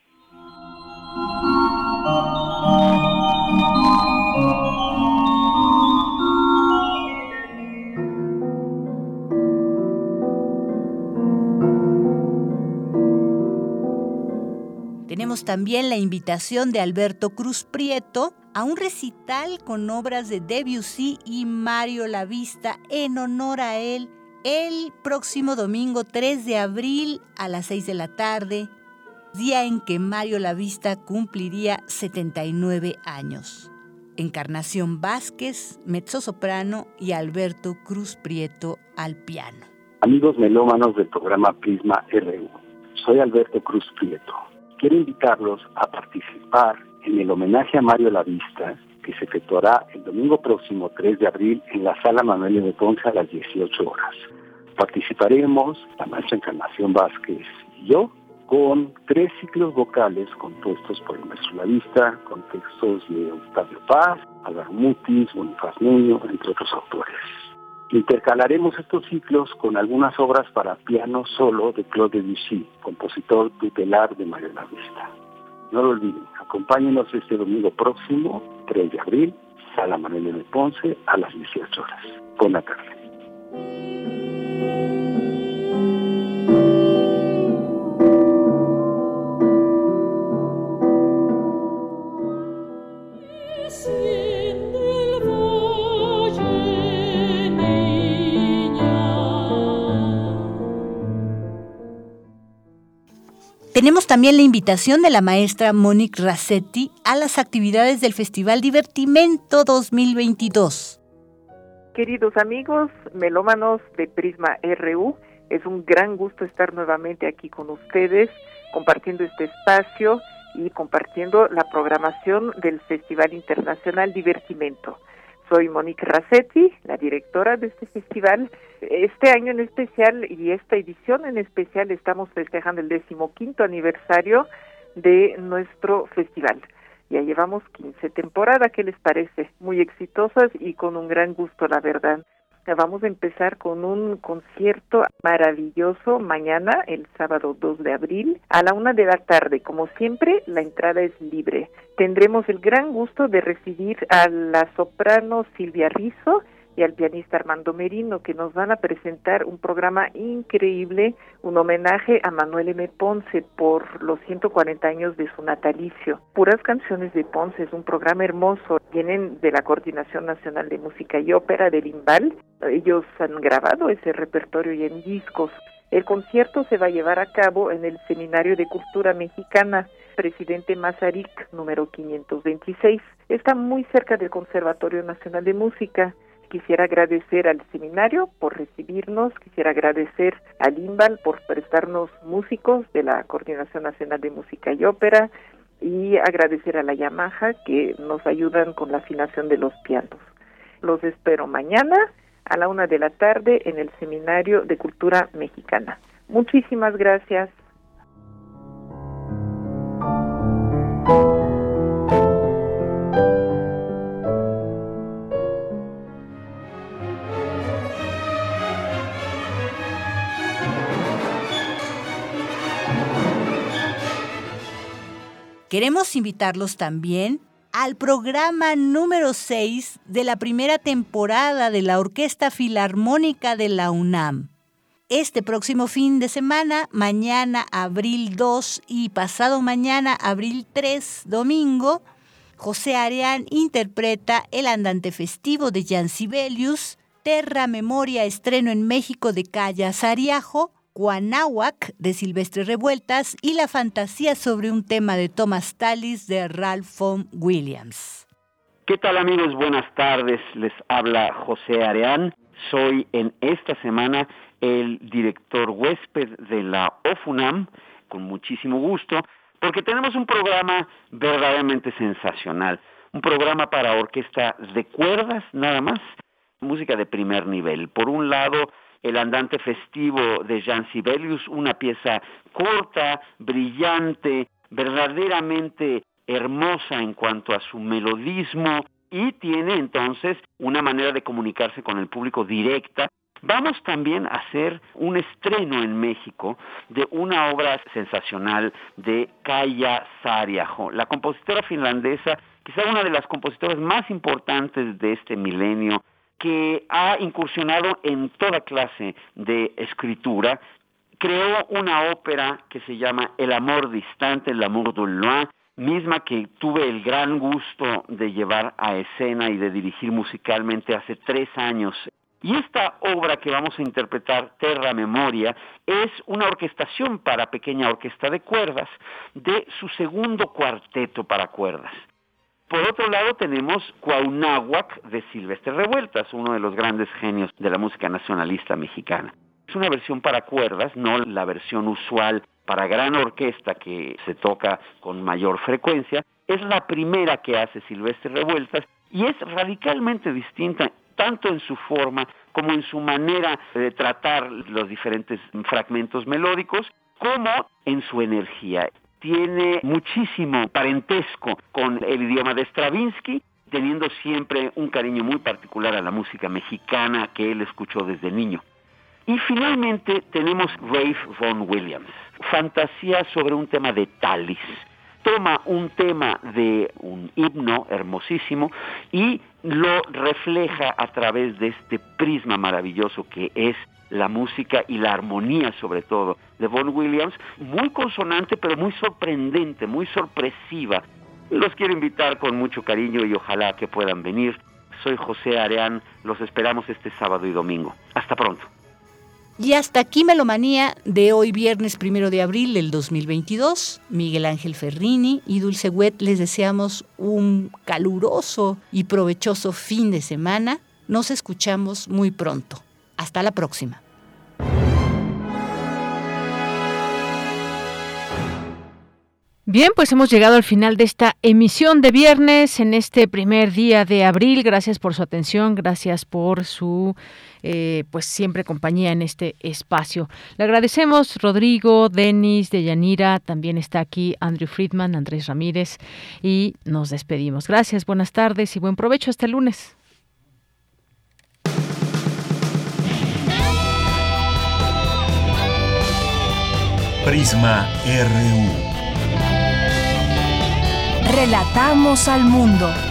Tenemos también la invitación de Alberto Cruz Prieto a un recital con obras de Debussy y Mario Lavista en honor a él el próximo domingo 3 de abril a las 6 de la tarde, día en que Mario Lavista cumpliría 79 años. Encarnación Vázquez, mezzosoprano, y Alberto Cruz Prieto al piano. Amigos melómanos del programa Prisma RU, soy Alberto Cruz Prieto. Quiero invitarlos a participar en el homenaje a Mario Lavista, que se efectuará el domingo próximo 3 de abril en la Sala Manuel M. Ponce a las 18 horas. Participaremos la maestra Encarnación Vázquez y yo con 3 ciclos vocales compuestos por el maestro Lavista, con textos de Octavio Paz, Álvaro Mutis, Bonifaz Nuño, entre otros autores. Intercalaremos estos ciclos con algunas obras para piano solo de Claude Debussy, compositor tutelar de Mario Lavista. No lo olviden, acompáñenos este domingo próximo, 3 de abril, Sala Manuel M. Ponce, a las 18 horas. Buena tarde. Tenemos también la invitación de la maestra Monique Rasetti a las actividades del Festival Divertimento 2022. Queridos amigos melómanos de Prisma RU, es un gran gusto estar nuevamente aquí con ustedes, compartiendo este espacio y compartiendo la programación del Festival Internacional Divertimento. Soy Monique Rasetti, la directora de este festival. Este año en especial y esta edición en especial estamos festejando el 15º aniversario de nuestro festival. Ya llevamos 15 temporadas, ¿qué les parece? Muy exitosas y con un gran gusto, la verdad. Vamos a empezar con un concierto maravilloso mañana, el sábado 2 de abril, a la 1 de la tarde. Como siempre, la entrada es libre. Tendremos el gran gusto de recibir a la soprano Silvia Rizzo y al pianista Armando Merino, que nos van a presentar un programa increíble, un homenaje a Manuel M. Ponce por los 140 años de su natalicio. Puras canciones de Ponce, es un programa hermoso. Vienen de la Coordinación Nacional de Música y Ópera del INVAL. Ellos han grabado ese repertorio y en discos. El concierto se va a llevar a cabo en el Seminario de Cultura Mexicana, Presidente Mazarik, número 526. Está muy cerca del Conservatorio Nacional de Música. quisiera agradecer al seminario por recibirnos, quisiera agradecer al INVAL por prestarnos músicos de la Coordinación Nacional de Música y Ópera y agradecer a la Yamaha que nos ayudan con la afinación de los pianos. Los espero mañana a la 1:00 p.m. en el Seminario de Cultura Mexicana. Muchísimas gracias. Queremos invitarlos también al programa número 6 de la primera temporada de la Orquesta Filarmónica de la UNAM. Este próximo fin de semana, mañana abril 2 y pasado mañana abril 3, domingo, José Areán interpreta el andante festivo de Jean Sibelius, Terra Memoria, estreno en México de Calla Sariajo, Cuanáhuac de Silvestre Revueltas y La fantasía sobre un tema de Thomas Tallis de Ralph Vaughan Williams. ¿Qué tal, amigos? Buenas tardes. Les habla José Areán. Soy en esta semana el director huésped de la OFUNAM, con muchísimo gusto, porque tenemos un programa verdaderamente sensacional. Un programa para orquesta de cuerdas, nada más, música de primer nivel. Por un lado, el andante festivo de Jean Sibelius, una pieza corta, brillante, verdaderamente hermosa en cuanto a su melodismo y tiene entonces una manera de comunicarse con el público directa. Vamos también a hacer un estreno en México de una obra sensacional de Kaija Saariaho, la compositora finlandesa, quizá una de las compositoras más importantes de este milenio, que ha incursionado en toda clase de escritura. Creó una ópera que se llama El amor distante, L'Amour de loin, misma que tuve el gran gusto de llevar a escena y de dirigir musicalmente hace 3 años. Y esta obra que vamos a interpretar, Terra Memoria, es una orquestación para pequeña orquesta de cuerdas de su segundo cuarteto para cuerdas. Por otro lado tenemos Cuanáhuac de Silvestre Revueltas, uno de los grandes genios de la música nacionalista mexicana. Es una versión para cuerdas, no la versión usual para gran orquesta que se toca con mayor frecuencia. Es la primera que hace Silvestre Revueltas y es radicalmente distinta tanto en su forma como en su manera de tratar los diferentes fragmentos melódicos, como en su energía. Tiene muchísimo parentesco con el idioma de Stravinsky, teniendo siempre un cariño muy particular a la música mexicana que él escuchó desde niño. Y finalmente tenemos Ralph Vaughan Williams, fantasía sobre un tema de Tallis. Toma un tema de un himno hermosísimo y lo refleja a través de este prisma maravilloso que es la música y la armonía, sobre todo, de Vaughan Williams, muy consonante, pero muy sorprendente, muy sorpresiva. Los quiero invitar con mucho cariño y ojalá que puedan venir. Soy José Areán, los esperamos este sábado y domingo. Hasta pronto. Y hasta aquí Melomanía de hoy, viernes 1 de abril del 2022. Miguel Ángel Ferrini y Dulce Wet les deseamos un caluroso y provechoso fin de semana. Nos escuchamos muy pronto. Hasta la próxima. Bien, pues hemos llegado al final de esta emisión de viernes en este primer día de abril. Gracias por su atención, gracias por su pues siempre compañía en este espacio. Le agradecemos Rodrigo, Denis, Deyanira, también está aquí Andrew Friedman, Andrés Ramírez y nos despedimos. Gracias, buenas tardes y buen provecho hasta el lunes. Prisma RU. Relatamos al mundo.